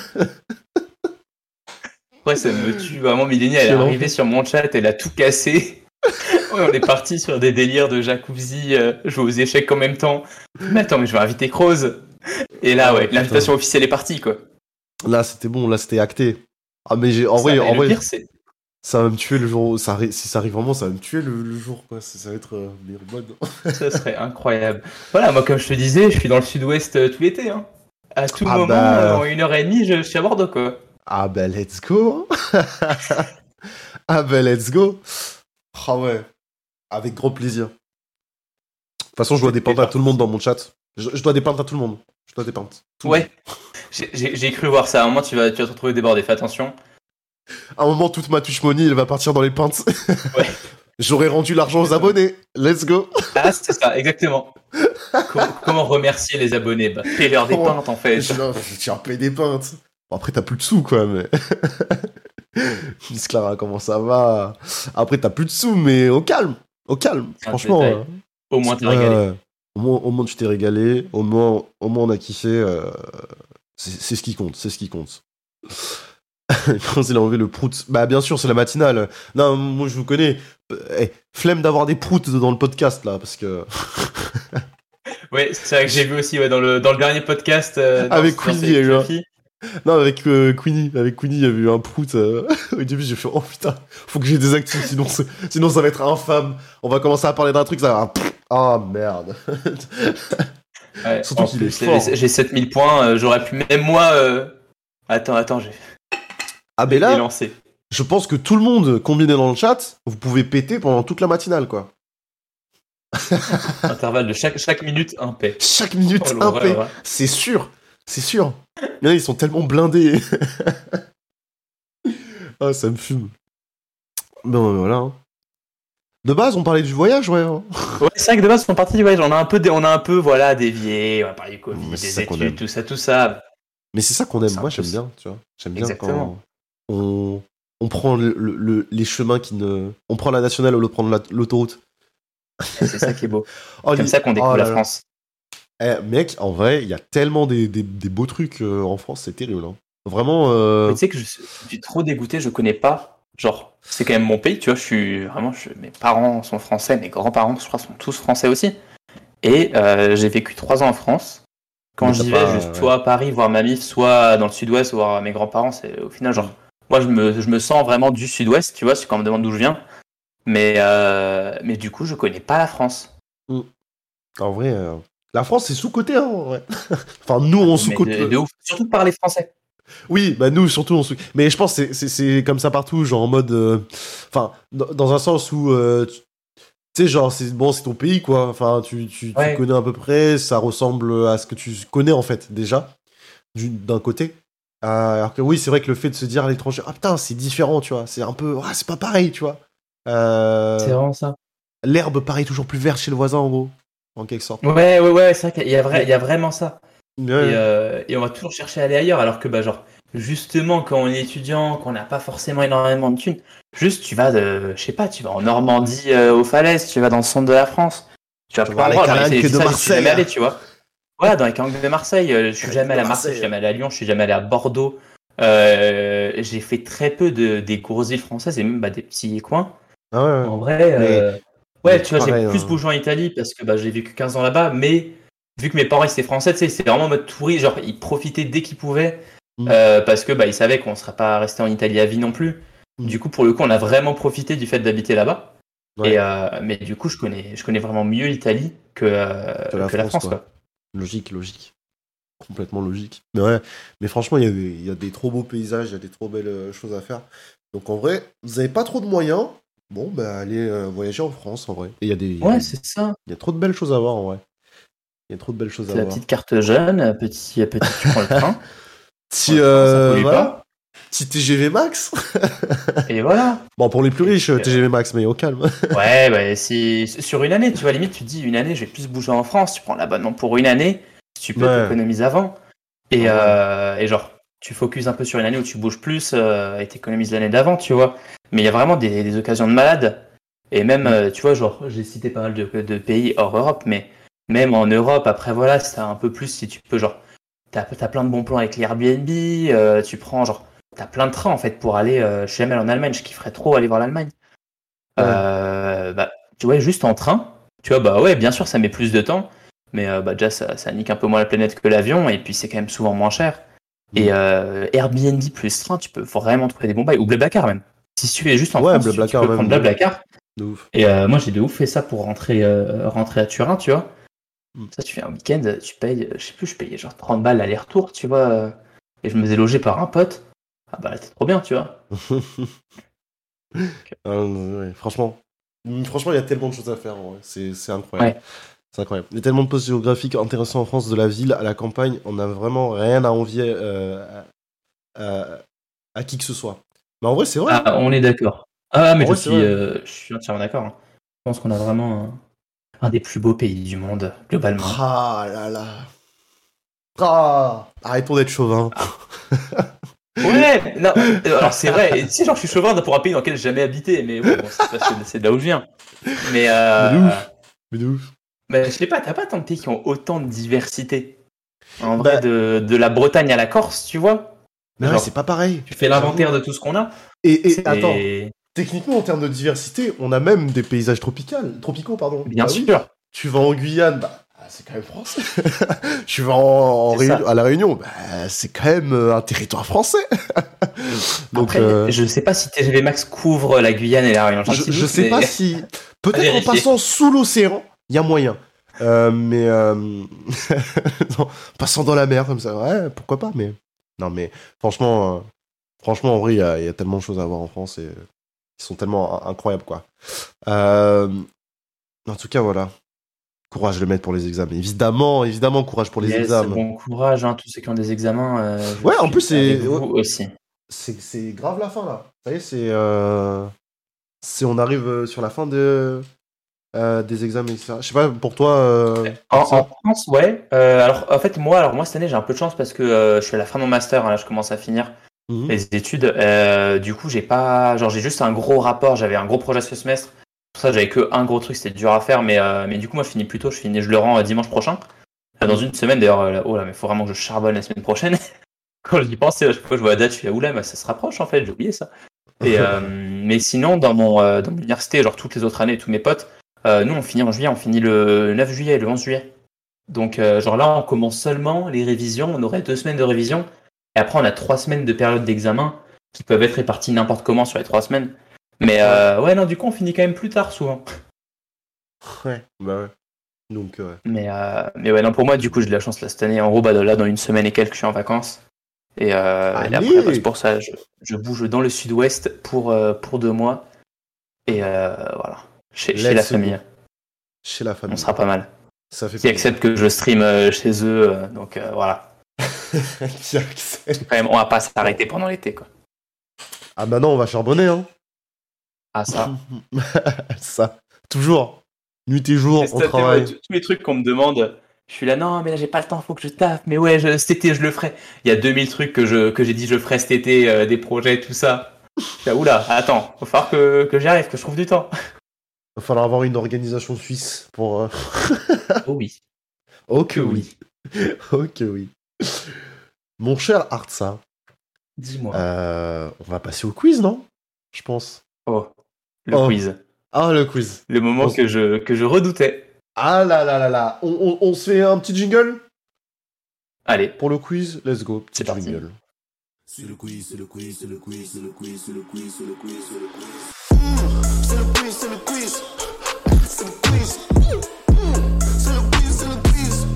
Ouais, ça me tue vraiment. Millénia, elle est Quel arrivée enfer. sur mon chat, elle a tout cassé. Ouais, on est parti sur des délires de jacuzzi, euh, jouer aux échecs en même temps. Mais attends, mais je vais inviter Croze. Et là, Ah, ouais, putain. l'invitation officielle est partie, quoi. Là, c'était bon, là, c'était acté. Ah, mais j'ai... En Ça, vrai, et en le vrai... pire, c'est Ça va me tuer le jour où ça arri- si ça arrive vraiment, ça va me tuer le, le jour, quoi. Ça, ça va être euh, mais en mode. Ça serait incroyable. Voilà, moi, comme je te disais, je suis dans le sud-ouest euh, tout l'été. Hein. À tout Ah moment, bah. euh, en une heure et demie, je, je suis à Bordeaux, quoi. Ah bah, let's go! Ah bah, let's go! Ah ouais, avec grand plaisir. De toute façon, je dois dépeindre à tout le monde dans mon chat. Je, je dois dépeindre à tout le monde. Je dois dépeindre. Tout le Ouais, monde. j'ai, j'ai, j'ai cru voir ça. À un moment, tu vas, tu vas te retrouver débordé. Fais attention. À un moment, toute ma touche money, elle va partir dans les pintes. Ouais. J'aurais rendu l'argent aux abonnés. Let's go! Ah, c'est ça, exactement. comment, comment remercier les abonnés? Bah, paie-leur des Comment- pintes, en fait. Je tu as payé des pintes. Bon, après, t'as plus de sous, quoi, mais. Miss Clara, comment ça va? Après, t'as plus de sous, mais au calme. Au calme. C'est un Franchement. détail. euh, Au moins, t'es ouais, régalé. ouais. Au moins, au moins, tu t'es régalé. Au moins, au moins on a kiffé. euh, C'est c'est ce qui compte. C'est ce qui compte. Quand il a enlevé le prout. Bah, bien sûr, c'est la matinale. Non, moi, je vous connais. Eh, flemme d'avoir des proutes dans le podcast, là, parce que. Ouais, c'est vrai que j'ai vu aussi ouais, dans, le, dans le dernier podcast. euh, dans- Avec dans Queenie, ces- il y a eu un- filles. Non, avec euh, Queenie, avec Queenie, il y avait eu un prout. euh, Au début, j'ai fait oh putain, faut que je désactive, sinon, c'est- sinon ça va être infâme. On va commencer à parler d'un truc, ça va. Ah merde. Ouais, Surtout en qu'il plus, est fort. j'ai, j'ai sept mille points. euh, j'aurais pu, même moi. euh, Attends, attends, j'ai Ah, mais j'ai là, lancé. je pense que tout le monde combiné dans le chat, vous pouvez péter pendant toute la matinale, quoi. Intervalle de chaque, chaque minute, un paix. Chaque minute, Oh, un l'horreur. P. C'est sûr, c'est sûr. Il y en a, ils sont tellement blindés. Ah, ça me fume. Bon, voilà. hein. De base, on parlait du voyage, ouais. hein. Ouais, c'est vrai que de base, on partie du voyage. On a un peu, dé- on a un peu, voilà, dévié. On a parlé du Covid, Mais c'est des ça qu'on aime. études, tout ça, tout ça. Mais c'est ça qu'on aime. C'est un Moi, peu j'aime ça. bien, tu vois. J'aime bien Exactement. quand on, on prend le, le- le- les chemins qui ne. On prend la nationale au lieu de prendre la- l'autoroute. C'est ça qui est beau. Oh, Comme les- ça qu'on découvre oh là la là. France. Eh, mec, en vrai, il y a tellement des, des- des beaux trucs euh, en France, c'est terrible. hein. Vraiment. euh, Mais tu sais que je suis je suis trop dégoûté, je connais pas. Genre, c'est quand même mon pays, tu vois. Je suis vraiment, je- mes parents sont français, mes grands-parents, je crois, sont tous français aussi. Et euh, j'ai vécu trois ans en France. Quand Mais t'as j'y vais, pas- juste ouais. soit à Paris, voir ma mif, soit dans le sud-ouest, voir mes grands-parents, c'est au final, genre, moi, je me, je me sens vraiment du sud-ouest, tu vois, c'est quand on me demande d'où je viens. Mais, euh, mais du coup, je connais pas la France. En vrai, euh, la France, c'est sous-côté, hein, en vrai. Enfin, nous, on Mais sous-côte. de, de ouf. Surtout de parler français. Oui, bah nous surtout on sous. Mais je pense que c'est- c'est c'est comme ça partout, genre en mode, euh, enfin dans, dans un sens où euh, tu tu sais genre c'est bon c'est ton pays quoi. Enfin tu tu, tu Ouais. connais à peu près, ça ressemble à ce que tu connais en fait déjà du- d'un côté. Euh, alors que oui c'est vrai que le fait de se dire à l'étranger ah putain c'est différent tu vois, c'est un peu ah c'est pas pareil tu vois. Euh, C'est vraiment ça. L'herbe paraît toujours plus verte chez le voisin en gros en quelque sorte. Ouais, ouais, ouais, c'est vrai qu'il y a, vrai, il y a vraiment ça. Ouais. Et, euh, et on va toujours chercher à aller ailleurs, alors que, bah, genre, justement, quand on est étudiant, qu'on n'a pas forcément énormément de thunes, juste, tu vas de, je sais pas, tu vas en Normandie, euh, aux falaises, tu vas dans le centre de la France, tu vas Tu plein vas à les d'endroits, genre, calanques c'est- de c'est ça, je suis Marseille. jamais allé, tu vois. Voilà, dans les calanques de Marseille, euh, je suis jamais allé à Marseille, je suis Marseille. jamais allé à Lyon, je suis jamais allé à Bordeaux. Euh, j'ai fait très peu de, des grosses îles françaises et même bah, des petits coins. Ah ouais, ouais. En vrai, Mais- euh, ouais, mais tu vois, pareil, j'ai plus hein. bougé en Italie parce que bah, j'ai vécu quinze ans là-bas, mais vu que mes parents ils étaient français, tu sais, c'est vraiment en mode touriste, genre ils profitaient dès qu'ils pouvaient Mm. euh, parce que bah, ils savaient qu'on ne serait pas resté en Italie à vie non plus. Mm. Du coup, pour le coup, on a vraiment profité du fait d'habiter là-bas. Ouais. Et, euh, mais du coup, je connais, je connais vraiment mieux l'Italie que, euh, Que la que la France, France. quoi. Quoi. Logique, logique. Complètement logique. Mais ouais, mais franchement, il y, a des- il y a des trop beaux paysages, il y a des trop belles euh, choses à faire. Donc en vrai, vous n'avez pas trop de moyens. Bon, bah allez euh, voyager en France en vrai. Et il y a des, il y a- Ouais, c'est ça. il y a trop de belles choses à voir en vrai. Il y a trop de belles choses à C'est la voir. petite carte jeune, petit, petit tu prends le train. Petit, Ouais, ça euh, pollue voilà. Petit T G V Max. Et voilà. Bon, pour les plus Et riches, puis, euh, T G V Max, mais au calme. Ouais, bah, si, sur une année, tu vois, limite, tu te dis une année, je vais plus bouger en France, tu prends l'abonnement pour une année, si tu peux, Ouais. t'économises avant. Et, Ouais. euh, et genre, tu focuses un peu sur une année où tu bouges plus euh, et t'économises l'année d'avant, tu vois. Mais il y a vraiment des, des occasions de malade. Et même, euh, tu vois, genre, j'ai cité pas mal de, de pays hors Europe, mais même en Europe, après, voilà, c'est un peu plus si tu peux, genre, t'as, t'as plein de bons plans avec les Airbnb, euh, tu prends, genre, t'as plein de trains, en fait, pour aller, euh, je suis jamais allé en Allemagne, je kifferais trop aller voir l'Allemagne. Ouais. Euh, bah, tu vois, juste en train, tu vois, bah ouais, bien sûr, ça met plus de temps, mais euh, bah, déjà, ça, ça nique un peu moins la planète que l'avion, et puis c'est quand même souvent moins cher. Et euh, Airbnb plus train, tu peux vraiment trouver des bons bails, ou Blablacar même. Si tu fais juste en Ouais, France, tu- tu, Blablacar peux même. prendre Blablacar. De ouf. Et euh, moi, j'ai de ouf fait ça pour rentrer, euh, rentrer à Turin, tu vois. Mm. Ça, tu fais un week-end, tu payes, je sais plus, je payais genre trente balles l'aller-retour, tu vois. euh, Et je me faisais loger par un pote. Ah bah là, c'est trop bien, tu vois. Ah, ouais, franchement, Mm, franchement, il y a tellement de choses à faire. en vrai. C'est, c'est incroyable. Ouais. C'est incroyable. Il y a tellement de postes géographiques intéressants en France, de la ville à la campagne. On n'a vraiment rien à envier euh, à, à- à qui que ce soit. Mais en vrai, c'est vrai. hein. Ah, on est d'accord. Ah, mais En je vrai, c'est suis, vrai. euh, je suis entièrement d'accord. hein. Je pense qu'on a vraiment un, un des plus beaux pays du monde, globalement. Ah là là. Ah, arrêtons d'être chauvin. Ouais, non, euh, alors c'est vrai, et tu sais, genre je suis chauvin pour un pays dans lequel j'ai jamais habité, mais ouais, bon, c'est parce que c'est de là où je viens. Mais, Mais de euh, ouf. Mais de ouf. mais je sais pas, t'as pas tant de pays qui ont autant de diversité. En Bah- vrai, de, de la Bretagne à la Corse, tu vois. Mais ouais, Genre, c'est pas pareil. tu fais l'inventaire de tout ce qu'on a. Et, et c'est- attends, techniquement, en termes de diversité, on a même des paysages tropicaux, tropicaux, pardon. Bien Bah oui. sûr. Tu vas en Guyane, bah, ah, c'est quand même français. Tu vas en, en C'est ça. Réunion- à La Réunion, bah, c'est quand même euh, un territoire français. Donc, Après, euh, je sais pas si T G V Max couvre la Guyane et la Réunion. J'ai un je, petit je doute, sais mais- pas si... Peut-être en vérifier. passant sous l'océan, il y a moyen. Euh, mais... euh, non, passant dans la mer, comme ça, ouais, pourquoi pas, mais... Non, mais franchement, euh, franchement, en vrai, il y, a- il y a tellement de choses à voir en France et ils sont tellement incroyables, quoi. Euh, En tout cas, voilà. Courage les maîtres pour les examens. Évidemment, évidemment, courage pour les Yes, examens. bon courage, hein, tous ceux qui ont des examens. euh, je Ouais, en suis plus, c'est- avec vous aussi. C'est, c'est grave la fin, là. Ça y est, c'est... euh, c'est on arrive euh, sur la fin de, euh, des examens, et cetera. Je sais pas, pour toi... euh, En, ça- en France, ouais. Euh, alors, en fait, moi, alors moi cette année, j'ai un peu de chance parce que euh, je suis à la fin de mon master. hein, là, je commence à finir Mhm. les études. Euh, du coup, j'ai pas, genre, j'ai juste un gros rapport. J'avais un gros projet ce semestre. Pour ça, j'avais que un gros truc. C'était dur à faire, mais euh, mais du coup, moi, je finis plus tôt. Je finis, je le rends euh, dimanche prochain. Euh, Dans une semaine, d'ailleurs. euh, là- oh là, mais faut vraiment que je charbonne la semaine prochaine. Quand j'y pense, à chaque fois que je vois la date, je suis là, oula, bah, ça se rapproche en fait. J'ai oublié ça. Et, euh, mais sinon, dans mon euh, dans mon université, genre toutes les autres années, tous mes potes, euh, nous, on finit en juillet. On finit le neuf juillet et le onze juillet. Donc, euh, genre là, on commence seulement les révisions. On aurait deux semaines de révision. Et après, on a trois semaines de période d'examen qui peuvent être réparties n'importe comment sur les trois semaines. Mais euh, ouais, non, du coup, on finit quand même plus tard souvent. Ouais, bah ouais. Donc, ouais. Mais, euh, mais ouais, non, pour moi, du coup, j'ai de la chance là, cette année. En gros, bah, là, dans une semaine et quelques, je suis en vacances. Et, euh, et Allez après, bah, c'est pour ça, je, je bouge dans le sud-ouest pour, euh, pour deux mois. Et euh, voilà, chez, chez Let's la go. famille. Chez la famille. On sera pas mal. Ça fait Qui accepte que je stream euh, chez eux. euh, donc euh, voilà. Qui accepte. Quand même, on va pas s'arrêter pendant l'été, quoi. Ah bah non, on va charbonner, hein. Ah, ça. Ça. Toujours. Nuit et jour, on travaille. Tous les trucs qu'on me demande, je suis là, non, mais là, j'ai pas le temps, faut que je taffe. Mais ouais, je, cet été, je le ferai. Il y a deux mille trucs que, je, que j'ai dit, je ferai cet été, euh, des projets, tout ça. Je suis là, oula, attends, faut falloir que, que j'y arrive, que je trouve du temps. Va falloir avoir une organisation suisse pour... euh, Oh oui. Oh que oui. Oh que oui. Mon cher Artsa, Dis-moi. euh, on va passer au quiz, non? Je pense. Oh, le Oh. quiz. Ah, le quiz. Le moment On- que je, que je redoutais. Ah là là là là. On, on, on se fait un petit jingle Allez, pour le quiz? Let's go. Petit C'est parti. jingle. C'est le quiz, c'est le quiz, c'est le quiz, c'est le quiz, c'est le quiz, c'est le quiz, c'est le quiz. C'est le quiz, c'est le quiz. C'est le quiz. C'est le quiz, c'est le quiz.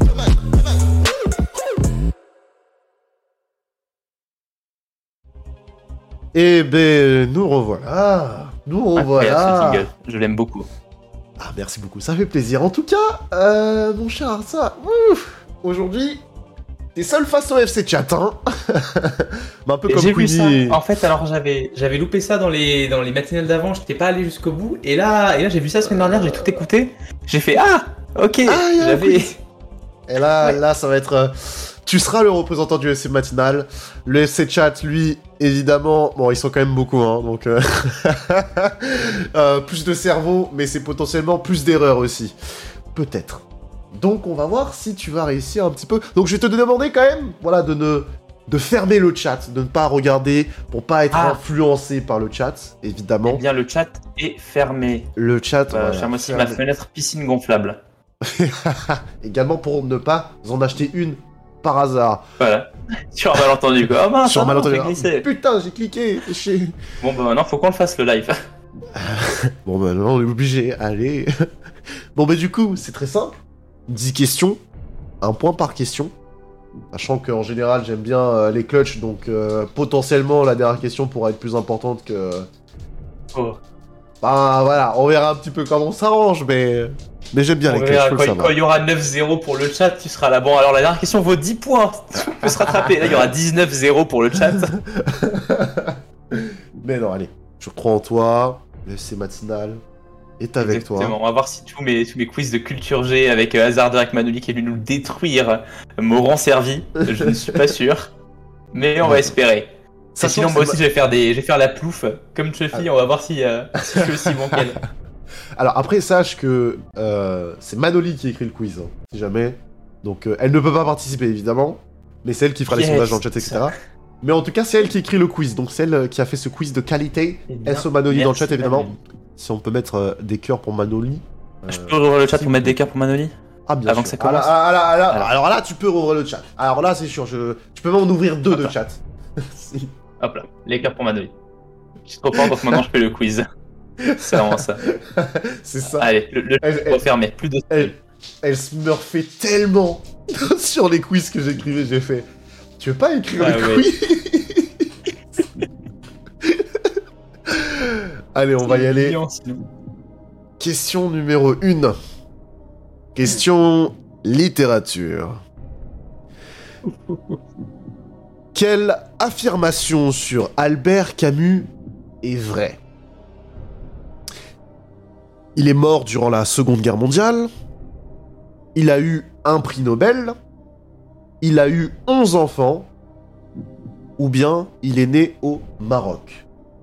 Eh ben, nous revoilà. Nous incroyable revoilà. ce jingle. Je l'aime beaucoup. Ah, merci beaucoup, ça fait plaisir. En tout cas, euh, mon cher Arsa, ouf, aujourd'hui, t'es seul face au F C Chat, hein. Mais un peu comme J'ai vu ça. Queenie. En fait, alors j'avais j'avais loupé ça dans les dans les matinales d'avant. J'étais pas allé jusqu'au bout. Et là et là j'ai vu ça la semaine dernière. J'ai tout écouté. J'ai fait ah ok. Ah, il y a un j'avais. Et là, Ouais. là, ça va être... euh, tu seras le représentant du F C Matinal. Le F C Chat, lui, évidemment... Bon, ils sont quand même beaucoup, hein, donc... euh, euh, plus de cerveau, mais c'est potentiellement plus d'erreurs aussi. Peut-être. Donc, on va voir si tu vas réussir un petit peu. Donc, je vais te demander quand même, voilà, de ne... de fermer le chat, de ne pas regarder, pour pas être Ah. influencé par le chat, Eh évidemment. bien le chat est fermé. Le chat... Euh, voilà, je ferme aussi fermé. ma fenêtre piscine gonflable. Également pour ne pas en acheter une par hasard. Voilà. Sur un malentendu quoi. Oh mince, Sur un ah non, malentendu. j'ai glissé. Putain, j'ai cliqué. j'ai- Bon bah maintenant faut qu'on le fasse le live. Bon, bah non, on est obligé. Allez. Bon, bah du coup, c'est très simple. dix questions. Un point par question. Sachant qu'en général, j'aime bien euh, les clutches, donc euh, potentiellement, la dernière question pourra être plus importante que. Oh. Bah voilà, on verra un petit peu comment on s'arrange, mais. Mais j'aime bien On les clutches, verra, faut le quand, savoir. quand il y aura neuf zéro pour le chat, tu seras là. Bon alors la dernière question vaut dix points. On peut se rattraper. Là il y aura dix-neuf zéro pour le chat. Mais non, allez, je crois en toi. Le C matinal est avec Exactement. toi. On va voir si tous mes, tous mes quiz de culture G avec euh, Hazarder avec Manoli qui est venu nous le détruire m'auront servi. Je ne suis pas sûr. Mais on va espérer. Ça Et sinon, moi aussi, je vais faire des, je vais faire la plouffe comme Chuffy. On va voir si, euh, si je suis aussi bon qu'elle. Alors après, sache que euh, c'est Manoli qui écrit le quiz, hein, si jamais. Donc euh, elle ne peut pas participer évidemment, mais c'est elle qui fera les Yes. sondages dans le chat, et cetera. Mais en tout cas, c'est elle qui écrit le quiz, donc c'est elle euh, qui a fait ce quiz de qualité. Eh bien, S O Manoli dans le chat merci, évidemment. Manoli. Si on peut mettre euh, des cœurs pour Manoli. Je euh, peux ouvrir le chat si pour mettre des cœurs pour Manoli? Ah bien avant sûr. que ça Ah là, commence. ah là, ah là, Alors. alors là, tu peux rouvrir le chat. Alors là, c'est sûr, je... tu peux même en ouvrir deux de chat. Si. Hop là, les cœurs pour Manoli. Je suis trop fort, donc maintenant je fais le quiz. C'est vraiment ça. C'est ça. Allez, le, le Elle- chat elle- refermé, plus de Elle, elle se smurfait tellement sur les quiz que j'écrivais, j'ai fait. Tu veux pas écrire Ah le ouais. quiz? Allez, on va y aller. Question numéro un. Question littérature. Quelle affirmation sur Albert Camus est vraie? Il est mort durant la Seconde Guerre mondiale. Il a eu un prix Nobel. Il a eu onze enfants. Ou bien il est né au Maroc.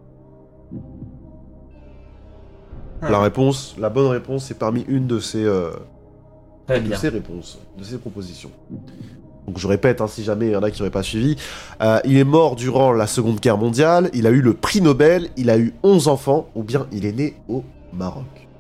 La réponse, la bonne réponse, c'est parmi une de ces, euh, Très de bien. ces réponses, de ces propositions. Donc je répète, hein, si jamais il y en a qui n'auraient pas suivi. Euh, il est mort durant la Seconde Guerre mondiale. Il a eu le prix Nobel. Il a eu onze enfants. Ou bien il est né au Maroc.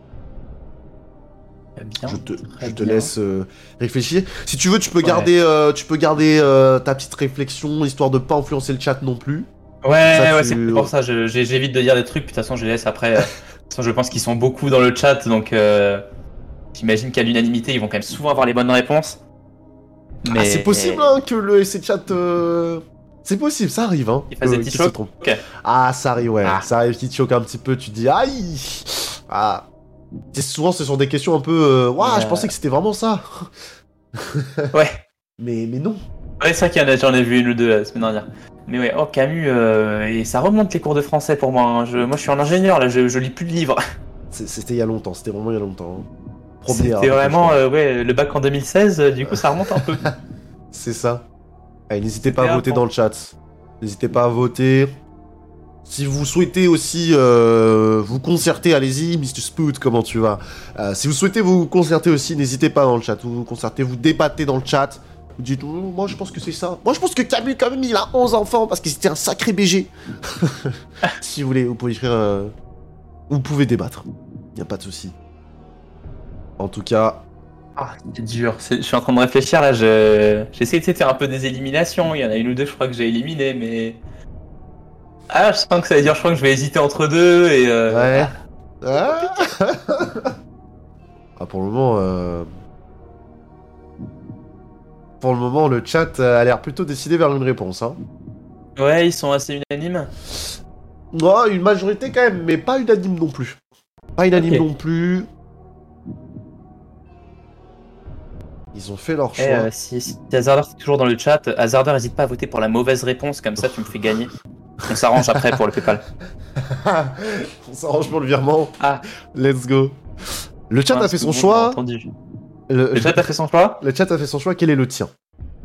Très bien. Je te, Très je te bien. laisse euh, réfléchir. Si tu veux, tu peux Ouais. garder, euh, tu peux garder euh, ta petite réflexion, histoire de pas influencer le chat non plus. Ouais, Ça, ouais, tu- c'est pour ça, je- j'ai- j'évite de dire des trucs, puis de toute façon, je les laisse après. euh, De toute façon, je pense qu'ils sont beaucoup dans le chat, donc euh, j'imagine qu'à l'unanimité, ils vont quand même souvent avoir les bonnes réponses. Mais Ah, c'est possible hein, que le S C chat. euh, C'est possible, ça arrive. Hein, Il fasse des euh, petits qu'il se chocs. trompe. Ok. Ah, ça arrive, ouais. Ah. Ça arrive qu'il te choque un petit peu. Tu te dis, aïe. Ah. C'est souvent, ce sont des questions un peu. Euh, Ouah, je Euh. pensais que c'était vraiment ça. Ouais, Mais, mais non. ouais c'est vrai qu'il y en a, j'en ai vu une ou deux la semaine dernière. Mais ouais, oh Camus, euh, et ça remonte les cours de français pour moi. hein. Je, moi, je suis un ingénieur, là, je, je lis plus de livres. C'est- C'était il y a longtemps. C'était vraiment il y a longtemps. hein. Première, C'était hein, vraiment, je crois. euh, ouais, le bac en deux mille seize, euh, du coup, ça remonte un peu. C'est ça. Allez, n'hésitez pas C'était à voter avant. dans le chat. N'hésitez pas à voter. Si vous souhaitez aussi euh, vous concerter, allez-y, mister Spoot, comment tu vas? Euh, Si vous souhaitez vous concerter aussi, n'hésitez pas dans le chat. Vous vous concertez, vous débattez dans le chat. Vous dites, oh, moi je pense que c'est ça. Moi je pense que Camus, quand même, il a onze enfants parce que c'était un sacré B G. Si vous voulez, vous pouvez écrire. euh, Vous pouvez débattre. Y a pas de souci. En tout cas, Ah, c'est dur. C'est- Je suis en train de réfléchir là. Je... J'essaie de faire un peu des éliminations. Il y en a une ou deux, je crois que j'ai éliminé, mais. Ah, je sens que ça veut dire, je crois que je vais hésiter entre deux et. Euh... ouais. Ah, Ah, pour le moment. euh, Pour le moment, le chat euh, a l'air plutôt décidé vers une réponse. Hein. Ouais, ils sont assez unanimes. Oh, une majorité quand même, mais pas unanime non plus. Pas unanime Ok. non plus. Ils ont fait leur choix. Eh, euh, si, si Hazarder est toujours dans le chat, Hazarder, n'hésite pas à voter pour la mauvaise réponse, comme ça tu me fais gagner. On s'arrange après pour le PayPal. On s'arrange pour le virement. Ah. Let's go. Le chat Ah, a fait son c'est bon, choix. entendu. Le, Le chat a fait son choix. le chat a fait son choix. Quel est le tien?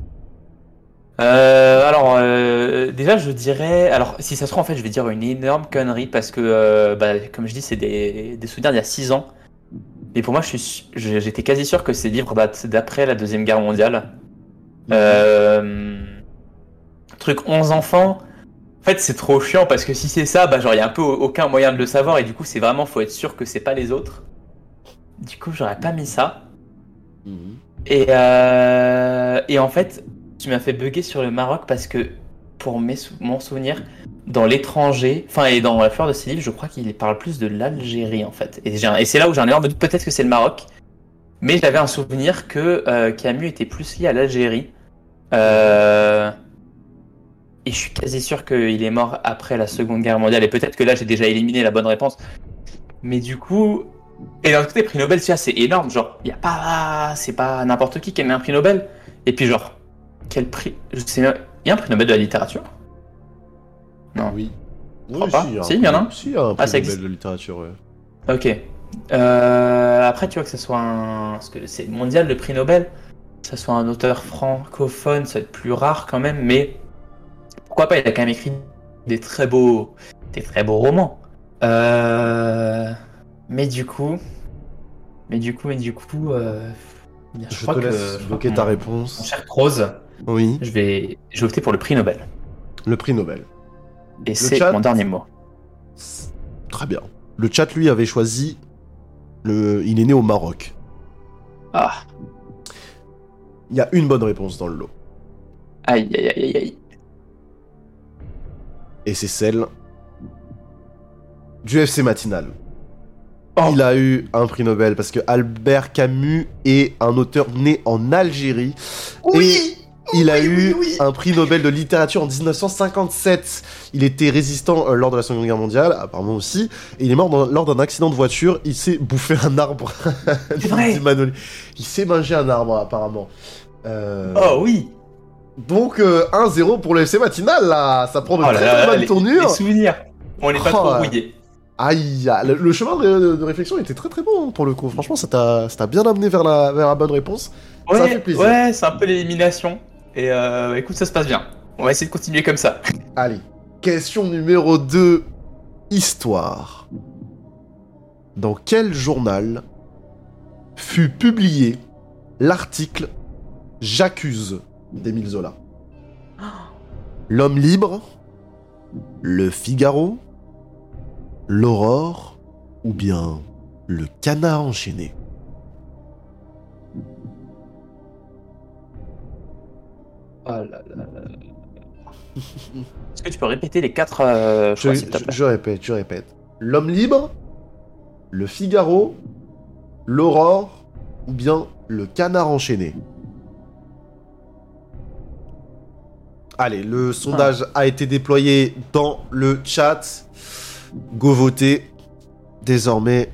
Euh, alors, euh, déjà, je dirais. Alors, si ça se trouve, en fait, je vais dire une énorme connerie parce que, euh, bah, comme je dis, c'est des, des souvenirs d'il y a six ans. Et pour moi, je suis, su- je- j'étais quasi sûr que ces livres datent d'après la Deuxième Guerre mondiale. Euh, truc onze enfants. En fait, c'est trop chiant parce que si c'est ça, bah, genre, il y a un peu aucun moyen de le savoir et du coup, c'est vraiment, faut être sûr que c'est pas les autres. Du coup, j'aurais pas mis ça. Mhm. Et, euh, et en fait, tu m'as fait bugger sur le Maroc parce que, pour mes sou- mon souvenir, dans l'étranger, enfin, et dans la fleur de ses livres, je crois qu'il parle plus de l'Algérie, en fait. Et, j'ai un- et c'est là où j'ai un énorme doute, peut-être que c'est le Maroc, mais j'avais un souvenir que euh, Camus était plus lié à l'Algérie. Euh, Et je suis quasi sûr qu'il est mort après la Seconde Guerre mondiale, et peut-être que là, j'ai déjà éliminé la bonne réponse. Mais du coup... Et d'un autre côté, prix Nobel, tu vois, c'est énorme, genre, y a pas... C'est pas n'importe qui qui a mis un prix Nobel. Et puis genre, quel prix... Je sais même... Il y a un prix Nobel de la littérature? Non. Oui. Oui, crois pas. un Si, il y en a un. prix- Si, il y a un prix Ah, ça Nobel existe. de littérature, ouais. Ok. Euh, après, tu vois que ce soit un... Parce que c'est mondial, le prix Nobel. Que ce soit un auteur francophone, ça va être plus rare quand même, mais... Pourquoi pas, il a quand même écrit des très beaux... Des très beaux romans. Euh... Mais du coup... Mais du coup, mais du coup... Euh... Je, Je crois te que... laisse je crois bloquer que ta mon- réponse. Mon cher Croze, Oui, je vais... je vais opter pour le prix Nobel. le prix Nobel. Et c'est chat- mon dernier mot. Très bien. Le chat, lui, avait choisi... Le... Il est né au Maroc. Ah, Il y a une bonne réponse dans le lot. aïe, aïe, aïe, aïe, aïe. Et c'est celle... du F C Matinal. Oh. Il a eu un prix Nobel parce que Albert Camus est un auteur né en Algérie. Et il a eu un prix Nobel de littérature en dix-neuf cent cinquante-sept. Il était résistant euh, lors de la Seconde Guerre mondiale, apparemment aussi. Et il est mort dans- lors d'un accident de voiture. Il s'est bouffé un arbre. C'est vrai. Dit Manoli. Il s'est mangé un arbre, apparemment. Euh, Oh oui. Donc euh, un zéro pour le F C Matinal, là. Ça prend de Oh très là très là, bonnes les, tournures. les souvenirs. On n'est pas Oh, trop ouais. rouillés. Aïe, ah, le, le chemin de, de réflexion était très très bon pour le coup. Franchement, ça t'a ça t'a bien amené vers la, vers la bonne réponse. Ça Ouais, fait plaisir. ouais, c'est un peu l'élimination. Et euh, écoute, ça se passe bien. On va essayer de continuer comme ça. Allez, question numéro deux. Histoire. Dans quel journal fut publié l'article J'accuse d'Émile Zola? L'Homme libre, Le Figaro, L'Aurore ou bien Le Canard enchaîné? Oh là là là là. Est-ce que tu peux répéter les quatre euh, Je, choix, s'il te je- plaît? je répète, je répète. L'Homme libre, Le Figaro, L'Aurore ou bien Le Canard enchaîné? Allez, le sondage a été déployé dans le chat. Go voter. Désormais.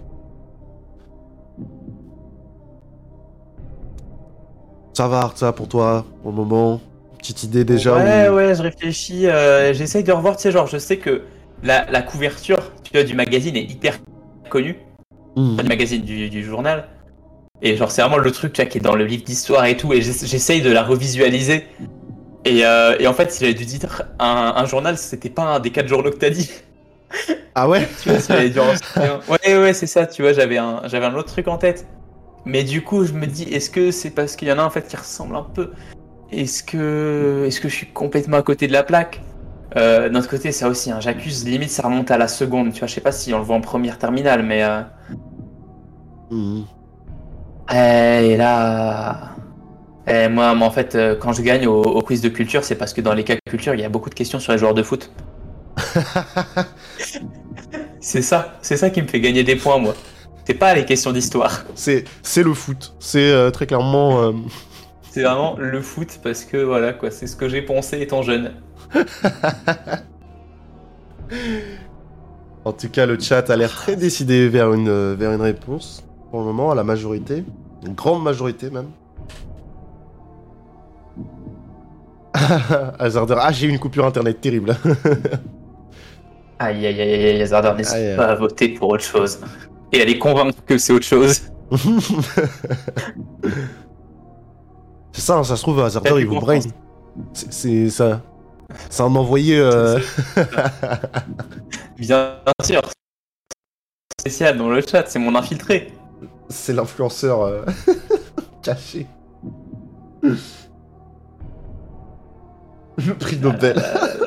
Ça va, ça pour toi, pour le moment? Petite idée déjà? Ouais, ou- ouais, je réfléchis. euh, J'essaye de revoir, tu sais, genre, je sais que la, la couverture, tu vois, du magazine est hyper connue. Hmm. Enfin, du magazine, du, du journal. Et genre, c'est vraiment le truc, tu vois, qui est dans le livre d'histoire et tout. Et j'ess- j'essaye de la revisualiser. Et, euh, et en fait, s'il avait dû dire un, un journal, c'était pas un des quatre journaux que t'as dit. Ah ouais? Tu vois, s'il avait dû en citer un. Ouais, ouais, c'est ça, tu vois, j'avais un, j'avais un autre truc en tête. Mais du coup, je me dis, est-ce que c'est parce qu'il y en a un en fait qui ressemble un peu? Est-ce que, est-ce que je suis complètement à côté de la plaque? Euh, D'un autre côté, ça aussi, hein, j'accuse, limite, ça remonte à la seconde. Tu vois, je sais pas si on le voit en première terminale, mais. Euh... Hmm. Et là. Et moi, moi, en fait, euh, quand je gagne au, au quiz de culture, c'est parce que dans les cas de culture, il y a beaucoup de questions sur les joueurs de foot. C'est ça, c'est ça qui me fait gagner des points, moi. C'est pas les questions d'histoire. C'est c'est le foot. C'est euh, très clairement. euh, C'est vraiment le foot parce que voilà quoi, c'est ce que j'ai pensé étant jeune. En tout cas, le chat a l'air très décidé vers une, euh, vers une réponse. Pour le moment, à la majorité. Une grande majorité, même. Hazarder. Ah, j'ai eu une coupure internet terrible. Aïe aïe aïe aïe, Hazarder, n'hésite Aïe, aïe. pas à voter pour autre chose. Et à les convaincre que c'est autre chose. C'est ça, hein, ça se trouve, Hazarder, Faites il vous du brain. confiance. C'est c'est ça. C'est un envoyé. euh, Bien sûr. Spécial dans le chat, c'est mon infiltré. C'est l'influenceur euh, caché. Le prix Nobel.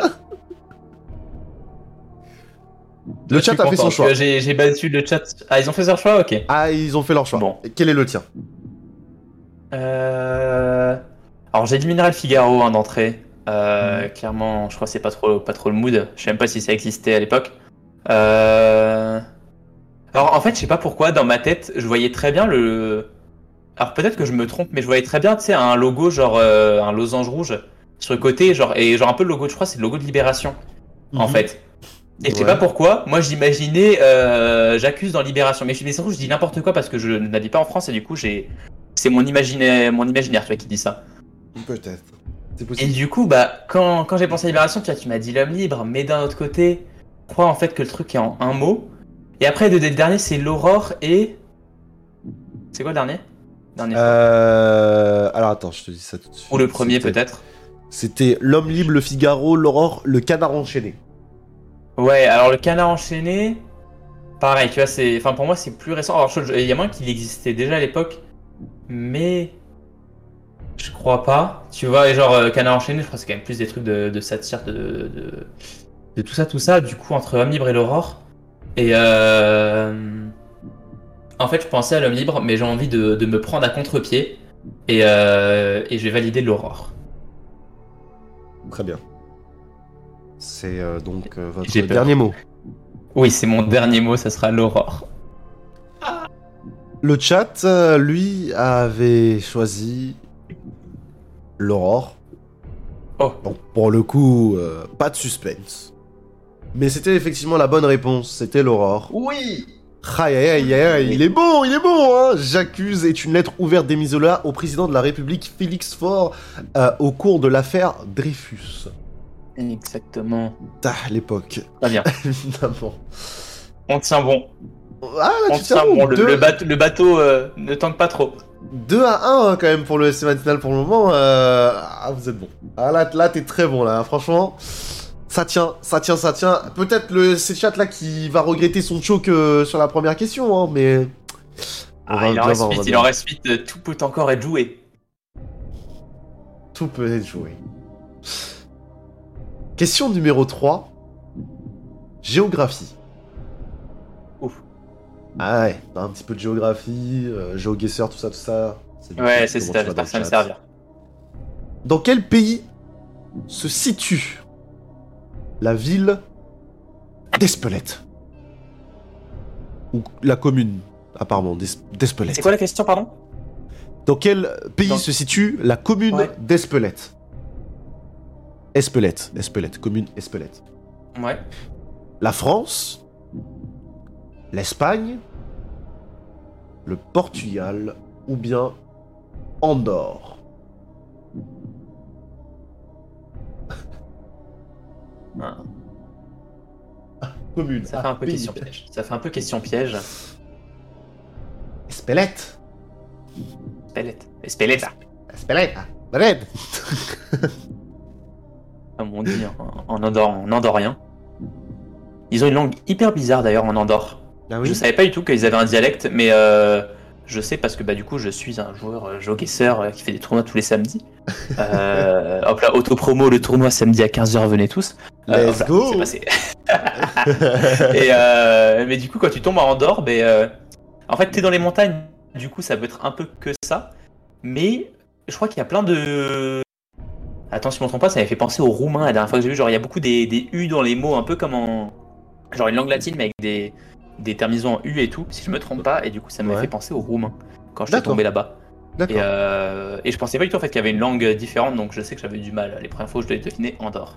Le Je suis chat a fait content, son parce choix. que J'ai j'ai battu le chat. Ah, ils ont fait leur choix, ok. Ah, ils ont fait leur choix. Bon. Et quel est le tien? Euh... Alors j'éliminerai le Figaro hein, d'entrée. Euh, Mhm. Clairement, je crois que c'est pas trop, pas trop le mood. Je sais même pas si ça existait à l'époque. Euh... Alors en fait, je sais pas pourquoi, dans ma tête, je voyais très bien le. Alors peut-être que je me trompe, mais je voyais très bien, tu sais, un logo genre euh, un losange rouge sur le côté, genre et genre un peu le logo, je crois, c'est le logo de Libération en Mhm. fait. Et je sais Ouais. pas pourquoi, moi j'imaginais euh, j'accuse dans Libération, mais je mais surtout je dis n'importe quoi parce que je n'habite pas en France et du coup j'ai c'est mon imaginaire, mon imaginaire, tu vois, qui dit ça. Peut-être. C'est Et possible. du coup, bah quand, quand j'ai pensé à Libération, tu vois, tu m'as dit l'homme libre, mais d'un autre côté, je crois en fait que le truc est en un mot. Et après, le, le dernier, c'est l'aurore et c'est quoi le dernier Dernier choix. Euh... Alors attends, je te dis ça tout de suite. Ou le premier C'était- peut-être. C'était L'Homme Libre, Le Figaro, L'Aurore, Le Canard Enchaîné. Ouais, alors le canard enchaîné, pareil, tu vois, c'est, enfin pour moi c'est plus récent. Alors je- il y a moins qu'il existait déjà à l'époque, mais je crois pas. Tu vois, et genre euh, canard enchaîné, je crois que c'est quand même plus des trucs de, de satire, de, de, de tout ça, tout ça. Du coup, entre Homme libre et l'aurore. Et euh, en fait, je pensais à l'homme libre, mais j'ai envie de, de me prendre à contre-pied et, euh, et je vais valider l'aurore. Très bien. C'est euh, donc euh, votre J'ai peur. dernier mot. Oui, c'est mon dernier mot, ça sera l'aurore. Le chat, euh, lui, avait choisi l'Aurore. Oh, Bon, pour le coup, euh, pas de suspense. Mais c'était effectivement la bonne réponse, c'était l'Aurore. oui. Aïe aïe aïe aïe, aïe, il est bon, il est bon, hein. J'accuse est une lettre ouverte d'Emisola au président de la République Félix Faure euh, au cours de l'affaire Dreyfus. Exactement. Ah, l'époque, Très bien. évidemment. On tient bon. Ah, là, On tu tiens tient bon. Le, deux, le bateau, le bateau euh, ne tanque pas trop. deux à un hein, quand même pour le S C matinal pour le moment. Euh... Ah, vous êtes bon. Ah, là, là t'es très bon, là, hein. Franchement. Ça tient, ça tient, ça tient. Peut-être le c'est chat là qui va regretter son choke euh, sur la première question, hein, mais. On va Ah, il bien en reste voir, on va huit, il bien en reste huit. euh, Tout peut encore être joué. Tout peut être joué. Question numéro trois. Géographie. Ouf. Ah ouais, t'as un petit peu de géographie, euh, GeoGuessr, tout ça, tout ça. C'est du Ouais, coup c'est comment ça, tu vas dans j'espère le que ça va me chat. servir. Dans quel pays se situe la ville d'Espelette? Ou la commune, apparemment, d'Es- d'Espelette. C'est quoi la question, pardon? Dans quel pays Dans- se situe la commune Ouais. d'Espelette? Espelette, Espelette, commune Espelette. Ouais. La France, l'Espagne, le Portugal ou bien Andorre. Ah, Commune. ça ah, fait un peu pays. question piège. Ça fait un peu question piège. Espelette. Espelette. Espelette. Espelette. Red. Comme on dit en, en, Andorre, en andorrien. Ils ont une langue hyper bizarre d'ailleurs en Andorre. Ah Je oui. savais pas du tout qu'ils avaient un dialecte, mais euh, je sais parce que bah, du coup je suis un joueur euh, GeoGuessr euh, qui fait des tournois tous les samedis. Euh, hop là, auto-promo, le tournoi samedi à quinze heures, venez tous. Euh, Let's hop là, go. c'est passé. Et euh, mais du coup quand tu tombes en Andorre, ben, euh, en fait t'es dans les montagnes, du coup ça peut être un peu que ça. Mais je crois qu'il y a plein de... Attends, si je ne me trompe pas, ça m'avait fait penser aux roumains la dernière fois que j'ai vu. Genre, il y a beaucoup des, des U dans les mots, un peu comme en. Genre une langue latine, mais avec des, des terminaisons en U et tout, si je me trompe pas. Et du coup, ça m'a Ouais. fait penser aux roumains quand je suis D'accord. tombé là-bas. D'accord. Et, euh, et je pensais pas du tout en fait qu'il y avait une langue différente, donc je sais que j'avais du mal. Les premières fois où je devais deviner Andorre.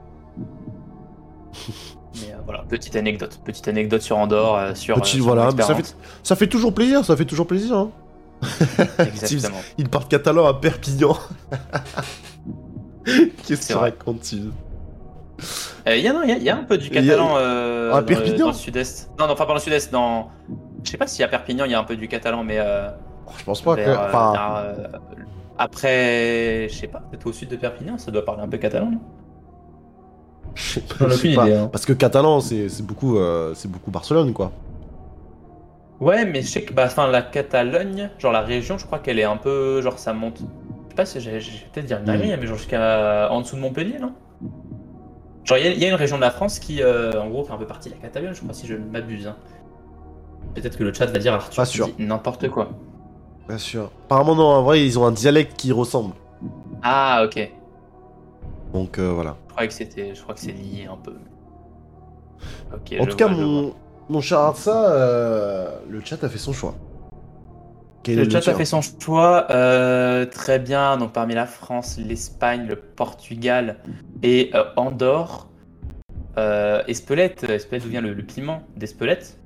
Mais euh, voilà, petite anecdote. Petite anecdote sur Andorre, euh, sur. Petit, euh, sur voilà, mon mais ça expérience. fait, ça fait toujours plaisir, ça fait toujours plaisir. Hein. Exactement. Il parle catalan à Perpignan. Qu'est-ce C'est qu'il vrai. raconte il Il y, a- non, il y a- il y a un peu du Il y a- catalan euh, à dans, le, Perpignan dans le sud-est. Non, non, enfin pas dans le sud-est, dans. Je sais pas si à Perpignan il y a un peu du catalan, mais. Euh, Oh, je pense pas vers, que. euh, Enfin, vers, euh, après, je sais pas, peut-être au sud de Perpignan, ça doit parler un peu catalan, non? je sais pas. J'en ai je sais aucune pas. idée, hein. Parce que catalan, c'est c'est beaucoup, euh, c'est beaucoup Barcelone, quoi. Ouais, mais je sais que bah, enfin, la Catalogne, genre la région, je crois qu'elle est un peu. Genre ça monte. Je sais pas si j'ai j'ai- je vais peut-être dire une dinguerie, mais genre jusqu'à en dessous de Montpellier, non? Genre il y, a- il y a une région de la France qui, euh, en gros, fait un peu partie de la Catalogne, je crois, si je ne m'abuse. Hein. Peut-être que le chat va dire Arthur, Pas tu sûr. dis n'importe quoi. Bien sûr. Apparemment, non, en vrai, ils ont un dialecte qui ressemble. Ah, ok. Donc euh, voilà. Je croyais que c'était, je crois que c'est lié un peu. Ok. En je tout cas, vois, je vois. mon, mon cher Artsa, euh, le chat a fait son choix. Quel est Le chat tien a fait son choix. euh, très bien. Donc parmi la France, l'Espagne, le Portugal et euh, Andorre. Euh, Espelette, Espelette, d'où vient le, le piment d'Espelette.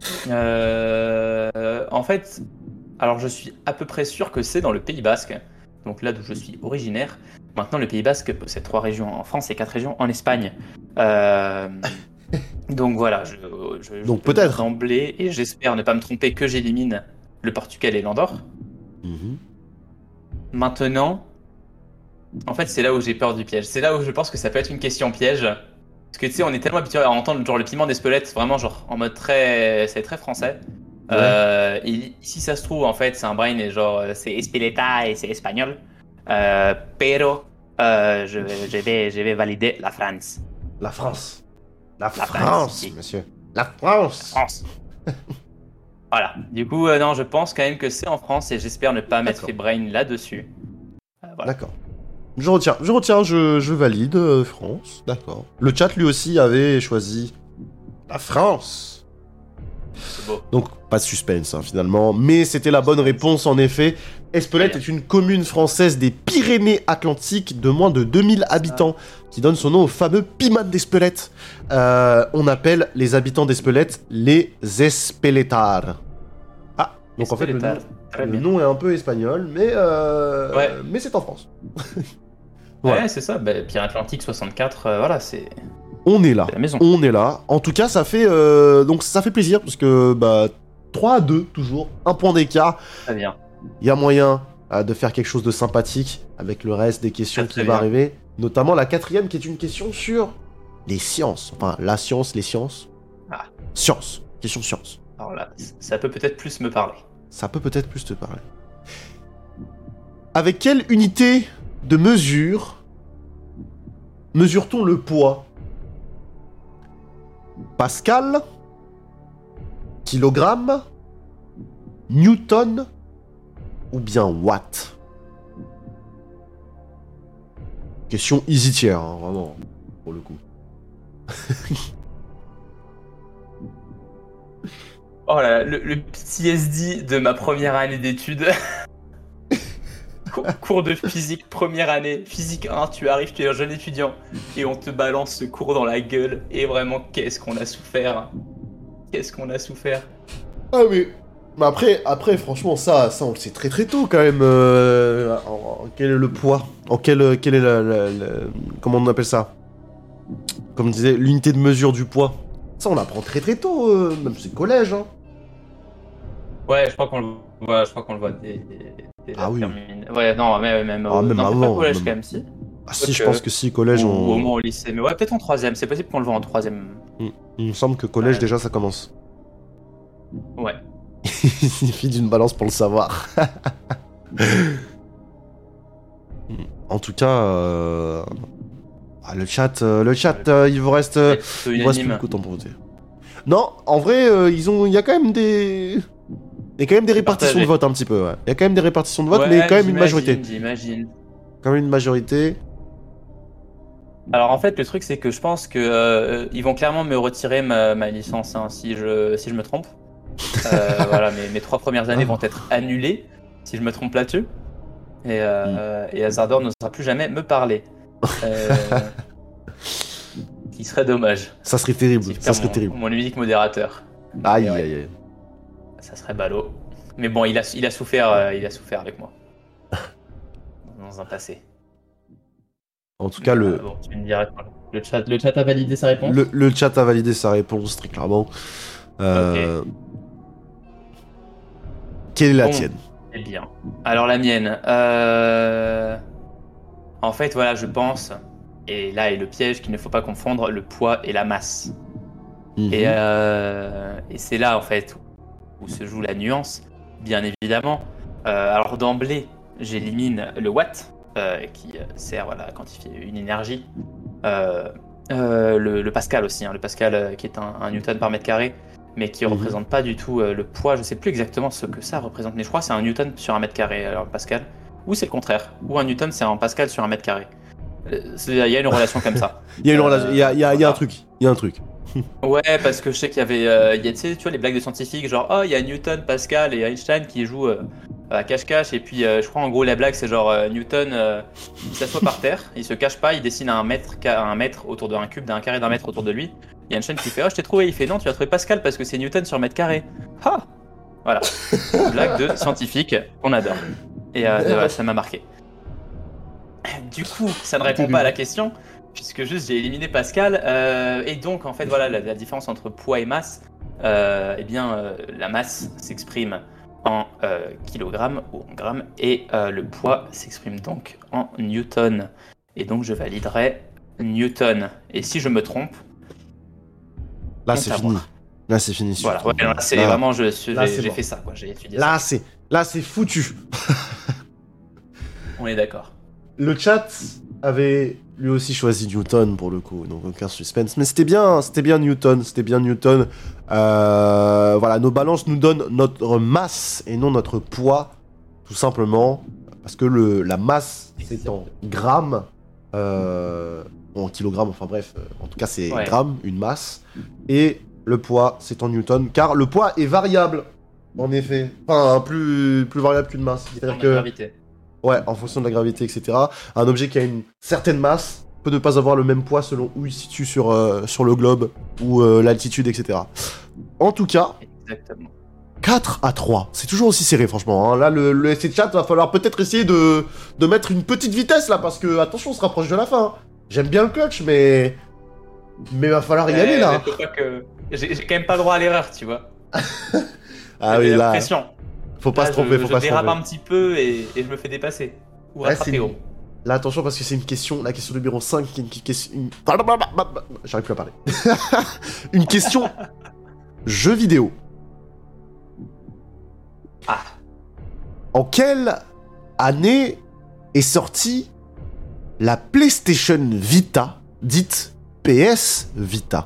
Euh, en fait, alors je suis à peu près sûr que c'est dans le Pays Basque, donc là d'où je suis originaire. Maintenant, le Pays Basque possède trois régions en France et quatre régions en Espagne. Euh, donc voilà, je, je, je Donc peux peut-être. dire d'emblée, et j'espère ne pas me tromper, que j'élimine le Portugal et l'Andorre. Mhm. Maintenant, en fait, c'est là où j'ai peur du piège. C'est là où je pense que ça peut être une question piège. Parce que tu sais, on est tellement habitué à entendre genre le piment d'Espelette, vraiment genre en mode très, c'est très français. Ouais. Euh, et si ça se trouve, en fait, c'est un brain et genre c'est Espeleta et c'est espagnol. Euh, pero euh, je, je vais, je vais valider la France. La France. La, La France, France, oui. monsieur. La France. France. Voilà. Du coup, euh, non, je pense quand même que c'est en France et j'espère ne pas m'être D'accord. fait brain là-dessus. Euh, voilà. D'accord. Je retiens, je retiens, je, je valide, euh, France, d'accord. Le chat lui aussi avait choisi la France. C'est beau. Donc pas de suspense hein, finalement, mais c'était la bonne réponse en effet. Espelette est une commune française des Pyrénées-Atlantiques de moins de deux mille habitants qui donne son nom au fameux piment d'Espelette. Euh, on appelle les habitants d'Espelette les Espeletar. Ah, donc en fait le, nom, Très le bien. nom est un peu espagnol, mais, euh, Ouais. mais c'est en France. Voilà. Ouais, c'est ça. Bah, Pierre Atlantique soixante-quatre, euh, voilà, c'est On est là, c'est la maison. on est là. En tout cas, ça fait euh, donc ça fait plaisir parce que bah trois à deux toujours, un point d'écart. Très bien. Il y a moyen euh, de faire quelque chose de sympathique avec le reste des questions Très, qui très va bien. arriver, notamment la quatrième qui est une question sur les sciences, enfin la science, les sciences. Ah. Science, question science. Alors là, ça peut peut-être plus me parler. Ça peut peut-être plus te parler. Avec quelle unité de mesure mesure-t-on le poids? Pascal, kilogramme, newton ou bien watt? Question easy tier, hein, vraiment, pour le coup. Oh là là, le, le P T S D de ma première année d'études. Cours- Cours de physique, première année, physique un, tu arrives, tu es un jeune étudiant, et on te balance ce cours dans la gueule, et vraiment, qu'est-ce qu'on a souffert. Qu'est-ce qu'on a souffert. Ah mais... Mais après, après, franchement, ça, ça on le sait très très tôt quand même. euh, en- en- quel est le poids? En quel, quel est la, la- la- comment on appelle ça? Comme on disait, l'unité de mesure du poids. Ça, on l'apprend très très tôt, euh, même c'est collège. Hein. Ouais, je crois qu'on le voit, je crois qu'on le voit dès, dès- dès la Ah oui. termine. Ouais, non, même, même, Ah, euh, même non, peut-être avant, pas au collège même- quand même, si. Ah si, Ok. je pense que si, collège, Ou, ou au on... moins au lycée, mais ouais, peut-être en troisième, c'est possible qu'on le voit en troisième. il me semble que collège Ouais. déjà ça commence. Ouais. Il suffit d'une balance pour le savoir. En tout cas, euh, ah, le chat, euh, le chat, euh, il vous reste, euh, C'est plutôt il vous reste plus unanime. beaucoup de temps pour voter. Non, en vrai, euh, ils ont, il y a quand même des, il y a quand même des répartitions partagé. de vote un petit peu. Ouais. Il y a quand même des répartitions de vote, Ouais, mais quand même une j'imagine, majorité. J'imagine. Quand même une majorité. Alors en fait, le truc c'est que je pense que euh, ils vont clairement me retirer ma, ma licence hein, si je si je me trompe. Euh, voilà, mes, mes trois premières années vont être annulées si je me trompe là-dessus. Et, euh, et Hazardor n'osera plus jamais me parler. Euh, qui serait dommage. Ça serait terrible. Si je Ça perds serait mon, terrible. mon unique modérateur. Aïe, Mais ouais. aïe, aïe. Ça serait ballot. Mais bon, il a, il a souffert, euh, il a souffert avec moi. Dans un passé. En tout cas, le, Euh, bon, tu me diras quand le chat, le chat a validé sa réponse. le, le chat a validé sa réponse très clairement. Euh, Quelle est la Bon. tienne? Eh bien. Alors la mienne. euh, En fait, voilà, je pense, et là est le piège qu'il ne faut pas confondre le poids et la masse. Mhm. Et, euh, et c'est là, en fait, où se joue la nuance, bien évidemment. Euh, alors d'emblée, j'élimine le watt, euh, qui sert voilà, à quantifier une énergie. Euh, euh, le, le pascal aussi, hein, le pascal euh, qui est un, un newton par mètre carré, mais qui ne Mhm. représente pas du tout euh, le poids. Je sais plus exactement ce que ça représente, mais je crois que c'est un newton sur un mètre carré, alors le pascal. ou c'est le contraire, ou un newton c'est un pascal sur un mètre carré. Il y a une relation comme ça. Il y a une Euh, relation, il y a, il y a- il y a un voilà. truc, il y a un truc. Ouais, parce que je sais qu'il y avait, euh, il y a, tu sais, tu vois, les blagues de scientifiques, genre, oh, il y a Newton, Pascal et Einstein qui jouent euh, à cache-cache, et puis euh, je crois en gros la blague c'est genre euh, Newton, euh, il s'assoit par terre, il se cache pas, il dessine un mètre, ca- un mètre autour d'un cube, d'un carré d'un mètre autour de lui. Il y a Einstein qui fait, oh, je t'ai trouvé, il fait, non, tu as trouvé Pascal parce que c'est Newton sur mètre carré. Ah, voilà, blague de scientifique, on adore. Et euh, voilà, ça m'a marqué. Du coup, ça ne répond pas à la question, puisque juste j'ai éliminé Pascal. euh, et donc, en fait, voilà, la, la différence entre poids et masse, euh, eh bien, euh, la masse s'exprime en euh, kilogrammes ou en grammes, et euh, le poids s'exprime donc en newton. Et donc, je validerai Newton. Et si je me trompe, Là, Compte c'est à fini. moi. Là, c'est fini. si voilà, tu te ouais, trompes. là, c'est Là- vraiment, je, j'ai là, c'est j'ai bon. fait ça, quoi, j'ai étudié ça. Là, c'est, là, c'est foutu. On est d'accord. Le chat avait lui aussi choisi Newton pour le coup, donc aucun suspense. Mais c'était bien, c'était bien Newton, c'était bien Newton. Euh, voilà, nos balances nous donnent notre masse et non notre poids, tout simplement, parce que le, la masse c'est en grammes, euh, ou en kilogrammes, enfin bref, euh, en tout cas c'est Ouais. grammes, une masse, et le poids c'est en newton, car le poids est variable, en effet, enfin plus, plus variable qu'une masse. C'est-à-dire La que gravité. ouais, en fonction de la gravité, et cetera. Un objet qui a une certaine masse peut ne pas avoir le même poids selon où il se situe sur, euh, sur le globe ou euh, l'altitude, et cetera. En tout cas, Exactement. quatre à trois. C'est toujours aussi serré, franchement. hein. Là, le, le S C chat, va falloir peut-être essayer de, de mettre une petite vitesse, là, parce que, attention, on se rapproche de la fin. hein. J'aime bien le clutch, mais... Mais va falloir y aller, Eh, là. mais faut pas que... J'ai j'ai quand même pas le droit à l'erreur, tu vois. Ah J'ai oui, la là, pression. faut pas Là, se tromper, je, faut je pas se dérape tromper. un petit peu et, et je me fais dépasser. Ou Ouais, rattraper, c'est une- gros. Là, attention, parce que c'est une question, la question numéro cinq, qui est une question... une- J'arrive plus à parler. Une question jeu vidéo. Ah. En quelle année est sortie la PlayStation Vita, dite P S Vita?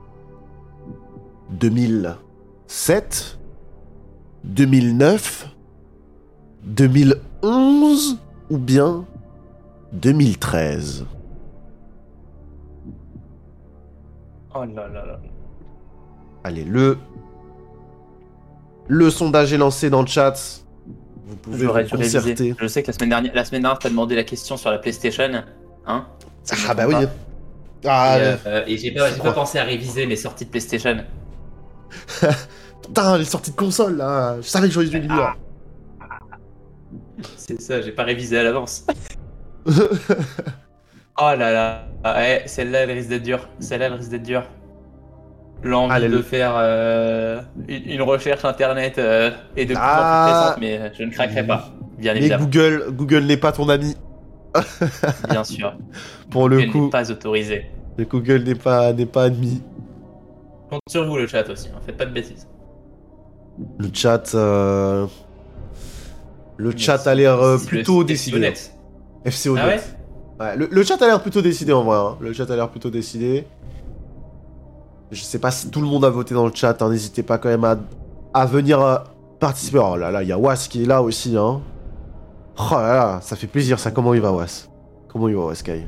deux mille sept, deux mille neuf, deux mille onze ou bien deux mille treize? Oh là là là. Allez, le... Le sondage est lancé dans le chat. Vous pouvez J'aurais vous dû réviser. concerter. Je sais que la semaine dernière, la semaine dernière, t'as demandé la question sur la PlayStation, hein Si je me Ah bah trompe oui. pas. Ah, Et, euh, et j'ai pas, je j'ai crois. pas pensé à réviser mes sorties de PlayStation. putain, les sorties de console là. Je savais que j'aurais dû le dire. C'est ça, j'ai pas révisé à l'avance. Oh là là. Ouais, celle-là, elle risque d'être dure. Celle-là, elle risque d'être dure. L'envie Allez, de le- faire euh, une, une recherche internet euh, est de plus en plus Ah. pressante, mais je ne craquerai pas, bien Mais évidemment. Google, Google n'est pas ton ami. Bien sûr. Pour le Elle coup, n'est pas autorisée. le Google n'est pas, n'est pas admis. Compte sur vous le chat aussi, hein, faites pas de bêtises. Le chat, euh, le Mais chat si- a l'air euh, si le- plutôt si décidé. honnête. F C honnête. Ah ouais Ouais, le, le chat a l'air plutôt décidé en vrai. hein. Le chat a l'air plutôt décidé. Je sais pas si tout le monde a voté dans le chat. hein. N'hésitez pas quand même à, à venir euh, participer. Oh là là, il y a Was qui est là aussi. Hein. Oh là là, ça fait plaisir ça. Comment il va Was? Comment il va Was Sky?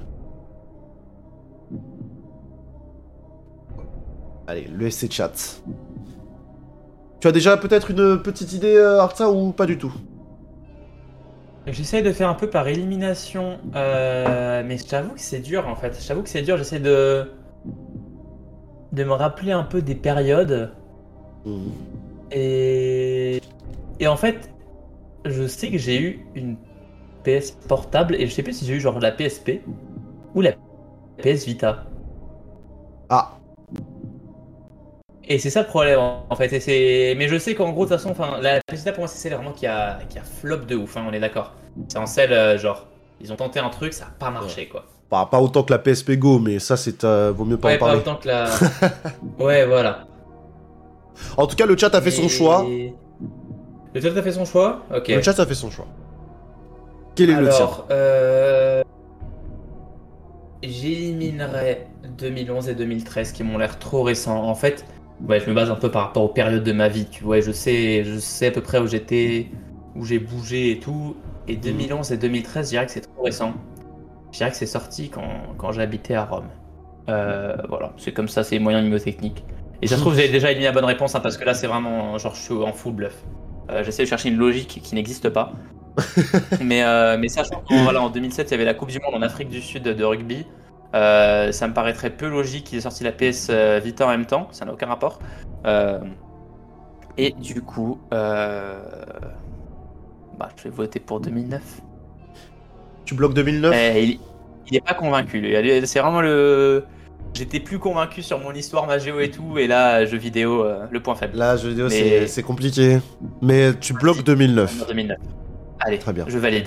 Allez, le S C chat. Tu as déjà peut-être une petite idée, euh, Arta, ou pas du tout? J'essaye de faire un peu par élimination, euh, mais je t'avoue que c'est dur en fait. Je t'avoue que c'est dur, j'essaie de... de me rappeler un peu des périodes. Mhm. Et... et en fait, je sais que j'ai eu une P S portable et je sais plus si j'ai eu genre la P S P ou la P S Vita. Ah, Et c'est ça le problème en en fait. Et c'est... Mais je sais qu'en gros, de toute façon, enfin, la P S Vita pour moi, c'est celle vraiment qui a, qui a flop de ouf, hein, on est d'accord. C'est en celle, euh, genre, ils ont tenté un truc, ça a pas marché quoi. pas, pas autant que la P S P Go, mais ça, c'est euh, vaut mieux pas Ouais, en pas parler. autant que la. Ouais, voilà. En tout cas, le chat a fait son Et- choix. Le chat a fait son choix. Ok. Le chat a fait son choix. Quel est le tien? Alors, euh... j'éliminerais deux mille onze et deux mille treize qui m'ont l'air trop récents. En fait, ouais, je me base un peu par rapport aux périodes de ma vie. Tu vois, je sais, je sais à peu près où j'étais, où j'ai bougé et tout. Et deux mille onze et deux mille treize, je dirais que c'est trop récent. Je dirais que c'est sorti quand, quand j'habitais à Rome. Euh, voilà, c'est comme ça, c'est les moyens mnémotechniques. Et ça se trouve, vous avez déjà éliminé la bonne réponse, hein, parce que là, c'est vraiment, genre, je suis en full bluff. Euh, J'essaie de chercher une logique qui n'existe pas. mais, euh, mais sachant qu'en voilà, en deux mille sept, il y avait la Coupe du Monde en Afrique du Sud de rugby, euh, ça me paraîtrait peu logique qu'ils aient sorti la P S Vita en même temps, ça n'a aucun rapport. Euh, et du coup, euh, bah, je vais voter pour deux mille neuf. Tu bloques deux mille neuf? Eh, il, il est pas convaincu. lui. C'est vraiment le. J'étais plus convaincu sur mon histoire, ma géo et tout, et là, jeu vidéo, euh, le point faible. Là, jeu vidéo, Mais- c'est- c'est compliqué. Mais tu bloques deux mille neuf. deux mille neuf. Allez, Très bien. je valide.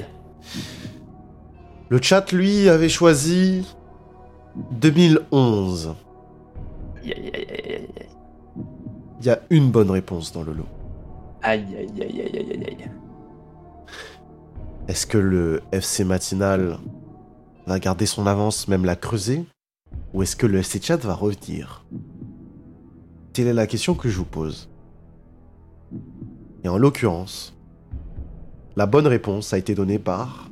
Le chat, lui, avait choisi deux mille onze. Aïe, aïe, aïe, aïe, aïe, aïe. Il y a une bonne réponse dans le lot. Aïe, aïe, aïe, aïe, aïe, aïe, aïe. Est-ce que le F C Matinal va garder son avance, même la creuser? Ou est-ce que le F C Chat va revenir? Telle est la question que je vous pose. Et en l'occurrence, la bonne réponse a été donnée par...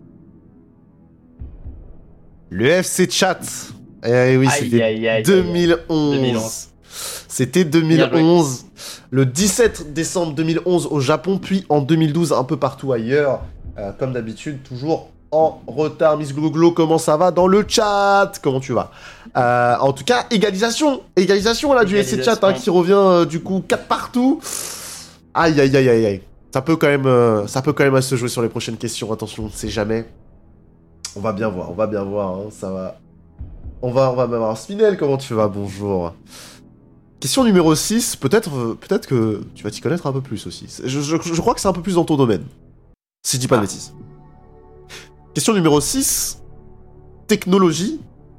le F C Chat. Eh oui, Aïe, c'était aïe, aïe, aïe. deux mille onze. deux mille onze. C'était deux mille onze. Le dix-sept décembre deux mille onze au Japon, puis en deux mille douze un peu partout ailleurs. Euh, comme d'habitude, toujours en retard. Miss Glouglo, comment ça va dans le chat? Comment tu vas? euh, En tout cas, égalisation. Égalisation là du F C Chat hein, qui revient euh, du coup quatre partout. Aïe aïe aïe aïe aïe. Ça peut quand même, euh, ça peut quand même se jouer sur les prochaines questions. Attention, on ne sait jamais. On va bien voir, on va bien voir. Hein, ça va. On va, on va bien voir. Spinel, comment tu vas? Bonjour. Question numéro six, peut-être euh, peut-être que tu vas t'y connaître un peu plus aussi. Je, je, je crois que c'est un peu plus dans ton domaine. Si je dis pas de bêtises. Question numéro six. Technologie.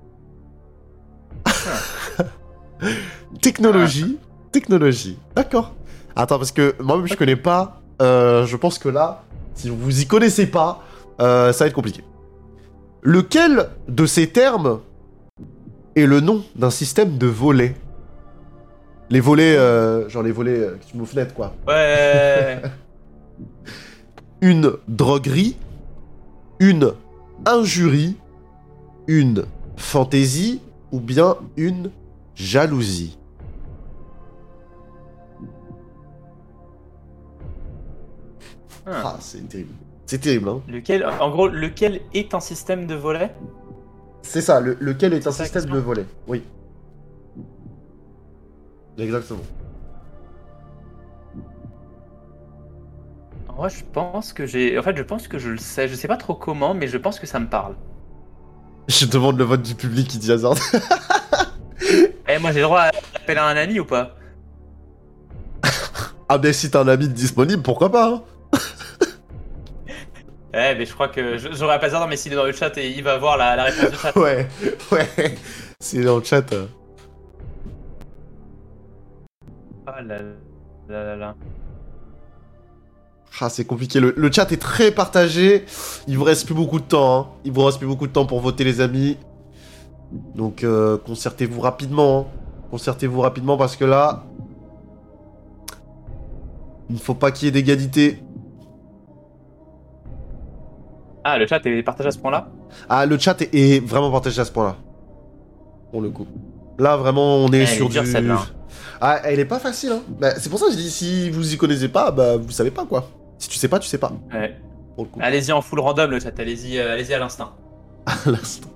Technologie. Technologie. D'accord. Attends, parce que moi-même je connais pas. Euh, je pense que là, si vous y connaissez pas, euh, ça va être compliqué. Lequel de ces termes est le nom d'un système de volets? Les volets, euh, genre les volets euh, que tu mets aux fenêtres, quoi. Ouais. Une droguerie, une injurie, une fantaisie ou bien une jalousie. Ah, c'est terrible. C'est terrible, hein. Lequel, en gros, lequel est un système de volet? C'est ça, le- lequel est un C'est ça la système question de volets. Oui. Exactement. Moi, je pense que j'ai. En fait, je pense que je le sais. Je sais pas trop comment, mais je pense que ça me parle. Je demande le vote du public qui dit hasard. Eh, moi, j'ai le droit d'appeler un ami ou pas? Ah ben si t'as un ami disponible, pourquoi pas hein. Eh, mais je crois que je- j'aurais pas hasard, mais s'il est dans le chat et il va voir la, la réponse du chat. Ouais, ouais. C'est dans le chat. euh. Oh là là là là. Ah, c'est compliqué. Le, le chat est très partagé. Il vous reste plus beaucoup de temps. Hein. Il vous reste plus beaucoup de temps pour voter, les amis. Donc, euh, concertez-vous rapidement. Hein. Concertez-vous rapidement parce que là, il ne faut pas qu'il y ait d'égalité. Ah, le chat est partagé à ce point-là? Ah, le chat est, est vraiment partagé à ce point-là. Pour le coup. Là, vraiment, on est Elle sur est dure, du... celle-là. Ah, elle est pas facile, hein. Bah, c'est pour ça que je dis, si vous y connaissez pas, bah, vous savez pas, quoi. Si tu sais pas, tu sais pas. Ouais. Pour le coup. Allez-y en full random, le chat. Allez-y euh, allez-y à l'instinct. À l'instant.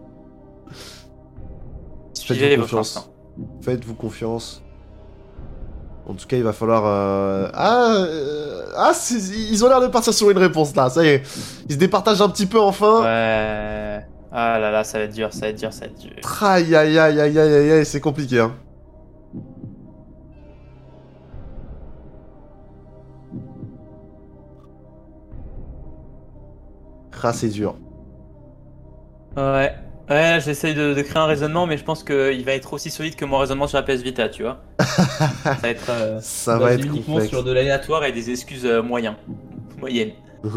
Suivez Faites-vous votre confiance. instinct. Faites-vous confiance. En tout cas, il va falloir... euh, Ah, euh, ah c'est- ils ont l'air de partir sur une réponse, là. Ça y est. Ils se départagent un petit peu, enfin. Ouais. Ah là là, ça va être dur, ça va être dur, ça va être dur. Aïe, aïe, aïe, aïe, aïe, aïe, aïe, c'est compliqué, hein. Ah, c'est dur. Ouais. Ouais, j'essaye de, de créer un raisonnement, mais je pense qu'il va être aussi solide que mon raisonnement sur la P S Vita, tu vois. Ça va être, euh, Ça va être uniquement complexe. sur de l'aléatoire et des excuses euh, moyens. Moyennes.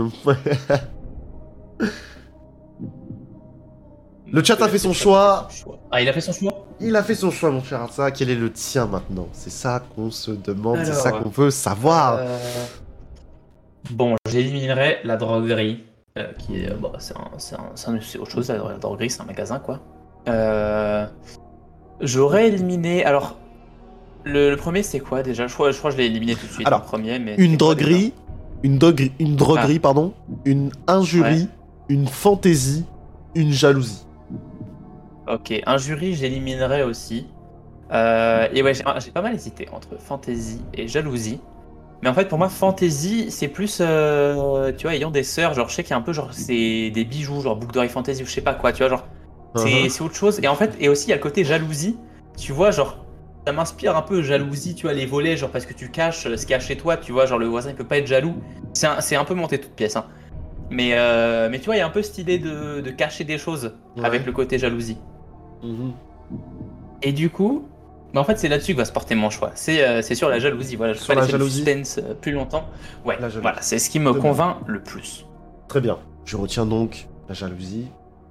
Le chat a fait son choix. Ah, il a fait son choix? Il a fait son choix, mon cher Arsa. Quel est le tien maintenant? C'est ça qu'on se demande, c'est Alors, ça qu'on veut savoir. Euh, Bon, j'éliminerai la droguerie. euh, qui est, euh, bah, c'est, un, c'est, un, c'est, un, c'est autre chose, la droguerie, c'est un magasin, quoi. Euh, j'aurais éliminé, alors, le, le premier, c'est quoi déjà? Je crois, je crois que je l'ai éliminé tout de suite, Alors, le premier, mais... Une c'est quoi, déjà droguerie, une, dogri- une droguerie, Ah. pardon, une injurie, Ouais. une fantaisie, une jalousie. Ok, injurie, j'éliminerais aussi. Euh, et ouais, j'ai, j'ai pas mal hésité entre fantaisie et jalousie. Mais en fait, pour moi, fantaisie, c'est plus, euh, tu vois, ayant des sœurs, genre, je sais qu'il y a un peu, genre, c'est des bijoux, genre, boucle d'oreille fantasy ou je sais pas quoi, tu vois, genre, c'est, Uh-huh. c'est autre chose. Et en fait, et aussi, il y a le côté jalousie, tu vois, genre, ça m'inspire un peu jalousie, tu vois, les volets, genre, parce que tu caches ce qu'il y a chez toi, tu vois, genre, le voisin, il peut pas être jaloux. C'est un, c'est un peu monté toute pièce, hein. Mais, euh, mais tu vois, il y a un peu cette idée de, de cacher des choses Ouais. avec le côté jalousie. Mhm. Et du coup, bah en fait, c'est là-dessus que va se porter mon choix. C'est euh, c'est sur la jalousie. Voilà, je Sur peux la laisser le jalousie. suspense euh, plus longtemps. Ouais, La jalousie. voilà, c'est ce qui me Très convainc le plus. Très bien. Je retiens donc la jalousie.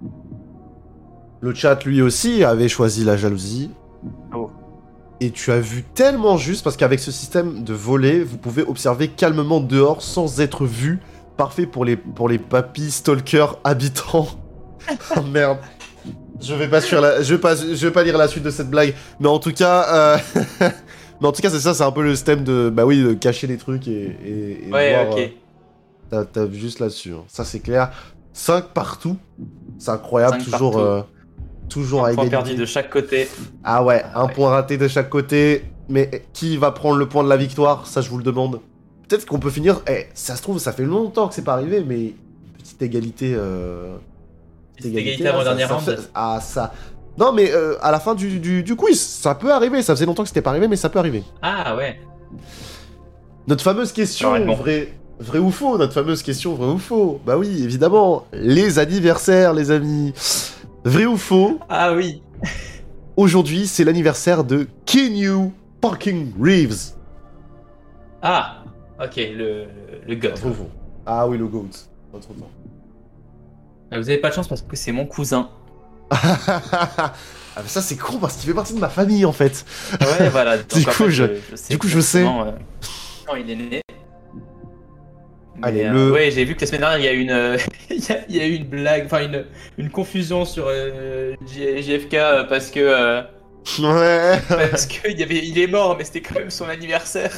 Le chat, lui aussi, avait choisi la jalousie. Oh. Et tu as vu tellement juste, parce qu'avec ce système de volet, vous pouvez observer calmement dehors sans être vu. Parfait pour les, pour les papis stalkers habitants. Oh merde. Je vais pas suivre la... je vais pas, je vais pas lire la suite de cette blague. Mais en tout cas, euh... mais en tout cas, c'est ça, c'est un peu le système de, bah oui, de cacher les trucs et, et, et Ouais, voir. ok. euh, T'as, t'as vu juste là-dessus. hein. Ça, c'est clair. cinq partout. C'est incroyable. Cinq toujours, partout. euh, toujours à Un point égalité. perdu de chaque côté. Ah ouais, Ah un ouais. point raté de chaque côté. Mais qui va prendre le point de la victoire? Ça, je vous le demande. Peut-être qu'on peut finir. Eh, ça se trouve, ça fait longtemps que c'est pas arrivé, mais petite égalité. Euh... Petite égalité avant là, ça- dernier ça round. fait- Ah, ça. Non, mais euh, à la fin du, du, du quiz, ça peut arriver. Ça faisait longtemps que c'était pas arrivé, mais ça peut arriver. Ah ouais. Notre fameuse question, Alors, bon. vrai, vrai ou faux? Notre fameuse question, vrai ou faux? Bah oui, évidemment. Les anniversaires, les amis. Vrai ou faux? Ah oui. Aujourd'hui, c'est l'anniversaire de Keanu Parking Reeves. Ah. Ok, le, le goth. Vrai ou faux? Ah oui, le GOAT. Pas trop de temps. Vous avez pas de chance parce que c'est mon cousin. Ah, mais ça, c'est con parce qu'il fait partie de ma famille en fait. Ouais, voilà. Donc, Du en coup, fait, je- sais du coup, je sais. exactement, euh, quand il est né. Mais, Allez, euh, le- ouais, j'ai vu que la semaine dernière, il y a eu une, euh, il y a, il y a eu une blague, enfin une, une confusion sur euh, J- J F K euh, parce que euh, Ouais. parce que il y avait, il est mort, mais c'était quand même son anniversaire.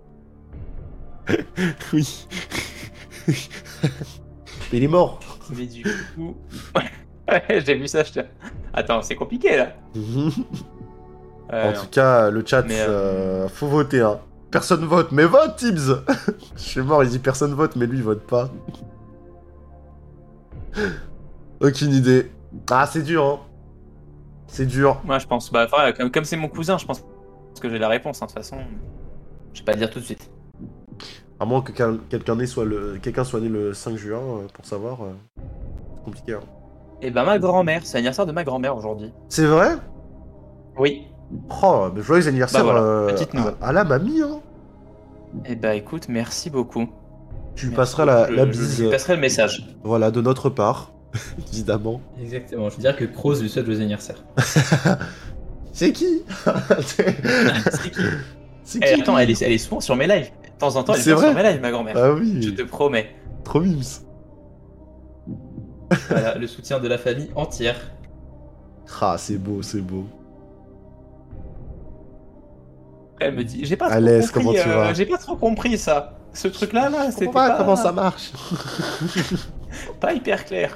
Oui. Mais il est mort. Mais du coup, ouais, j'ai vu ça. Je... Attends, c'est compliqué là. Euh, En tout cas, le chat, Mais, euh, faut voter. Hein. Personne vote, mais vote, Tibbs. Je suis mort, il dit personne vote, mais lui, il vote pas. Aucune idée. Ah, c'est dur, hein. C'est dur. moi, je pense, bah, enfin, comme comme c'est mon cousin, je pense que j'ai la réponse. Hein, de toute façon, je vais pas le dire tout de suite. À moins que quel- quelqu'un né soit le... quelqu'un soit né le cinq juin, euh, pour savoir. euh, C'est compliqué, hein. Et ben ma grand-mère, c'est l'anniversaire de ma grand-mère aujourd'hui. C'est vrai? Oui. Oh, mais joyeux anniversaire Bah voilà, euh, petite nouvelle. à, à la mamie, hein. Et bah écoute, merci beaucoup. Tu lui Merci passeras la, beaucoup, la je- je- bise, Je lui passerai le message. voilà, de notre part, évidemment. Exactement, je veux dire que Kroos lui souhaite joyeux anniversaire. C'est qui? C'est qui C'est Eh, qui? attends, elle est, elle est souvent sur mes lives. De temps en temps, elle est C'est souvent sur vrai mes lives, ma grand-mère. Ah oui, Je te promets. trop mimes. Voilà, le soutien de la famille entière. Ah, c'est beau, c'est beau. Après, elle me dit, j'ai pas trop Alès, compris. comment tu euh, vas j'ai pas trop compris ça. Ce truc-là, là, Je c'était comprends pas pas, comment ça marche. pas hyper clair.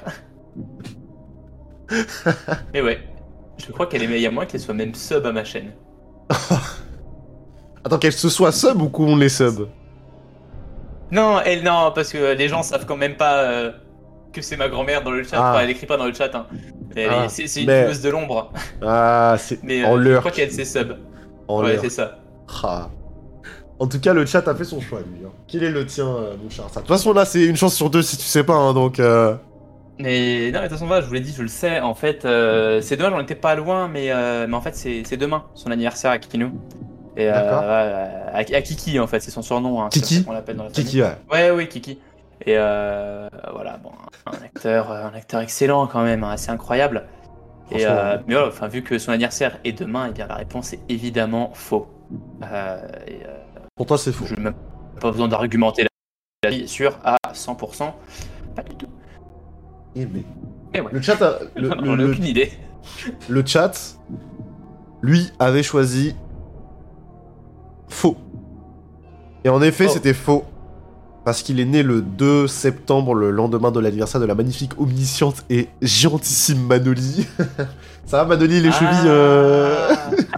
Mais ouais, je crois qu'elle est meilleure moi qu'elle soit même sub à ma chaîne. Attends, qu'elle se soit sub ou qu'on les sub? Non, elle non, parce que les gens savent quand même pas euh, que c'est ma grand-mère dans le chat. Ah. Enfin, elle écrit pas dans le chat. Hein. Elle est- Ah, c'est c'est une mais- tueuse de l'ombre. Ah, c'est Mais en euh, je l'heure. crois qu'elle c'est sub. En Ouais, l'heure. c'est ça. Ah. En tout cas, le chat a fait son choix, lui. hein. Quel est le tien, euh, mon cher Arsad? De toute façon, là, c'est une chance sur deux si tu sais pas, hein, donc... Euh... Mais non, mais de toute façon, voilà, je vous l'ai dit, je le sais. En fait, euh, c'est dommage, on était pas loin, mais, euh, mais en fait, c'est c'est demain, son anniversaire à Kikinou. Et euh, D'accord. à, à Kiki, en fait, c'est son surnom. Hein, c'est Kiki comme ça qu'on l'appelle dans la famille. Kiki, ouais. Ouais, oui, Kiki. Et euh, voilà, bon, un acteur, un acteur excellent quand même, hein, assez incroyable. Et Franchement, euh, mais voilà, enfin, vu que son anniversaire est demain, et bien la réponse est évidemment faux. Euh, et, euh, Pour toi, c'est faux. je n'ai même pas besoin d'argumenter là-dessus sur à cent pour cent. Pas du tout. Eh mais... Eh ouais. Le chat, a- le, J'en le- ai le- aucune idée. le chat, lui, avait choisi faux. Et en effet, Oh. c'était faux. Parce qu'il est né le deux septembre, le lendemain de l'anniversaire de la magnifique, omnisciente et gentillissime Manoli. Ça va, Manoli, les Ah. chevilles euh...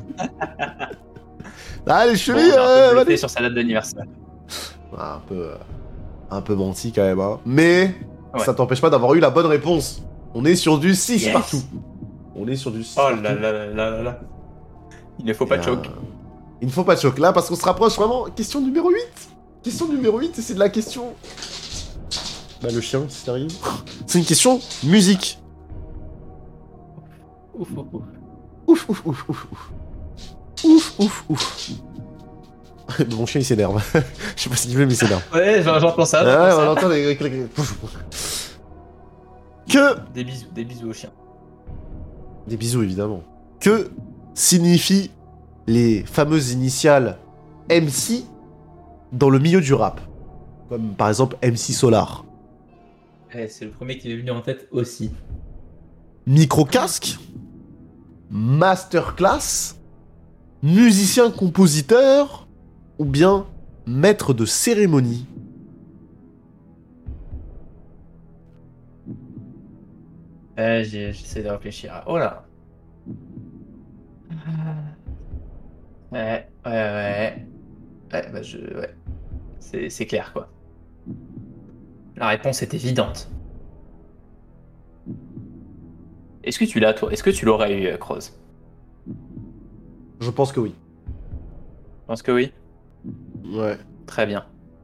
Ah, les Bon, chevilles j'ai un peu euh, bluffé Manoli. sur sa date d'anniversaire. Ah, un peu... euh, un peu menti, quand même, hein. Mais, Ouais. ça t'empêche pas d'avoir eu la bonne réponse. On est sur du six Yes. partout. On est sur du six Oh partout. là là là là là là. Il ne faut pas Et, de choc. euh, Il ne faut pas de choc là parce qu'on se rapproche vraiment. Question numéro huit. Question numéro huit et c'est de la question. Bah le chien, si t'arrives. C'est une question musique. Ouf, ouf, ouf. Ouf, ouf, ouf, ouf, ouf. Ouf, ouf, ouf. Mon chien il s'énerve. Je sais pas ce qu'il veut mais il s'énerve. Ouais, j'en- j'entends ça. Ah, j'entends ouais, ça. on entend les... Que... Des bisous, des bisous au chien. Des bisous évidemment. Que signifient les fameuses initiales M C dans le milieu du rap? Comme par exemple M C Solar. Eh, c'est le premier qui m'est venu en tête aussi. Micro-casque, masterclass, musicien-compositeur ou bien maître de cérémonie. Ouais, j'ai- j'essaie de réfléchir. Oh là. Ouais, ouais, ouais. Ouais, bah je. Ouais. C'est c'est clair, quoi. La réponse est évidente. Est-ce que tu l'as, toi? Est-ce que tu l'aurais eu, euh, Kroos? Je pense que oui. Je pense que oui. Ouais. Très bien.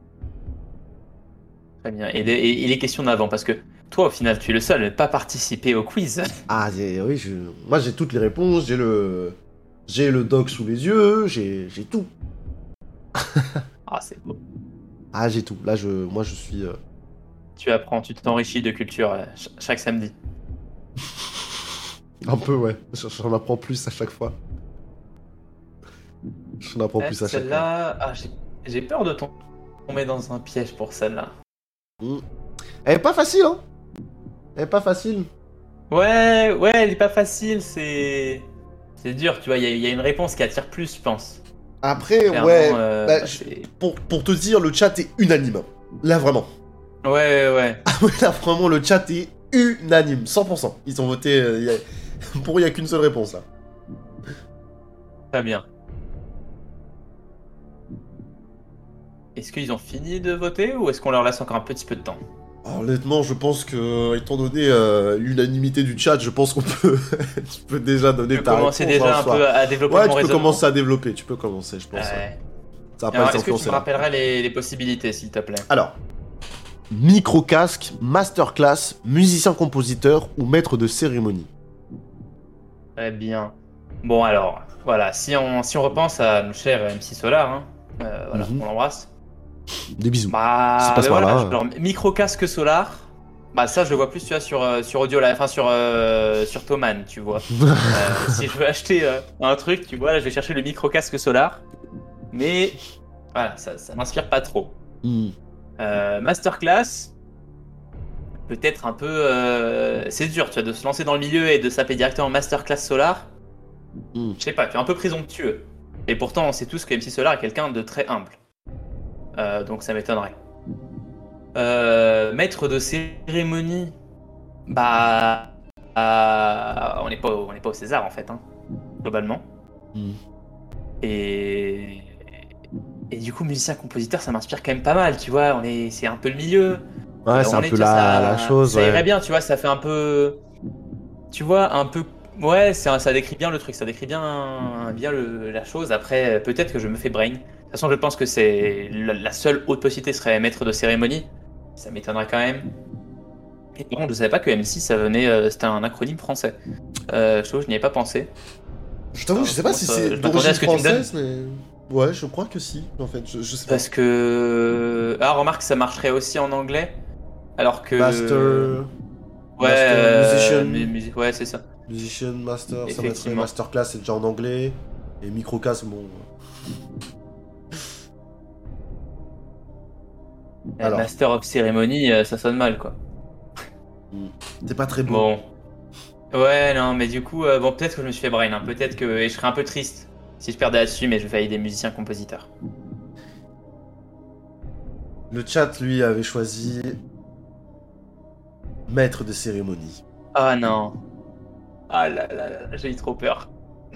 Très bien. Et, les- et- et les questions d'avant, parce que toi, au final, tu es le seul à ne pas participer au quiz. Ah j'ai- oui, je... moi j'ai toutes les réponses, j'ai le... J'ai le doc sous les yeux, j'ai j'ai tout. Ah, c'est beau. Ah j'ai tout. Là je... moi je suis... euh, Tu apprends, tu t'enrichis de culture euh, ch- chaque samedi. Un peu ouais. J'en apprends plus à chaque fois. J'en apprends Eh, plus à chaque fois. Celle-là, ah, j'ai- j'ai peur de tom- tomber dans un piège pour celle-là. Mm. Elle est pas facile hein. Elle est pas facile. Ouais, ouais, elle est pas facile, c'est. C'est dur, tu vois, il y, a- il y a une réponse qui attire plus, je pense. Après Clairement, ouais... euh, bah, bah, je- c'est- pour, pour te dire, le chat est unanime. Là vraiment. Ouais, ouais, ouais. Ah ouais, là vraiment le chat est unanime, cent pour cent. Ils ont voté, euh, y a- pour il y a qu'une seule réponse là. Très bien. Est-ce qu'ils ont fini de voter ou est-ce qu'on leur laisse encore un petit peu de temps? Alors, honnêtement, je pense que, étant donné euh, l'unanimité du chat, je pense qu'on peut, tu peux déjà donner Tu peux ta commencer réponse déjà en un soi. peu à développer Ouais, mon tu peux raisonnement. commencer à développer, tu peux commencer, je pense. ouais. Ouais. Ça va pas Alors, être est-ce que tu influencé me là. rappellerais les, les possibilités, s'il te plaît? Alors, micro-casque, masterclass, musicien-compositeur ou maître de cérémonie. Très bien. Bon, alors, voilà, si on, si on repense à notre cher M C Solar, hein, euh, voilà, Mhm. on l'embrasse. Des bisous. Bah, Ça passe bah par voilà, là. genre, micro casque solar. Bah ça je le vois plus tu vois sur euh, sur audio là, enfin sur euh, sur Thomann, tu vois. Euh, si je veux acheter euh, un truc, tu vois, là je vais chercher le micro casque solar. Mais voilà, ça ça m'inspire pas trop. Hmm. Euh, masterclass, peut-être un peu euh, c'est dur, tu vois, de se lancer dans le milieu et de s'appeler directement masterclass solar. Hmm. Je sais pas, tu es un peu présomptueux. Et pourtant on sait tous que M C Solar est quelqu'un de très humble. Euh, donc ça m'étonnerait. Euh, maître de cérémonie, bah, euh, on n'est pas, au- on n'est pas au César en fait, hein, globalement. Hmm. Et et du coup musicien-compositeur, ça m'inspire quand même pas mal, tu vois. On est, c'est un peu le milieu. Ouais, c'est On un est, peu tu vois, la, ça- la chose. Ça ouais. irait bien, tu vois. Ça fait un peu, tu vois, un peu. Ouais, c'est un- ça décrit bien le truc, ça décrit bien, bien le- la chose. Après, peut-être que je me fais brain. De toute façon, je pense que c'est la, la seule autre possibilité serait maître de cérémonie. Ça m'étonnerait quand même. Et par contre, je savais pas que M C, ça venait, euh, c'était un acronyme français. Euh, je trouve, je n'y ai pas pensé. Je t'avoue, je sais pas si Je c'est m'attendais à d'origine ce que tu me donnes. française, mais... Ouais, je crois que si, en fait, je, je sais pas. Parce que, ah, remarque, ça marcherait aussi en anglais. Alors que. Master... Ouais, master euh, musician. mu- musi- ouais, c'est ça. Musician, master, ça mettrait Effectivement. masterclass, c'est déjà en anglais. Et microcast, bon... Euh, Alors. Master of Ceremony, euh, ça sonne mal, quoi. T'es pas très beau. Bon. Ouais, non, mais du coup, euh, bon, peut-être que je me suis fait brain. Hein. Peut-être que et je serais un peu triste si je perdais là-dessus, mais je vais faillir des musiciens-compositeurs. Le chat, lui, avait choisi maître de cérémonie. Ah non. Ah là là là, j'ai eu trop peur.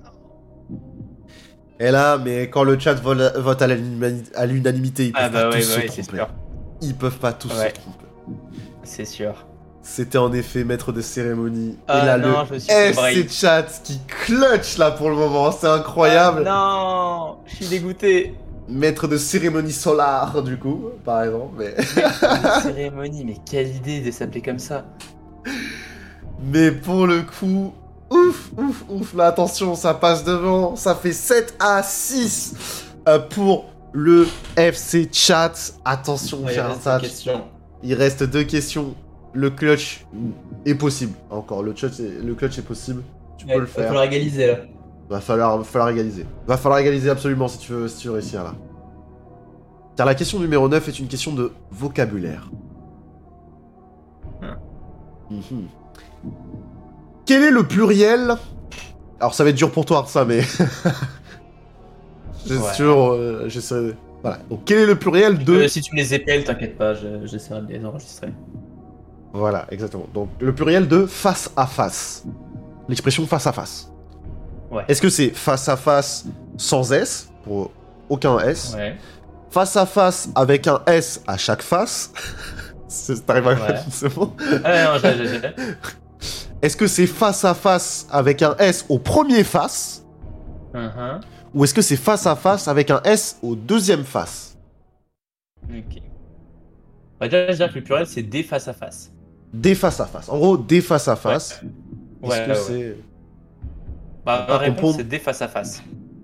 Et là, mais quand le chat vote, vote à l'unanimité, ils peuvent Ah pas bah tous ouais, se ouais, c'est tromper. sûr. Ils peuvent pas tous Ouais. se tromper. C'est sûr. C'était en effet maître de cérémonie. Ah Et là, non, le je me suis fait F C brain. chat qui clutch là pour le moment, c'est incroyable. Ah non, je suis dégoûté. Maître de cérémonie solar, du coup, par exemple. Mais, Cérémonie, mais quelle idée de s'appeler comme ça. mais pour le coup, ouf, ouf, ouf. Là, attention, ça passe devant. Ça fait sept à six euh, pour le F C chat. Attention, Ouais, il cher reste chat. une question. Il reste deux questions. Le clutch est possible. Encore, le clutch est, le clutch est possible. Tu peux le Va faire. falloir égaliser là. Va falloir, va falloir égaliser. Va falloir égaliser absolument si tu veux, si tu veux réussir là. Car la question numéro neuf est une question de vocabulaire. Hum. Mhm. Quel est le pluriel... Alors ça va être dur pour toi ça, mais... J'ai Ouais. sûr, euh, j'essaierai... Voilà. Donc quel est le pluriel de... Euh, si tu me les épelles, t'inquiète pas, je- j'essaierai de les enregistrer. Voilà, exactement. Donc le pluriel de face à face. L'expression face à face. Ouais. Est-ce que c'est face à face sans S, pour aucun S, Ouais. face à face avec un S à chaque face? C'est- T'arrives à Ouais. c'est bon. Ah non, j'ai, j'ai, j'ai. Est-ce que c'est face à face avec un S au premier face? Uh-huh. Ou est-ce que c'est face à face avec un S au deuxième face? Ok. On va déjà dire que le pluriel c'est des face à face. Des face à face. En gros, des face à face. Ouais, Est-ce que ouais. c'est... Bah, Pas ma réponse comprendre. c'est des face à face.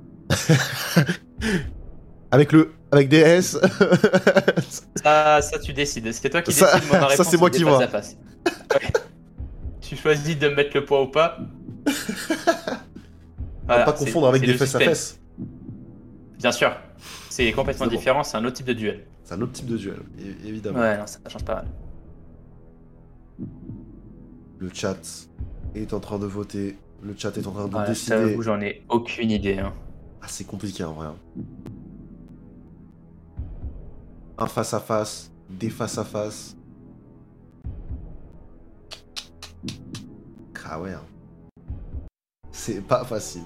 Avec le... Avec des S. Ça, ça tu décides. C'est toi qui Ça- décides. Moi, ma ça, réponse, c'est moi des qui face vois. à face. Ouais. Tu choisis de mettre le poids ou pas. On va Voilà, pas c'est- confondre avec c'est des le fesses à suspense. fesses. Bien sûr. C'est complètement C'est bon. différent, c'est un autre type de duel. C'est un autre type de duel, é- évidemment. Ouais, non, ça change pas mal. Le chat est en train de voter. Le chat est en train de Voilà, je décider. t'avoue, j'en ai aucune idée. Hein. Ah, c'est compliqué en vrai. hein. Un face à face, des face à face. Ah ouais. hein. C'est pas facile.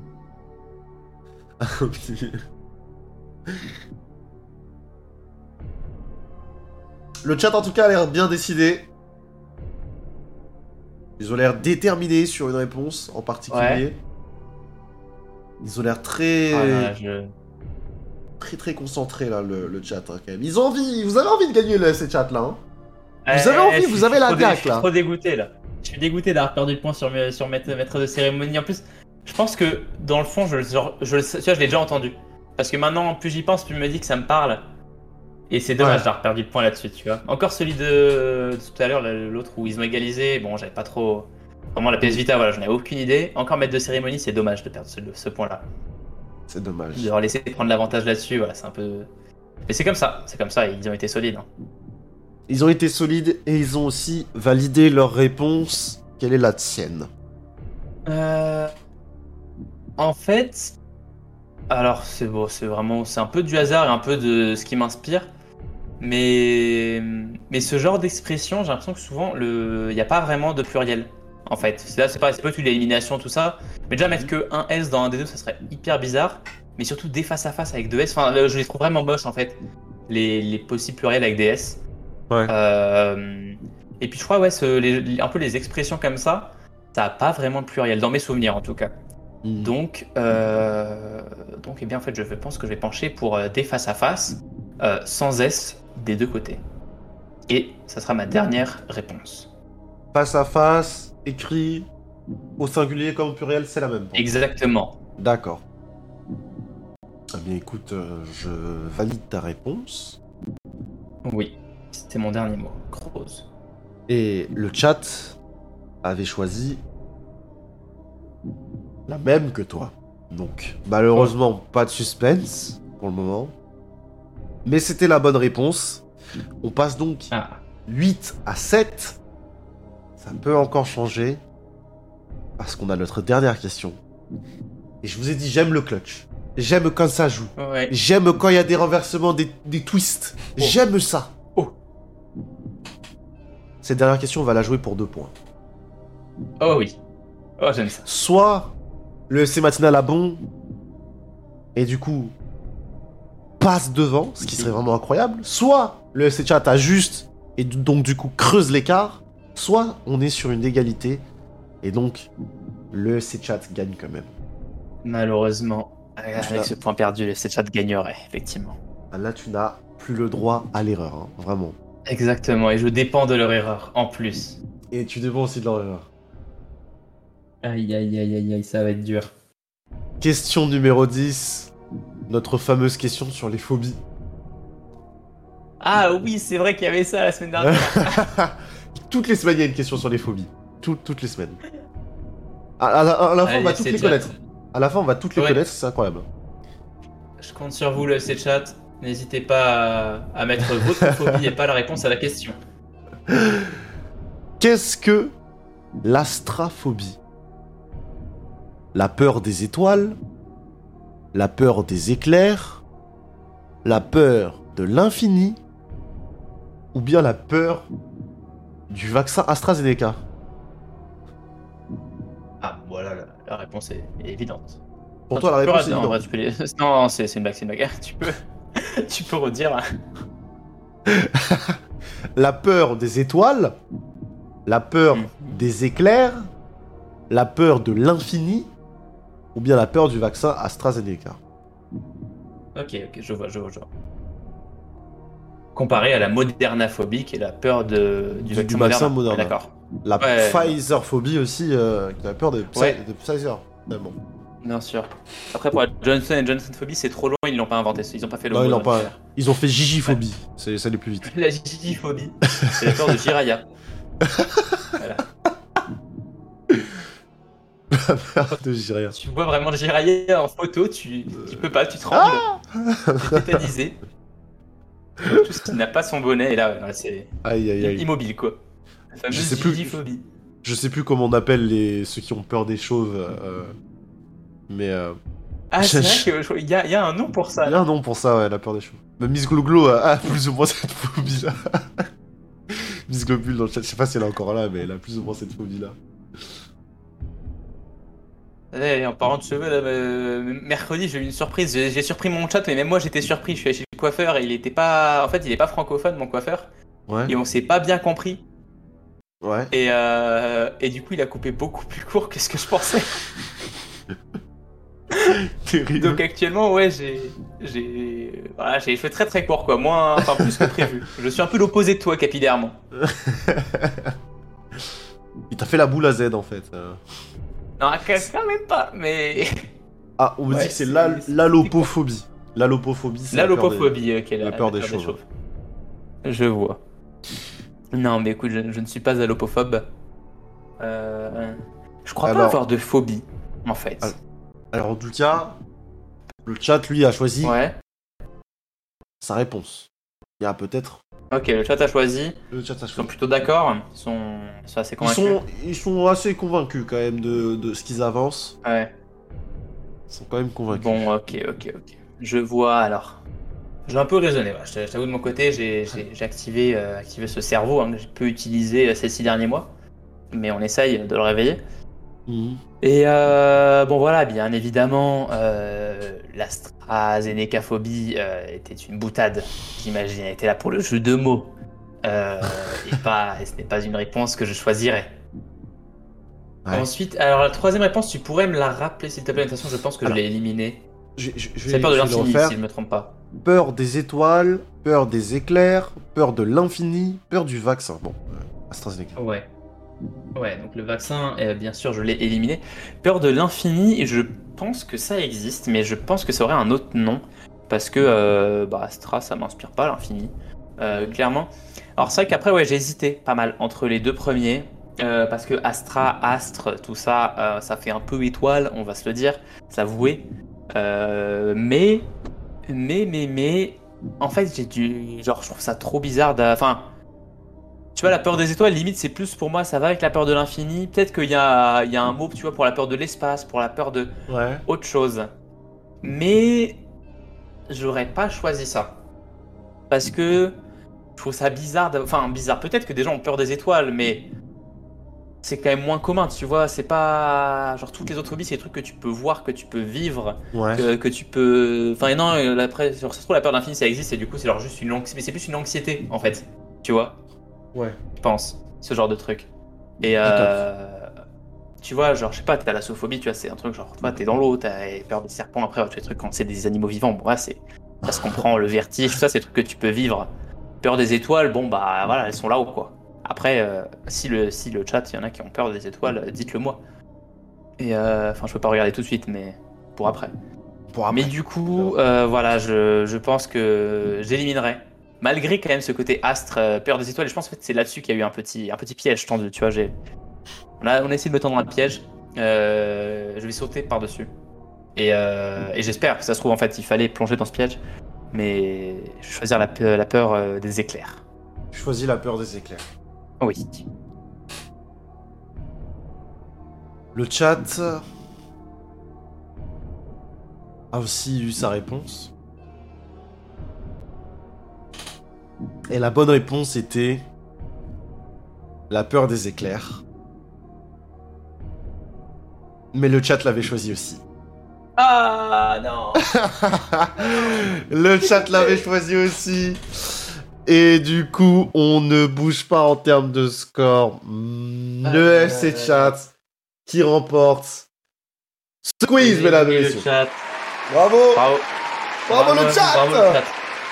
Le chat en tout cas a l'air bien décidé. Ils ont l'air déterminés sur une réponse en particulier. Ouais. Ils ont l'air très... Ah, là, je... très très concentrés là, le, le chat hein, quand même. Ils ont envie, vous avez envie de gagner le, ces chats là. Hein. Vous avez envie, je vous suis avez la trop dé- daque, Je suis là. trop dégoûté là. Je suis dégoûté d'avoir perdu le point sur, mes- sur maître, maître de cérémonie. En plus, je pense que dans le fond, je, le- genre, je, le sais- tu vois, je l'ai déjà entendu. Parce que maintenant, plus j'y pense, plus je me dis que ça me parle. Et c'est dommage Ouais. d'avoir perdu le point là-dessus, tu vois. Encore celui de, de tout à l'heure, là, l'autre où ils ont égalisé. Bon, j'avais pas trop. Vraiment, la P S Vita, voilà, j'en avais aucune idée. Encore maître de cérémonie, c'est dommage de perdre ce, ce point-là. C'est dommage. De leur laisser prendre l'avantage là-dessus, voilà, c'est un peu. Mais c'est comme ça, c'est comme ça, ils ont été solides. Hein. Ils ont été solides et ils ont aussi validé leur réponse. Quelle est la tienne? Euh... En fait, alors c'est beau, c'est vraiment, c'est un peu du hasard et un peu de ce qui m'inspire, mais mais ce genre d'expression, j'ai l'impression que souvent le, il n'y a pas vraiment de pluriel. En fait, c'est là, c'est pas, c'est pas tout l'élimination tout ça, mais déjà mettre que un S dans un des deux, ça serait hyper bizarre, mais surtout des face à face avec deux S, enfin, là, je les trouve vraiment moches en fait, les les possibles pluriels avec des S. Ouais. Euh, Et puis je crois ouais, ce- les- les- un peu les expressions comme ça, ça a pas vraiment de pluriel dans mes souvenirs en tout cas. Mm. Donc, euh, donc eh bien, en fait, je pense que je vais pencher pour euh, des face à face, euh, sans S des deux côtés. Et ça sera ma dernière réponse. Face à face, écrit au singulier comme au pluriel, c'est la même. pour toi. Exactement. D'accord. Eh bien écoute, euh, je valide ta réponse. Oui, c'était mon dernier mot. Croze. Et le chat avait choisi la même que toi. Donc, malheureusement, pas de suspense pour le moment. Mais c'était la bonne réponse. On passe donc Ah, huit à sept ça peut encore changer. Parce qu'on a notre dernière question. Et je vous ai dit, j'aime le clutch. J'aime quand ça joue. Ouais. J'aime quand il y a des renversements, des, des twists. Oh. J'aime ça. Oh. Cette dernière question, on va la jouer pour deux points. Oh oui. Oh, j'aime ça. Soit le F C Matinal a bon, et du coup, passe devant, ce qui serait vraiment incroyable. Soit le F C Chat a juste, et donc du coup creuse l'écart. Soit on est sur une égalité, et donc le F C Chat gagne quand même. Malheureusement, avec là, ce point perdu, le F C Chat gagnerait, effectivement. Là, tu n'as plus le droit à l'erreur, hein, vraiment. Exactement, et je dépends de leur erreur, en plus. Et tu dépends aussi de leur erreur. Aïe, aïe, aïe, aïe, aïe, ça va être dur. Question numéro dix, notre fameuse question sur les phobies. Ah oui, c'est vrai qu'il y avait ça la semaine dernière. Toutes les semaines, il y a une question sur les phobies. Tout, toutes les semaines. À, à, à, à la fin, Allez, on va toutes les chat. connaître. À la fin, on va toutes les ouais. connaître, c'est incroyable. Je compte sur vous, le F C Chat. N'hésitez pas à, à mettre votre phobie et pas la réponse à la question. Qu'est-ce que l'astraphobie? La peur des étoiles, la peur des éclairs, la peur de l'infini, ou bien la peur du vaccin AstraZeneca? Ah, voilà, la, la réponse est, est évidente. Pour toi, la réponse est évidente. Non, tu peux les... non c'est, c'est une blague, c'est une blague. Tu peux, tu peux redire. La peur des étoiles, la peur mmh. des éclairs, la peur de l'infini, ou bien la peur du vaccin AstraZeneca? Ok, ok, je vois, je vois, je vois. Comparé à la modernaphobie, qui est la peur de, du, du, vaccin, du vaccin Moderna. Moderna. D'accord. La ouais, Pfizer-phobie aussi, euh, qui a peur de, ouais. de Pfizer. Mais bon. Bien sûr. Après, pour la Johnson Johnson phobie, c'est trop long, ils l'ont pas inventé. Ils ont pas fait le non, mot. Ils l'ont pas. Ils ont fait Gigi-phobie. Ouais. C'est, ça allait plus vite. La Gigi-phobie. C'est la peur de Jiraya. Voilà. La peur de Jiraya. Tu vois vraiment Jiraya en photo, tu, tu peux pas, tu trembles. Ah tu es tétanisé. Tout ce qui n'a pas son bonnet, et là, ouais, c'est aïe, aïe, aïe. Immobile, quoi. La fameuse je sais plus, Gigi-phobie. Je sais plus comment on appelle les, ceux qui ont peur des chauves, euh, mais... Euh... Ah, c'est vrai qu'il y, y a un nom pour ça. Il y a un nom pour ça, ouais, la peur des chauves. Mais Miss Gloglo a, a plus ou moins cette phobie-là. Miss Globule dans le chat, je sais pas si elle est encore là, mais elle a plus ou moins cette phobie-là. Hey, en parlant de cheveux, là, euh, mercredi j'ai eu une surprise, j'ai, j'ai surpris mon chat, mais même moi j'étais surpris, je suis allé chez le coiffeur et il était pas... En fait il est pas francophone mon coiffeur, ouais. Et on s'est pas bien compris. Ouais. Et, euh, et du coup il a coupé beaucoup plus court que ce que je pensais. Terrible. Donc actuellement ouais j'ai... J'ai... Voilà, j'ai les cheveux très très courts quoi, moins... enfin plus que prévu. Je suis un peu l'opposé de toi capillairement. Il t'a fait la boule à Z en fait. Non, quand même pas, mais... Ah, on me ouais, dit que c'est, c'est la, l'allopophobie. L'allopophobie, c'est l'allopophobie, la peur des, okay, la, la, peur la des peur chauves. des chauves. Je vois. Non, mais écoute, je, je ne suis pas allopophobe. Euh, je crois alors, pas avoir de phobie, en fait. Alors, alors, en tout cas, le chat, lui, a choisi ouais. sa réponse. Il y a peut-être... Ok, le chat a choisi. Le chat a choisi. Ils sont plutôt d'accord. Ils sont, ils sont assez convaincus. Ils sont, ils sont assez convaincus quand même de, de ce qu'ils avancent. Ouais. Ils sont quand même convaincus. Bon, ok, ok, ok. Je vois alors. J'ai un peu raisonné. Ouais. Je t'avoue de mon côté, j'ai, j'ai, j'ai activé, euh, activé ce cerveau hein, que j'ai peu utilisé ces six derniers mois. Mais on essaye de le réveiller. Mmh. Et euh, bon voilà, bien évidemment, euh, l'AstraZeneca-phobie euh, était une boutade, j'imagine. Elle était là pour le jeu de mots. Euh, et, pas, et ce n'est pas une réponse que je choisirais. Ouais. Ensuite, alors la troisième réponse, tu pourrais me la rappeler s'il te plaît. De toute façon, je pense que alors, je l'ai éliminée. Je, je, je C'est peur de l'infini, si je ne me trompe pas. Peur des étoiles, peur des éclairs, peur de l'infini, peur du vaccin. Bon, euh, AstraZeneca. Ouais. Ouais, donc le vaccin, euh, bien sûr, je l'ai éliminé. Peur de l'infini, je pense que ça existe, mais je pense que ça aurait un autre nom. Parce que euh, bah, Astra, ça m'inspire pas, l'infini, euh, clairement. Alors c'est vrai qu'après, ouais, j'ai hésité pas mal entre les deux premiers. Euh, parce que Astra, Astre, tout ça, euh, ça fait un peu étoile, on va se le dire, s'avouer. Euh, mais, mais, mais, mais, en fait, j'ai du... Genre, je trouve ça trop bizarre d'a... Enfin... Tu vois, la peur des étoiles, limite, c'est plus pour moi, ça va avec la peur de l'infini. Peut-être qu'il y a, il y a un mot, tu vois, pour la peur de l'espace, pour la peur de Ouais. autre chose. Mais j'aurais pas choisi ça. Parce que je trouve ça bizarre. d'av- Enfin, bizarre. Peut-être que des gens ont peur des étoiles, mais c'est quand même moins commun, tu vois. C'est pas. Genre, toutes les autres phobies, c'est des trucs que tu peux voir, que tu peux vivre, Ouais. que, que tu peux. Enfin, non, euh, après, sur ça se trouve, la peur de l'infini, ça existe, et du coup, c'est genre juste une anxiété. Mais c'est plus une anxiété, en fait. Tu vois, Ouais. je pense. Ce genre de truc. Et D'accord. euh, tu vois, genre, je sais pas, t'as la zoophobie, tu vois, c'est un truc genre, toi, t'es dans l'eau, t'as peur des serpents, après, tous les trucs, quand c'est des animaux vivants, bon, ouais, c'est, ça se comprend, le vertige, tout ça, c'est des trucs que tu peux vivre. Peur des étoiles, bon, bah, voilà, elles sont là-haut, quoi. Après, euh, si, le, si le chat, il y en a qui ont peur des étoiles, euh, dites-le moi. Et, euh, enfin, je peux pas regarder tout de suite, mais pour après. Pour Mais après. du coup, euh, voilà, je, je pense que j'éliminerai. Malgré quand même ce côté astre, euh, peur des étoiles, et je pense en fait c'est là-dessus qu'il y a eu un petit, un petit piège tendu, tu vois, j'ai... On a, on a essayé de me tendre un piège, euh, je vais sauter par-dessus. Et, euh, et j'espère que ça se trouve, en fait, il fallait plonger dans ce piège, mais je vais choisir la, pe- la peur euh, des éclairs. Je choisis la peur des éclairs. Oui. Le chat a aussi eu sa réponse. Et la bonne réponse était la peur des éclairs. Mais le chat l'avait choisi aussi. Ah non. Le chat l'avait choisi aussi. Et du coup, on ne bouge pas en termes de score. Mm, Le Ah, F C là, là, Chat qui remporte ce quiz, mesdames et le messieurs. chat. Bravo. Bravo. Bravo le chat. Bravo le chat.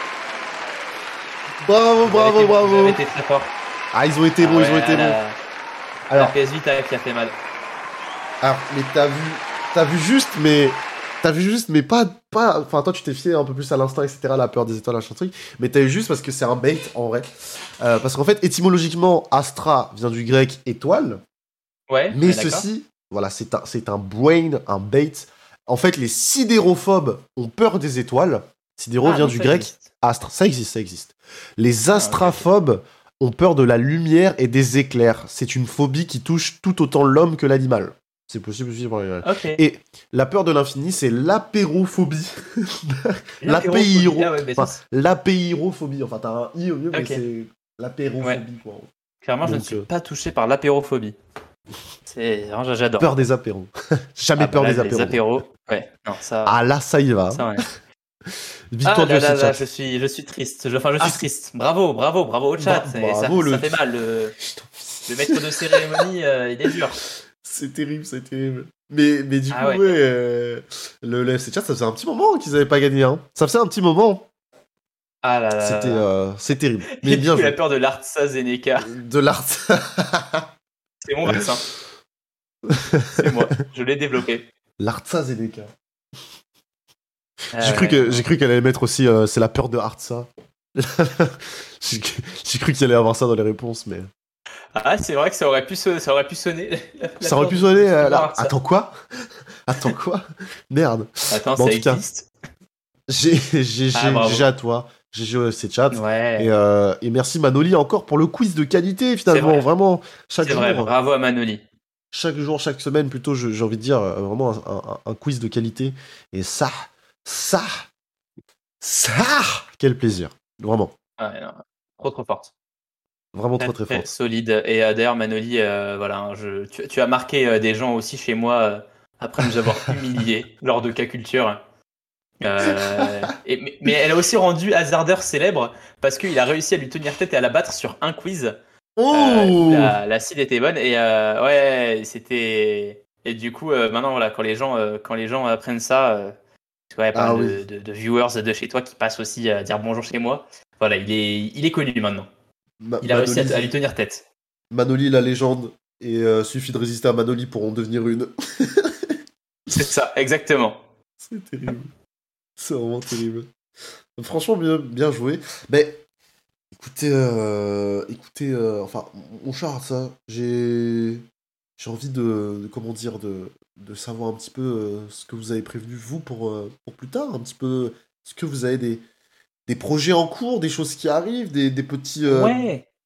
Bravo, Vous avez bravo, été- Vous bravo. avez été très fort. Ah, ils ont été bons, Ah ils ont ouais, été la- bons. La Alors, P S Vita qui a fait mal. alors, mais t'as vu, t'as vu juste, mais t'as vu juste, mais pas, pas. Enfin, toi, tu t'es fié un peu plus à l'instinct, et cetera. La peur des étoiles, machin truc. Mais t'as eu juste parce que c'est un bait en vrai. Euh, parce qu'en fait, étymologiquement, Astra vient du grec étoile. Ouais, Mais ouais, d'accord. ceci, voilà, c'est un, c'est un brain, un bait. En fait, les sidérophobes ont peur des étoiles. Sidéro Ah, vient donc du ça grec existe. astre. Ça existe, ça existe. Les Ah, ok, astraphobes ont peur de la lumière et des éclairs. C'est une phobie qui touche tout autant l'homme que l'animal. C'est possible aussi pour l'animal. Ok. Et la peur de l'infini, c'est l'apérophobie. L'apérophobie. L'apéiro. Ah ouais, mais Enfin, ça, l'apéirophobie. Enfin, t'as un i au milieu, mais Ok. c'est l'apérophobie, quoi. clairement, je ne Donc, suis euh, pas touché par l'apérophobie. C'est vraiment, j'adore. Peur des apéros. Jamais Ah, bah peur là, des les apéros. apéros. Ouais, non, ça. Ah là, ça y va. ça ouais. Victoire Ah du là là F C là, Chat. je suis, je suis triste. Je- Enfin, je suis Ah, c'est- triste. Bravo, bravo, bravo au chat. Bra- Et ça, bravo, le- ça fait mal. Le, le maître de cérémonie, euh, il est dur. C'est terrible, c'est terrible. Mais, mais du Ah coup, ouais. ouais, euh, le, le F C Chat, ça faisait un petit moment qu'ils avaient pas gagné. Hein. Ça faisait un petit moment. Ah là là. C'était, là. euh, c'est terrible. Mais Et bien du coup, la joué. peur de l'AstraZeneca. De l'art. C'est mon vaccin. C'est moi. Je l'ai développé. L'Artsa Zeneca. Ah J'ai ouais. cru que j'ai cru qu'elle allait mettre aussi euh, c'est la peur de Artsa. j'ai j'ai cru qu'il allait avoir ça dans les réponses, mais Ah, c'est vrai que ça aurait pu, so- ça aurait pu sonner. La- la ça aurait peur pu de- sonner. de euh, là. voir ça. Attends quoi Attends quoi Merde. Attends, Bon, en ça tout cas, existe. J'ai j'ai Ah, j'ai bravo. j'ai à toi. G G au F C Chat. Ouais. Et, euh, et merci Manoli encore pour le quiz de qualité finalement. vrai. Vraiment, chaque C'est jour, vrai, bravo à Manoli. chaque jour, chaque semaine plutôt, je- j'ai envie de dire euh, vraiment un, un- un quiz de qualité. Et ça, ça, ça, quel plaisir. Vraiment, Ouais, non, trop trop forte. vraiment très très Très fort. solide. Et euh, d'ailleurs, Manoli, euh, voilà, hein, je, tu, tu as marqué euh, des gens aussi chez moi euh, après nous avoir humiliés lors de K-Culture. Euh, et- mais, mais elle a aussi rendu Hazarder célèbre parce qu'il a réussi à lui tenir tête et à la battre sur un quiz. Oh Euh, la, la seed était bonne et euh, ouais, c'était. Et du coup, euh, maintenant, voilà, quand les gens, euh, quand les gens apprennent ça, euh, parce que, ouais, pas Ah mal oui. de, de, de viewers de chez toi qui passent aussi à dire bonjour chez moi. Voilà, il est, il est connu maintenant. Ma- Il a réussi à, Manoli, à lui tenir tête. Manoli la légende. Et euh, suffit de résister à Manoli pour en devenir une. C'est ça, exactement. C'est terrible. C'est vraiment terrible. Franchement, bien, bien joué. Mais écoutez, euh, écoutez, euh, enfin, mon cher, ça, j'ai, j'ai envie de, de- comment dire, de, de savoir un petit peu euh, ce que vous avez prévenu vous pour, euh, pour plus tard, un petit peu. Est-ce que vous avez des, des projets en cours, des choses qui arrivent, des, des petits, euh, Ouais.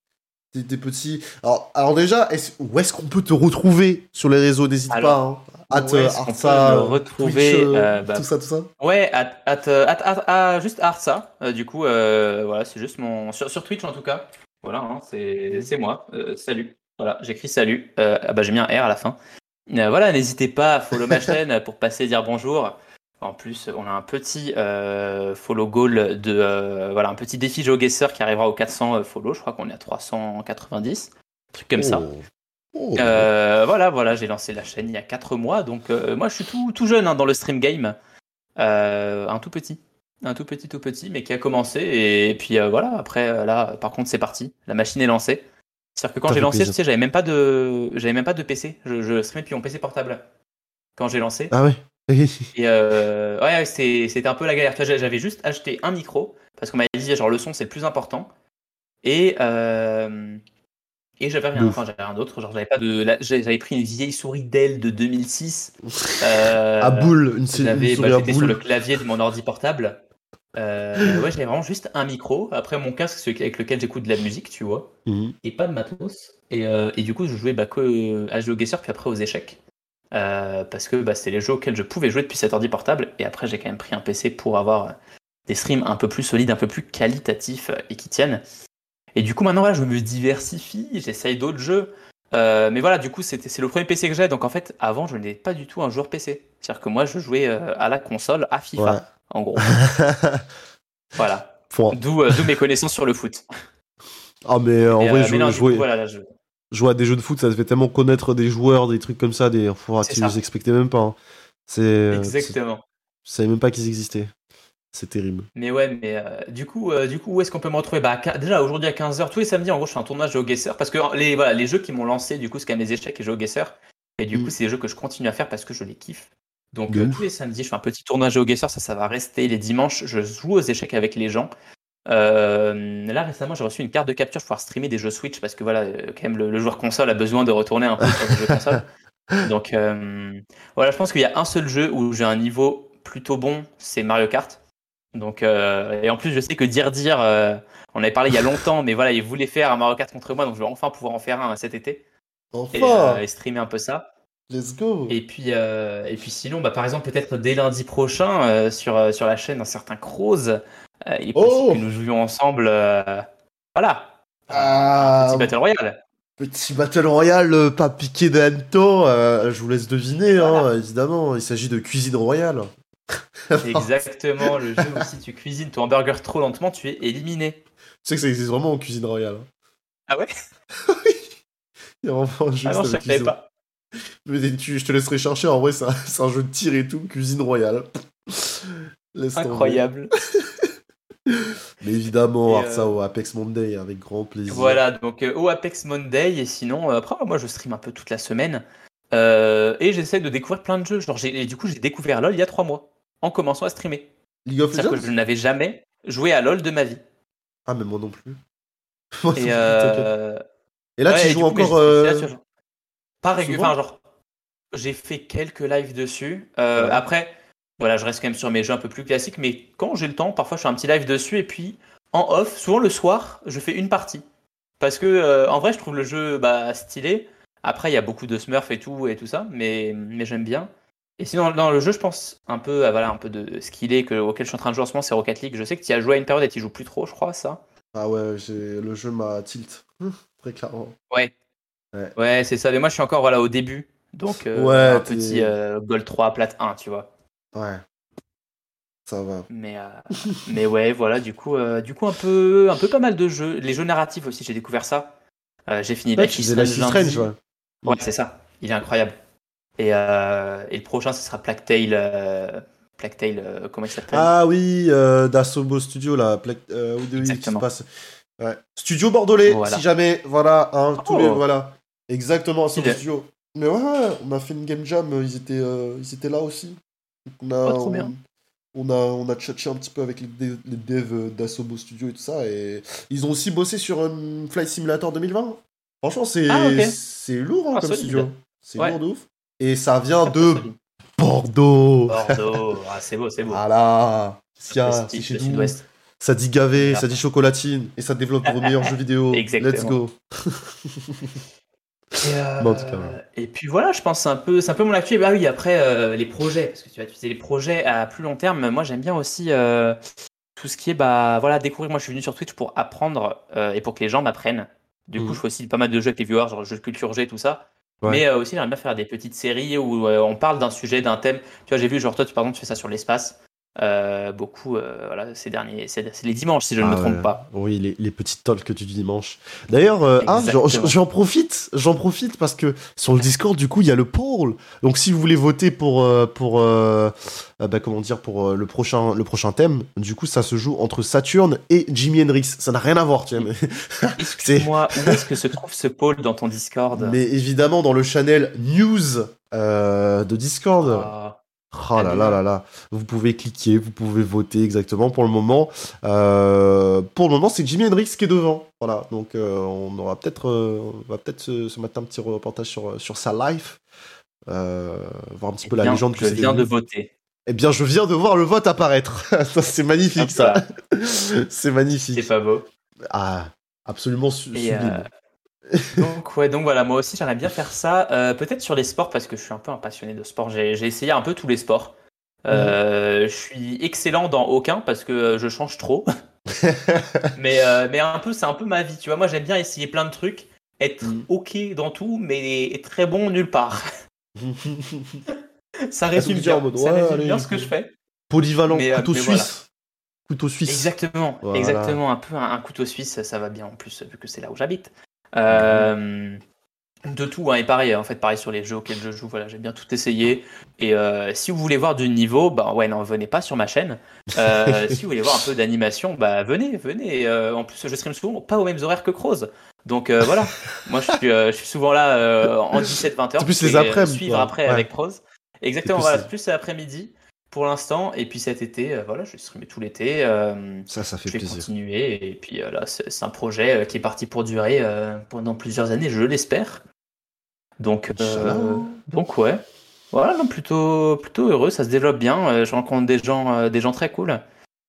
Des, des petits. Alors, alors déjà, est-ce- où est-ce qu'on peut te retrouver sur les réseaux? N'hésite Alors, pas. Hein. At où euh, est-ce qu'on peut Artsa, me euh, retrouver Twitch, euh, euh, bah, tout ça, tout ça. Ouais, at, at, euh, at- at- ah, juste Artsa. Euh, du coup, euh, voilà, c'est juste mon. Sur, sur Twitch en tout cas. Voilà, hein, c'est c'est moi. Euh, salut. Voilà, j'écris salut. Euh, ah bah, j'ai mis un R à la fin. Euh, voilà, n'hésitez pas à follow ma chaîne pour passer dire bonjour. En plus, on a un petit euh, follow goal de. Euh, voilà, un petit défi GeoGuessr qui arrivera aux quatre cents euh, follow. Je crois qu'on est à trois cent quatre-vingt-dix. Un truc comme ça. Oh. Oh. Euh, voilà, voilà, j'ai lancé la chaîne il y a quatre mois, donc euh, moi je suis tout, tout jeune hein, dans le stream game, euh, un tout petit, un tout petit, tout petit, mais qui a commencé et, puis euh, voilà. Après euh, là, par contre, c'est parti, la machine est lancée. C'est-à-dire que quand Ça j'ai fait lancé, plaisir. tu sais, j'avais même pas de, j'avais même pas de P C, je, je streamais depuis mon P C portable quand j'ai lancé. Ah ouais. Et euh, ouais, c'était, c'était un peu la galère. Tu vois, j'avais juste acheté un micro parce qu'on m'avait dit genre le son c'est le plus important et euh, Et j'avais rien, De enfin ouf. j'avais rien d'autre, genre j'avais pas de, la- j'avais pris une vieille souris Dell de deux mille six. Euh, À boule, une, sé- une j'avais, bah, souris à j'étais sur le boule. clavier de mon ordi portable. Euh, ouais, j'avais vraiment juste un micro. Après mon casque, celui avec lequel j'écoute de la musique, tu vois, Mhm. et pas de matos. Et, euh, et du coup, je jouais bah, que à GeoGuessr puis après aux échecs, Euh, parce que bah, c'était les jeux auxquels je pouvais jouer depuis cet ordi portable. Et après, j'ai quand même pris un P C pour avoir des streams un peu plus solides, un peu plus qualitatifs et qui tiennent. Et du coup, maintenant, voilà, je me diversifie, j'essaye d'autres jeux. Euh, mais voilà, du coup, c'était, c'est le premier P C que j'ai. Donc, en fait, avant, je n'étais pas du tout un joueur P C. C'est-à-dire que moi, je jouais euh, à la console, à FIFA, Ouais. en gros. Voilà. Point. D'où, euh, d'où mes connaissances sur le foot. Ah, mais euh, en Et, vrai, euh, mais jouer, non, du coup, jouer, voilà, là, je... jouer à des jeux de foot, ça te fait tellement connaître des joueurs, des trucs comme ça, des. Faut, c'est tu ça. les expectais même pas. Hein. C'est. euh, c'est- Exactement. Je savais même pas qu'ils existaient. C'est terrible. Mais ouais, mais euh, du coup, euh, du coup, où est-ce qu'on peut me retrouver? Bah, à quin- déjà aujourd'hui à quinze heures, tous les samedis, en gros, je fais un tournoi GeoGuessr parce que les, voilà, les jeux qui m'ont lancé, du coup, c'est quand même les échecs et GeoGuessr. Et du Mm. coup, c'est des jeux que je continue à faire parce que je les kiffe. Donc, De euh, ouf. tous les samedis, je fais un petit tournoi GeoGuessr, ça, ça va rester. Les dimanches, je joue aux échecs avec les gens. Euh, là, récemment, j'ai reçu une carte de capture pour pouvoir streamer des jeux Switch parce que voilà, euh, quand même, le, le joueur console a besoin de retourner un peu sur les jeux console. Donc, euh, voilà, je pense qu'il y a un seul jeu où j'ai un niveau plutôt bon, c'est Mario Kart. Donc, euh, et en plus, je sais que dire dire, euh, on avait parlé il y a longtemps, mais voilà, il voulait faire un Mario Kart contre moi, donc je vais enfin pouvoir en faire un cet été et, Enfin, euh, et streamer un peu ça. let's go. Et puis, euh, et puis sinon, bah, par exemple, peut-être dès lundi prochain euh, sur, euh, sur la chaîne d'un certain Croze, euh, il est possible Oh. que nous jouions ensemble. euh, voilà, Ah. un petit Battle Royale. Petit Battle Royale, euh, pas piqué de hanneton, euh, je vous laisse deviner, Voilà. hein, évidemment. Il s'agit de cuisine royale. Exactement, le jeu où si tu cuisines ton hamburger trop lentement, tu es éliminé. Tu sais que ça existe vraiment en cuisine royale. hein. Ah ouais? Il y a vraiment un jeu Ah non, je avec savais cuisine. pas. Mais tu- je te laisserai chercher, en vrai, c'est un, c'est un jeu de tir et tout, cuisine royale. Laisse tomber. Incroyable. Mais évidemment, Et, Artsa euh, au Apex Monday, avec grand plaisir. Voilà, donc euh, au Apex Monday, et sinon, euh, après, moi je stream un peu toute la semaine, euh, et j'essaie de découvrir plein de jeux. Genre, j'ai- et du coup, j'ai découvert LoL il y a trois mois, en commençant à streamer. League of C'est-à-dire que Legends je n'avais jamais joué à LoL de ma vie. Ah, mais moi non plus. Moi non plus, Et, t'inquiète. euh... Et là, ouais, tu et joues du coup, mais encore. je- euh, là, tu vois, genre, pas régulier, souvent enfin, genre, j'ai fait quelques lives dessus. Euh, Ouais. Après, voilà, je reste quand même sur mes jeux un peu plus classiques, mais quand j'ai le temps, parfois je fais un petit live dessus, et puis en off, souvent le soir, je fais une partie. Parce que, euh, en vrai, je trouve le jeu bah, stylé. Après, il y a beaucoup de smurf et tout, et tout ça, mais, mais j'aime bien. Et sinon, dans le jeu, je pense un peu, à, voilà, un peu de ce qu'il est, que, auquel je suis en train de jouer en ce moment, c'est Rocket League. Je sais que tu y as joué à une période et tu joues plus trop, je crois, ça. Ah ouais, j'ai... le jeu m'a tilt. Très clairement. Ouais. Ouais. Ouais, c'est ça. Mais moi, je suis encore voilà, au début. Donc, euh, Ouais, un t'es- petit euh, Gold trois, Plate un, tu vois. Ouais. Ça va. Mais, euh, mais ouais, voilà, du coup, euh, du coup un, peu, un peu pas mal de jeux. Les jeux narratifs aussi, j'ai découvert ça. Euh, j'ai fini Ouais, Life tu is faisais Life is Strange lundi. Strange, ouais. Ouais, c'est ça. Il est incroyable. Et, euh, et le prochain, ce sera Plague Tale. Euh, Plague Tale, euh, comment il s'appelle? Ah oui, euh, d'Asobo Studio, là. Pla- euh, où de- oui, qui se Exactement. passe. Ouais. Studio bordelais, Voilà. si jamais. Voilà, hein, tous Oh. les. Voilà. Exactement, Asobo Stylé. Studio. Mais ouais, ouais, on a fait une game jam, ils étaient, euh, ils étaient là aussi. Donc on a, Oh, trop on, bien. on a, on a tchatché un petit peu avec les, dev- les devs d'Asobo Studio et tout ça. Et ils ont aussi bossé sur un Flight Simulator deux mille vingt. Franchement, c'est Ah, ok. c'est lourd hein, Ah, comme solide. studio. C'est Ouais. lourd de ouf. Et ça vient Très, très de solide. Bordeaux. Bordeaux. Ah, c'est beau, c'est beau. Voilà. Le Tiens, c'est style, chez le nous. sud-ouest. Ça dit gavé, Merde. ça dit chocolatine, et ça développe vos meilleurs jeux vidéo. Exactement. Let's go. Et, euh, Bon, en tout cas, ouais. et puis voilà, je pense que c'est un peu, c'est un peu mon actu. Et bah oui, après euh, les projets, parce que tu vas utiliser les projets à plus long terme. Moi, j'aime bien aussi euh, tout ce qui est bah voilà découvrir. Moi, je suis venu sur Twitch pour apprendre euh, et pour que les gens m'apprennent. Du coup, Mhm. je fais aussi pas mal de jeux avec les viewers, genre jeux de culture G, tout ça. Ouais. Mais euh, aussi, j'aime bien faire des petites séries où euh, on parle d'un sujet, d'un thème. Tu vois, j'ai vu, genre toi, tu, par exemple, tu fais ça sur l'espace. Euh, beaucoup, euh, voilà, ces derniers, c'est, c'est les dimanches, si je ne Ah me trompe ouais. pas. Oui, les, les petites talks que tu dis dimanche. D'ailleurs, euh, ah, j'en, Exactement. j'en profite, j'en profite parce que sur le Discord, du coup, il y a le poll. Donc, si vous voulez voter pour, euh, pour, euh, euh, bah, comment dire, pour euh, le prochain, le prochain thème, du coup, ça se joue entre Saturne et Jimi Hendrix. Ça n'a rien à voir, tu vois. Mais, c'est, Excuse-moi, où est-ce que se trouve ce pôle dans ton Discord? mais évidemment, dans le channel News euh, de Discord. Ah, Oh là très là bien. là là, vous pouvez cliquer, vous pouvez voter exactement. Pour le moment, euh, pour le moment, c'est Jimi Hendrix qui est devant. Voilà, donc euh, on aura peut-être, euh, on va peut-être se, se mettre un petit reportage sur sur sa life, euh, voir un petit Eh peu la bien, légende que je c'est viens de devenu. voter. Eh bien, je viens de voir le vote apparaître. Ça, c'est magnifique, Hop ça. là, C'est c'est magnifique. pas beau. Ah, absolument su- Et euh, sublime. donc, ouais, donc voilà, moi aussi j'aimerais bien faire ça. Euh, peut-être sur les sports, parce que je suis un peu un passionné de sport. J'ai, j'ai essayé un peu tous les sports. Euh, je suis excellent dans aucun parce que euh, je change trop. Mais, euh, mais un peu, c'est un peu ma vie, tu vois. Moi, j'aime bien essayer plein de trucs, être Mhm. ok dans tout, mais être très bon nulle part. Ça Ah, résume donc, dire en bien, mode, ça ouais, résume allez, bien ce que je fais. polyvalent, Mais, euh, couteau mais voilà. suisse. Couteau suisse. Exactement, Voilà. exactement. Un peu un, un couteau suisse, ça va bien en plus, vu que c'est là où j'habite. Grave. Euh, de tout, hein, et pareil, en fait, pareil sur les jeux auxquels je joue, voilà, j'aime bien tout essayer. Et euh, si vous voulez voir du niveau, bah ouais, non, venez pas sur ma chaîne. Euh, si vous voulez voir un peu d'animation, bah venez, venez. Euh, en plus, je stream souvent, pas aux mêmes horaires que Croze. Donc euh, voilà, moi je suis, euh, je suis souvent là euh, en dix-sept vingt heures. C'est Vous plus les pouvez euh, après-midi, suivre toi. après Ouais. avec Croze. C'est Exactement, plus voilà, les- c'est plus l'après-midi pour l'instant. Et puis cet été, euh, voilà, je vais streamer tout l'été. euh, Ça, ça fait je vais plaisir. continuer. Et puis euh, là, c'est c'est un projet euh, qui est parti pour durer euh, pendant plusieurs années, je l'espère. Donc, Inch'Allah. euh, donc ouais. Voilà, non, plutôt, plutôt heureux, ça se développe bien. euh, je rencontre des gens, euh, des gens très cool.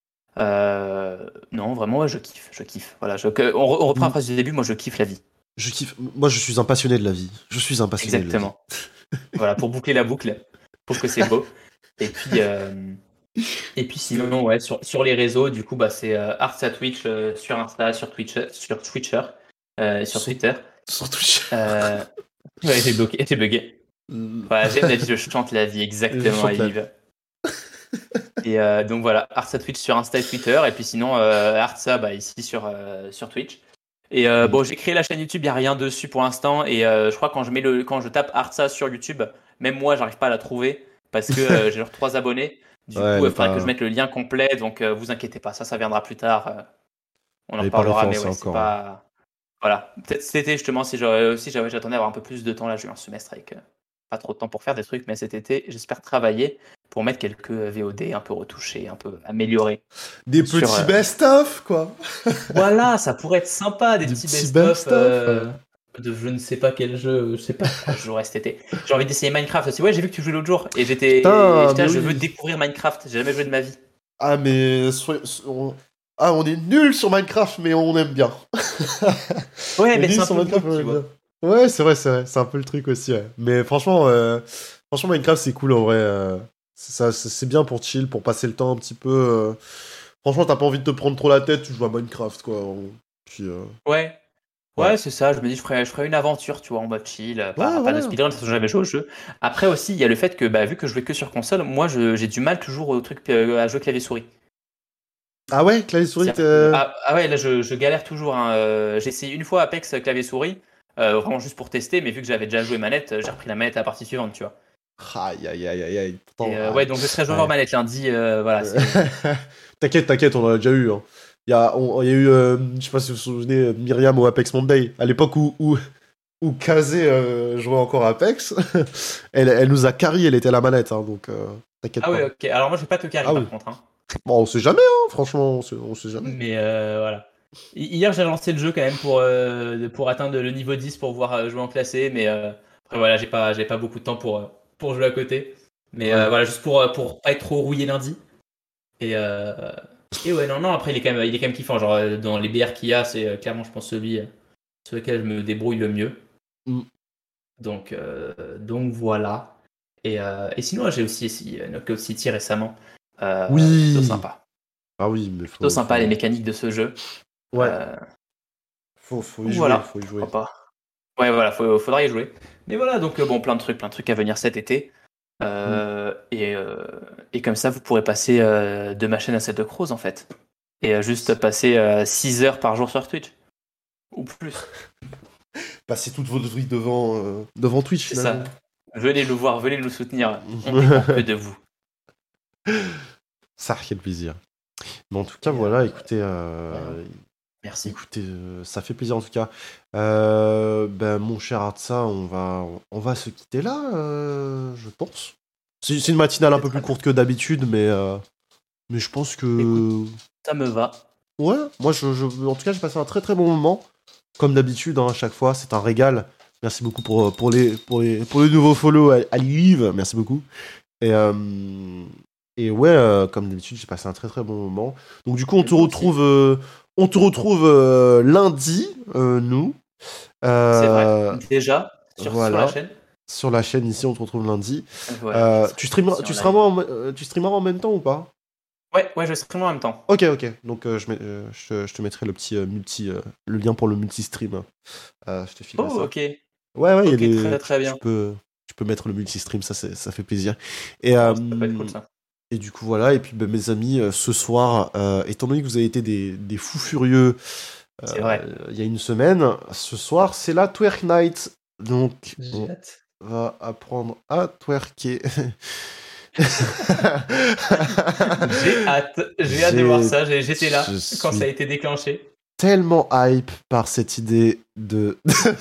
Euh, non, vraiment, ouais, je kiffe, je kiffe. Voilà, je- que- on, re- on reprend la Mm. phrase du début, moi je kiffe la vie. Je kiffe. Moi, je suis un passionné de la vie. Je suis un passionné de la vie. Exactement. Voilà, pour boucler la boucle, je trouve que c'est beau. Et puis, euh, et puis sinon, ouais, sur, sur les réseaux, du coup, bah, c'est euh, Arts à Twitch, euh, sur Insta, sur Twitch, sur Twitcher, euh, sur Sur- Twitter. Surtout. Euh, ouais, j'ai bloqué, j'ai bugué. Mm. Voilà, j'aime la vie, je chante la vie, Je exactement, chante la Yves. Et euh, donc voilà, Artsa Twitch sur Insta et Twitter, et puis sinon euh, Artsa bah, ici sur, euh, sur Twitch. Et euh, Mm. bon, j'ai créé la chaîne YouTube, il n'y a rien dessus pour l'instant, et euh, je crois que quand je, mets le, quand je tape Artsa sur YouTube, même moi, j'arrive pas à la trouver, parce que euh, j'ai genre trois abonnés. Du Ouais, coup, elle il est faudra pas- que je mette le lien complet, donc euh, vous inquiétez pas, ça, ça viendra plus tard. euh, on en Elle est pas reparlera, mais référencée ouais, c'est encore. pas. Voilà, peut-être cet été justement, si j'aurais si j'avais j'attendais à avoir un peu plus de temps, là j'ai eu un semestre avec euh, pas trop de temps pour faire des trucs, mais cet été j'espère travailler pour mettre quelques V O D un peu retouchés, un peu améliorés. Des Sur, petits euh, best-of, quoi. Voilà, ça pourrait être sympa, des, Des petits petits best-of best-of, euh, ouais. de je ne sais pas quel jeu, je sais pas quoi je jouerai cet été. J'ai envie d'essayer Minecraft aussi. Ouais, j'ai vu que tu jouais l'autre jour et j'étais Putain, et j'étais là, mais je oui. veux découvrir Minecraft, j'ai jamais joué de ma vie. Ah, mais. soyez- on... Ah, on est nul sur Minecraft, mais on aime bien. Ouais, On est mais nul c'est un sur peu Minecraft, le on but, aime tu vois. bien. Ouais, c'est vrai, c'est vrai. C'est un peu le truc aussi, ouais. Mais franchement, euh, franchement Minecraft, c'est cool en vrai. euh, c'est ça, c'est c'est bien pour chill, pour passer le temps un petit peu. euh. Franchement, t'as pas envie de te prendre trop la tête, tu joues à Minecraft, quoi. on- Puis, euh, Ouais. Ouais, Ouais. c'est ça. Je me dis, je ferais, je ferais une aventure, tu vois, en mode chill. euh, Pas, Ouais, pas voilà. de speedrun, parce que j'ai jamais joué au jeu. Après aussi, il y a le fait que, bah, vu que je jouais que sur console, moi, je- j'ai du mal toujours au truc euh, à jouer clavier-souris. Ah ouais, clavier souris, C'est-à-dire t'es- que- Ah, ah ouais, là, je, je galère toujours. Hein. Euh, J'ai essayé une fois Apex euh, clavier-souris, euh, vraiment juste pour tester, mais vu que j'avais déjà joué manette, euh, j'ai repris la manette à la partie suivante, tu vois. Aïe, aïe, aïe, aïe, aïe. Pourtant, Et, euh, ah, ouais, donc je serai joueur ouais. manette lundi. euh, voilà, c'est- T'inquiète, t'inquiète, on en a déjà eu. hein. Il y a, on- il y a eu, euh, je sais pas si vous vous souvenez, Myriam au Apex Monday, à l'époque où, où, où Kazé euh, jouait encore à Apex. elle, elle nous a carry, elle était à la manette, hein, donc euh, t'inquiète Ah pas. ouais, ok. Alors moi, je vais pas te carry Ah par oui. contre. Hein. Bon, on sait jamais, hein, franchement, on sait, on sait jamais. Mais euh, voilà. Hi- Hier, j'ai lancé le jeu quand même pour, euh, pour atteindre le niveau dix pour pouvoir euh, jouer en classé. Mais euh, après, voilà, j'ai pas, j'ai pas beaucoup de temps pour, euh, pour jouer à côté. Mais Ouais. euh, voilà, juste pour, euh, pour pas être trop rouillé lundi. Et, euh, Et ouais, non, non, après, il est quand même, il est quand même kiffant. Genre, euh, dans les B R qu'il y a, c'est euh, clairement, je pense, celui euh, sur lequel je me débrouille le mieux. Mm. Donc, euh, donc voilà. Et, euh, et sinon, j'ai aussi essayé Knockout City récemment. Euh, plutôt Oui. sympa. Ah oui, mais Plutôt faut, sympa faut... les mécaniques de ce jeu. Ouais, Euh, faut, faut y donc jouer, voilà, faut y jouer. pourquoi pas. Ouais, voilà, faut, faudra y jouer. Mais voilà, donc euh, bon, plein de trucs, plein de trucs à venir cet été. Mm. Euh, et, euh, et comme ça, vous pourrez passer euh, de ma chaîne à celle de Crows en fait. Et euh, juste passer euh, six heures par jour sur Twitch. Ou plus. Passez toute votre vie devant, euh, devant Twitch, C'est finalement. ça. Venez nous voir, venez nous soutenir. On dépend que de vous. Ça, quel plaisir. Mais en tout cas, Et, voilà, euh, écoutez, euh, Merci. écoutez, euh, ça fait plaisir en tout cas. Euh, ben, mon cher Artsa, on va, on va se quitter là, euh, je pense. C'est c'est une matinale un C'est peu très plus bien. courte que d'habitude, mais, euh, mais je pense que... Écoute. Ça me va. Ouais, moi, je, je- en tout cas, j'ai passé un très très bon moment. Comme d'habitude, hein, à chaque fois, c'est un régal. Merci beaucoup pour, pour, les, pour, les, pour les nouveaux follow à, à Live. Merci beaucoup. Et, euh, et ouais, euh, comme d'habitude, j'ai passé un très très bon moment. Donc du coup, on te Moi aussi. retrouve, euh, on te retrouve euh, lundi, euh, nous. C'est Euh, vrai. Déjà, sur, sur la voilà. chaîne. Sur la chaîne ici, on te retrouve lundi. Voilà, Euh, je serai tu streameras, aussi tu, en seras live. en, euh, tu streameras en même temps ou pas? Ouais, ouais, je stream en même temps. Ok, ok. Donc euh, je, mets- euh, je, je te mettrai le petit euh, multi, euh, le lien pour le multi-stream. Euh, je te filerai Oh, ça. ok. Ouais, ouais, il y a Ok, des, très tu, très tu bien. peux, tu peux mettre le multi-stream, ça, c'est- ça fait plaisir. Et, Oh, euh, ça peut être cool ça. et du coup, voilà. Et puis, ben, mes amis, euh, ce soir, euh, étant donné que vous avez été des, des fous furieux C'est euh, vrai. il y a une semaine, ce soir, c'est la Twerk Night. Donc, on J'ai hâte. va apprendre à twerker. J'ai hâte. J'ai hâte de voir ça. J'ai- J'étais là Je quand ça a suis été déclenché. tellement hype par cette idée de.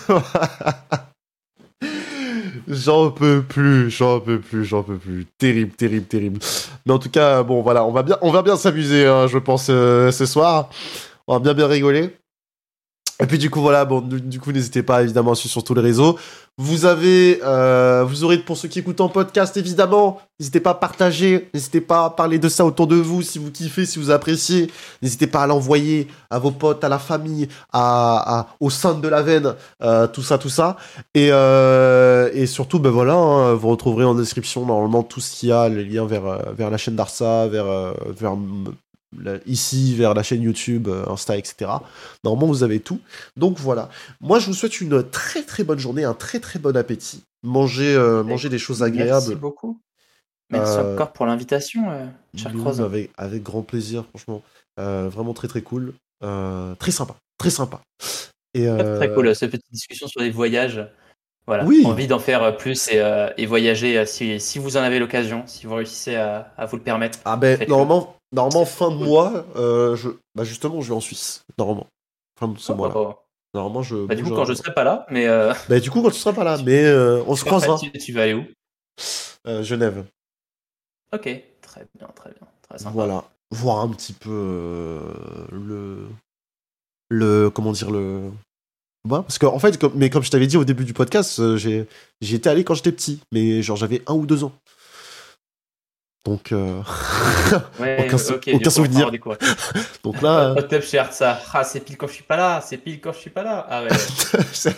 J'en peux plus, j'en peux plus, j'en peux plus. Terrible, terrible, terrible. Mais en tout cas, bon, voilà, on va bien, on va bien s'amuser, hein, je pense, euh, ce soir. On va bien, bien rigoler. Et puis du coup voilà, bon du, du coup n'hésitez pas évidemment à suivre sur tous les réseaux. Vous avez, euh, vous aurez pour ceux qui écoutent en podcast évidemment, n'hésitez pas à partager, n'hésitez pas à parler de ça autour de vous si vous kiffez, si vous appréciez. N'hésitez pas à l'envoyer à vos potes, à la famille, à, à au sein de la veine, euh, tout ça, tout ça. Et euh, et surtout ben voilà, hein, vous retrouverez en description normalement tout ce qu'il y a, les liens vers euh, vers la chaîne d'Arsa, vers euh, vers la- ici vers la chaîne YouTube, euh, Insta, et cetera. Normalement, vous avez tout. Donc voilà. Moi, je vous souhaite une très très bonne journée, un très très bon appétit. Mangez, euh, mangez des choses Merci agréables. beaucoup. Merci Euh, encore pour l'invitation, euh, cher mais oui, Croz. mais avec, avec grand plaisir, franchement. Euh, vraiment très très cool. Euh, très sympa. Très sympa. Et Très, très euh, cool, cette petite discussion sur les voyages. Voilà, oui. envie d'en faire euh, plus et, euh, et voyager euh, si, si vous en avez l'occasion, si vous réussissez à, à vous le permettre, Ah ben, faites-le. normalement, normalement C'est fin de cool. mois, euh, je, bah justement, je vais en Suisse. Normalement. Fin de ce Oh, mois-là. bah, bah. Normalement, je Bah, du coup, bouge. quand un- je serai pas là, mais euh, Bah, du coup, quand tu seras pas là, tu, mais euh, on se tu, vas, croisera. tu, tu vas aller où? Euh, Genève. Ok, très bien, très bien, très sympa. Voilà, voir un petit peu euh, le le comment dire le voilà, parce que en fait comme, mais comme je t'avais dit au début du podcast, euh, j'ai j'y étais allé quand j'étais petit, mais genre j'avais un ou deux ans. Donc euh, Ouais, aucun, sou- ok, du aucun coup, on souvenir. va découvrir. Donc là Hot Tub chez Artsa. Ah, c'est pile quand je suis pas là, c'est pile quand je suis pas là. Ah ouais. euh, ça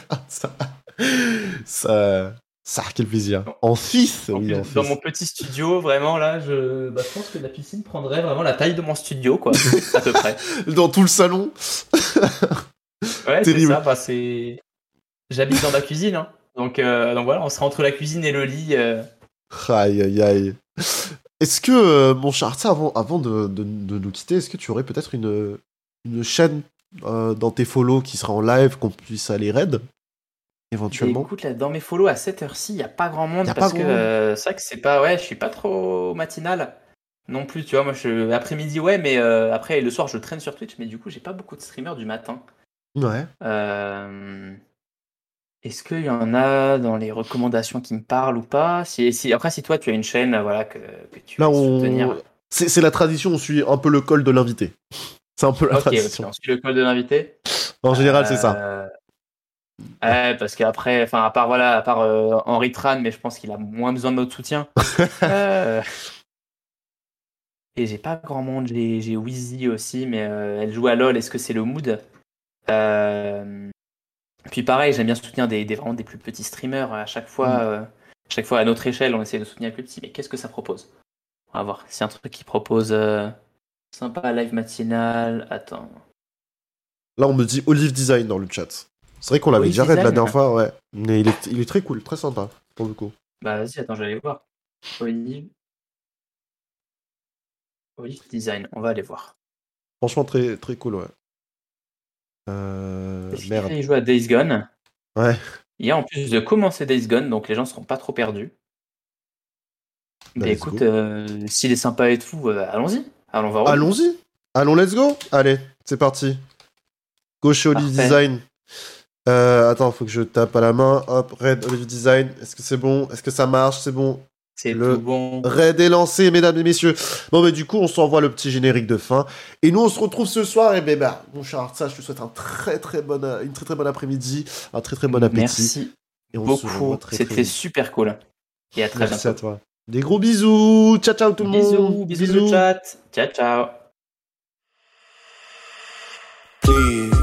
ça ça quel plaisir. En Suisse, En oui, plus, en dans Suisse. mon petit studio, vraiment là, je, bah, je pense que la piscine prendrait vraiment la taille de mon studio, quoi, à peu près. Dans tout le salon. Ouais, c'est Terrible. ça. Bah, c'est. J'habite dans ma cuisine, hein. Donc, euh, donc voilà, on sera entre la cuisine et le lit. euh. Aïe aïe aïe. Est-ce que, euh, mon cher Arthur, avant, avant de, de- de nous quitter, est-ce que tu aurais peut-être une, une chaîne euh, dans tes follow qui sera en live, qu'on puisse aller raid Et éventuellement? écoute, là, dans mes follow à cette heure-ci, il n'y a pas grand monde Y a parce pas que grand monde. euh, c'est vrai que c'est pas. Ouais, je suis pas trop matinal non plus, tu vois. Moi, je... après-midi, ouais, mais euh, après, le soir, je traîne sur Twitch, mais du coup, j'ai pas beaucoup de streamers du matin. Ouais. Euh, Est-ce qu'il y en a dans les recommandations qui me parlent ou pas? Si, si... Après, si toi, tu as une chaîne euh, voilà, que, que tu Là, veux on. soutenir. C'est c'est la tradition, on suit un peu le col de l'invité. C'est un peu la Ok, ok, tradition. on suit le code de l'invité. En général, c'est ça. Euh, Ouais, parce qu'après, enfin, à part voilà, à part euh, Henri Tran, mais je pense qu'il a moins besoin de notre soutien. Euh, Et j'ai pas grand monde, j'ai, j'ai Wheezy aussi, mais euh, elle joue à LoL, est-ce que c'est le mood? Euh, Puis pareil, j'aime bien soutenir des, des, vraiment des plus petits streamers. À chaque fois, Mm. euh, à chaque fois à notre échelle, on essaie de soutenir les plus petits. Mais qu'est-ce que ça propose? On va voir. C'est un truc qui propose euh, sympa, live matinal. Attends. Là, on me dit Olive Design dans le chat. C'est vrai qu'on l'avait Olive déjà raid la Design? dernière fois, ouais. Mais il est, il est très cool, très sympa, pour le coup. Bah vas-y, attends, je vais aller voir. Olive. Olive Design, on va aller voir. Franchement, très, très cool, ouais. Euh... Est-ce qu'il Merde. fait jouer à Days Gone? Ouais. Il y a en plus de commencer Days Gone, donc les gens seront pas trop perdus. Bah, Bah let's écoute, go. euh, s'il est sympa et tout, euh, allons-y. Allons voir Olive. Allons-y. Allons, let's go. Allez, c'est parti. Go chez Olive Parfait. Design. Euh, attends, faut que je tape à la main. Hop, raid Olive Design. Est-ce que c'est bon? Est-ce que ça marche? C'est bon. C'est Le tout bon. raid est lancé, mesdames et messieurs. Bon, bah, du coup, on s'envoie le petit générique de fin. Et nous, on se retrouve ce soir. Et ben, bah, mon cher Artsa, je te souhaite un très, très bon, euh, une très, très bonne après-midi. Un très, très bon appétit. Merci Et on se revoit beaucoup. très, très C'était vite. super cool. Et à très Merci à bientôt. toi. Des gros bisous. Ciao, ciao tout le monde. Bisous, bisous, le chat. Ciao, ciao. Please.